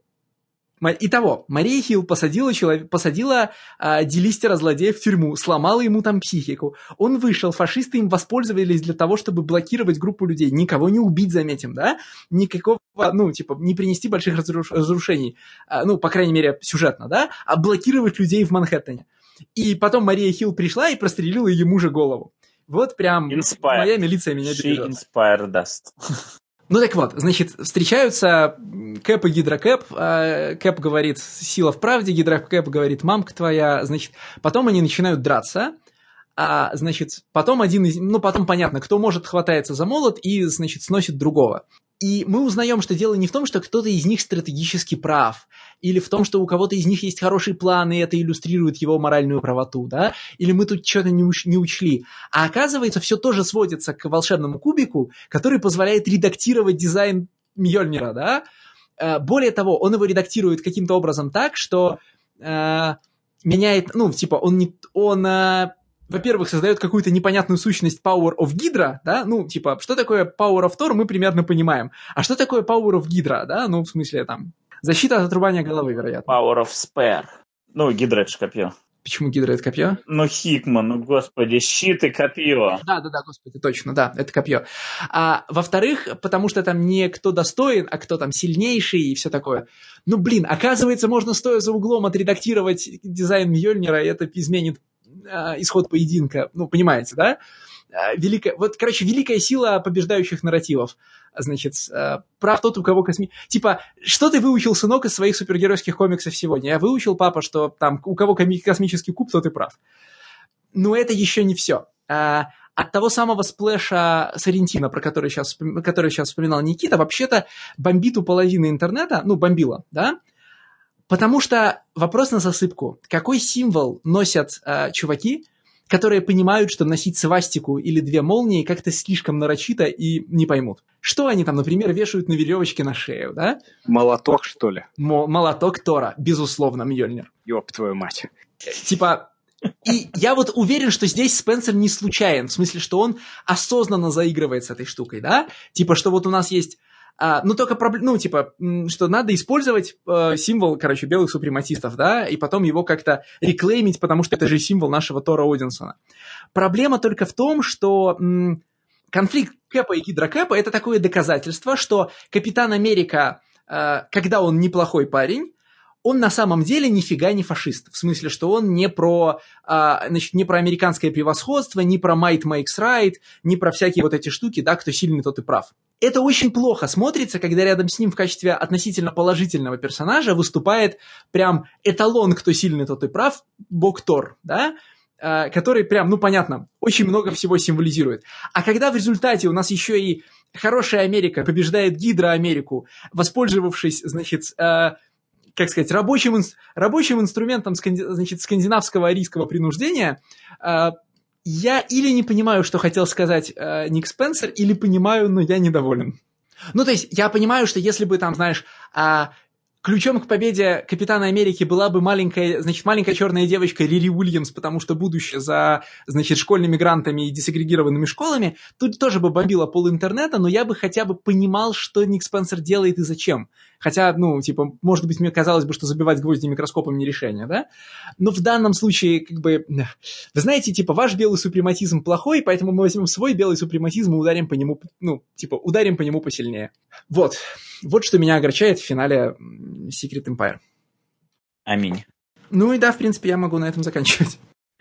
S1: Итого, Мария Хилл посадила, человек, посадила а, делистера-злодея в тюрьму, сломала ему там психику. Он вышел, фашисты им воспользовались для того, чтобы блокировать группу людей. Никого не убить, заметим, да? Никакого, ну, типа, не принести больших разруш- разрушений, а, ну, по крайней мере, сюжетно, да? А блокировать людей в Манхэттене. И потом Мария Хилл пришла и прострелила ему же голову. Вот прям
S2: Inspired.
S1: Моя милиция меня бережет.
S2: She inspired us.
S1: Ну так вот, значит, встречаются Кэп и Гидрокэп. Кэп говорит «сила в правде», Гидрокэп говорит «мамка твоя». Значит, потом они начинают драться. А, значит, потом один из... Ну, потом понятно, кто может, хватается за молот и, значит, сносит другого. И мы узнаем, что дело не в том, что кто-то из них стратегически прав, или в том, что у кого-то из них есть хороший план, и это иллюстрирует его моральную правоту, да, или мы тут что-то не, уч- не учли. А оказывается, все тоже сводится к волшебному кубику, который позволяет редактировать дизайн Мьёльнира, да. Более того, он его редактирует каким-то образом так, что э, меняет, ну, типа, он, не, он э, во-первых, создает какую-то непонятную сущность Power of Hydra, да, ну, типа, что такое Power of Thor, мы примерно понимаем. А что такое Power of Hydra, да, ну, в смысле, там, защита от отрубания головы, вероятно.
S2: Power of Spare. Ну, Гидра — это же копье.
S1: Почему Гидра — это копье?
S2: Ну, Хикман, ну, господи, щит и копье.
S1: Да-да-да, господи, точно, да, это копье. А, во-вторых, потому что там не кто достоин, а кто там сильнейший и все такое. Ну, блин, оказывается, можно, стоя за углом, отредактировать дизайн Мьёльнира, и это изменит а, исход поединка. Ну, понимаете, да? А, великая, вот, короче, великая сила побеждающих нарративов. Значит, а, прав тот, у кого косми... Типа, что ты выучил, сынок, из своих супергеройских комиксов сегодня? Я выучил, папа, что там у кого космический куб, тот и прав. Но это еще не все. А, от того самого сплэша Соррентино, про который сейчас, который сейчас вспоминал Никита, вообще-то бомбит у половины интернета, ну, бомбило, да, потому что вопрос на засыпку. Какой символ носят а, чуваки, которые понимают, что носить свастику или две молнии как-то слишком нарочито и не поймут? Что они там, например, вешают на веревочке на шею, да?
S4: Молоток, что ли?
S1: Мо- молоток Тора, безусловно, Мьёльнир.
S4: Ёб твою мать.
S1: Типа... И я вот уверен, что здесь Спенсер не случайен, в смысле, что он осознанно заигрывает с этой штукой, да? Типа, что вот у нас есть... А, ну, только проблема... Ну, типа, что надо использовать э, символ, короче, белых супрематистов, да? И потом его как-то реклеймить, потому что это же символ нашего Тора Одинсона. Проблема только в том, что м, конфликт Кэпа и Гидра Кэпа — это такое доказательство, что Капитан Америка, э, когда он неплохой парень, он на самом деле нифига не фашист. В смысле, что он не про, а, значит, не про американское превосходство, не про might makes right, не про всякие вот эти штуки, да, кто сильный, тот и прав. Это очень плохо смотрится, когда рядом с ним в качестве относительно положительного персонажа выступает прям эталон, кто сильный, тот и прав, бог Тор, да, а, который прям, ну, понятно, очень много всего символизирует. А когда в результате у нас еще и хорошая Америка побеждает Гидра Америку, воспользовавшись, значит, а, как сказать, рабочим, рабочим инструментом сканди, значит, скандинавского арийского принуждения, э, я или не понимаю, что хотел сказать э, Ник Спенсер, или понимаю, но я недоволен. Ну, то есть, я понимаю, что если бы там, знаешь, э, ключом к победе Капитана Америки была бы маленькая, значит, маленькая черная девочка Рири Уильямс, потому что будущее за, значит, школьными грантами и десегрегированными школами, тут тоже бы бомбило пол интернета, но я бы хотя бы понимал, что Ник Спенсер делает и зачем. Хотя, ну, типа, может быть, мне казалось бы, что забивать гвозди микроскопом не решение, да? Но в данном случае, как бы, вы знаете, типа, ваш белый супрематизм плохой, поэтому мы возьмем свой белый супрематизм и ударим по нему, ну, типа, ударим по нему посильнее. Вот. Вот что меня огорчает в финале Secret Empire.
S2: Аминь.
S1: Ну и да, в принципе, я могу на этом заканчивать.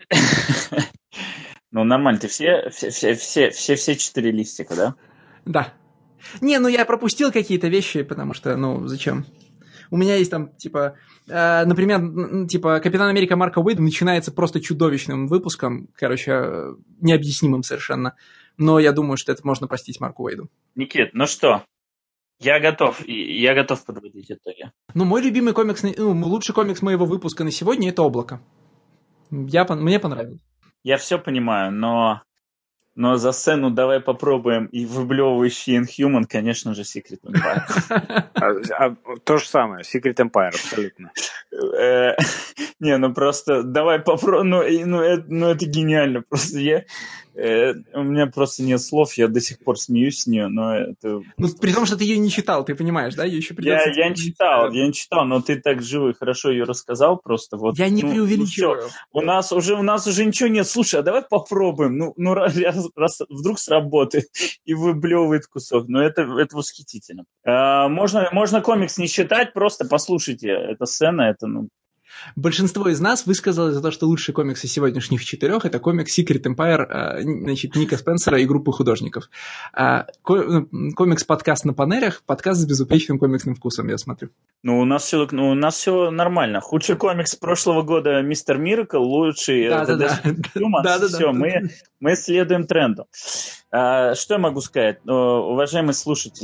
S2: Ну, нормально. Ты все, все, все, все, все, все четыре листика, да?
S1: Да. Не, ну я пропустил какие-то вещи, потому что, ну, зачем? У меня есть там, типа, э, например, типа, Капитан Америка Марка Уэйда начинается просто чудовищным выпуском, короче, необъяснимым совершенно. Но я думаю, что это можно простить Марку Уэйду.
S2: Никит, ну что? Я готов, я готов подводить итоги.
S1: Ну, мой любимый комикс, ну, лучший комикс моего выпуска на сегодня – это «Облако». Я, мне понравилось.
S2: Я все понимаю, но, но за сцену давай попробуем и выблевывающий Inhuman, конечно же, Secret Empire.
S4: А, а, то же самое, Secret Empire, абсолютно.
S2: Не, ну просто давай попробуем, ну это гениально, просто я... У меня просто нет слов, я до сих пор смеюсь с нее, но это...
S1: Ну, при том, что ты ее не читал, ты понимаешь, да? Ее еще придется...
S2: Я, я не читал, я не читал, но ты так живо и хорошо ее рассказал просто. Вот,
S1: я не
S2: ну,
S1: преувеличиваю.
S2: Ну, у, нас уже, у нас уже ничего нет. Слушай, а давай попробуем. Ну, ну раз, раз вдруг сработает и выблевывает кусок. Но это, это восхитительно. А, можно, можно комикс не читать, просто послушайте. Эта сцена, это, ну...
S1: Большинство из нас высказалось за то, что лучший комикс из сегодняшних четырех – это комикс Secret Empire, значит, Ника Спенсера и группы художников. Комикс-подкаст на панелях, подкаст с безупречным комиксным вкусом, я смотрю.
S2: Ну, у нас все, ну, у нас все нормально. Худший комикс прошлого года «Мистер Миракл», лучший
S1: да-да-да.
S2: Все, мы, мы следуем тренду. А, что я могу сказать, уважаемые слушатели?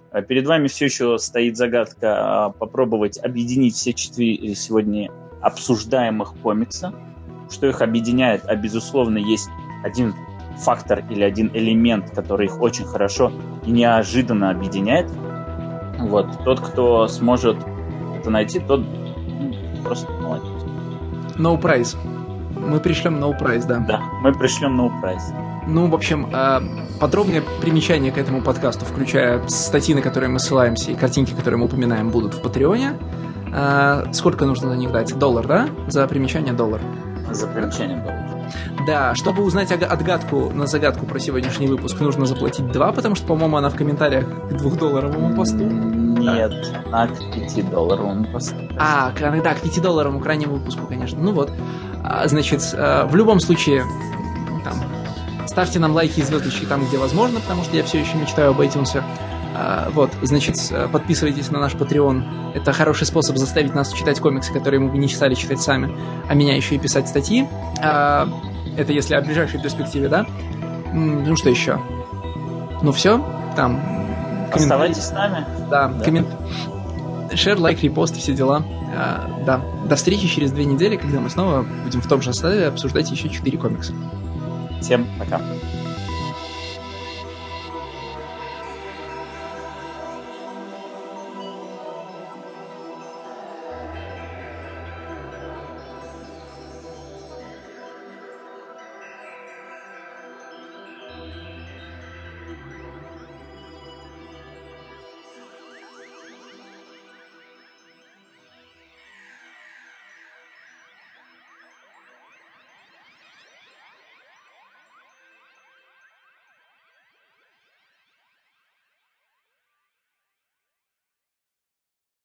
S2: Перед вами все еще стоит загадка попробовать объединить все четыре сегодня обсуждаемых комикса. Что их объединяет? А безусловно, есть один фактор или один элемент, который их очень хорошо и неожиданно объединяет. Вот. Тот, кто сможет это найти, тот ну, просто молодец.
S1: No prize. Мы пришлем no prize, да.
S2: Да, мы пришлем no prize.
S1: Ну, в общем, подробное примечание к этому подкасту, включая статьи, на которые мы ссылаемся, и картинки, которые мы упоминаем, будут в Патреоне. Сколько нужно за них дать? Доллар, да? За примечание доллар.
S2: За примечание доллар.
S1: Да, чтобы узнать отгадку на загадку про сегодняшний выпуск, нужно заплатить два, потому что, по-моему, она в комментариях к двухдолларовому посту.
S2: Нет, она к пятидолларовому посту.
S1: А, да, к пятидолларовому крайнему выпуску, конечно. Ну вот. Значит, в любом случае, там, ставьте нам лайки и звездочки там, где возможно, потому что я все еще мечтаю об iTunes. Вот, значит, подписывайтесь на наш Patreon. Это хороший способ заставить нас читать комиксы, которые мы бы не читали читать сами, а меня еще и писать статьи. Это если о ближайшей перспективе, да? Ну, что еще? Ну, все. Там...
S2: Оставайтесь с нами.
S1: Да, да. Коммент... Шер, лайк, репост, все дела. А, да. До встречи через две недели, когда мы снова будем в том же составе обсуждать еще четыре комикса.
S2: Всем пока.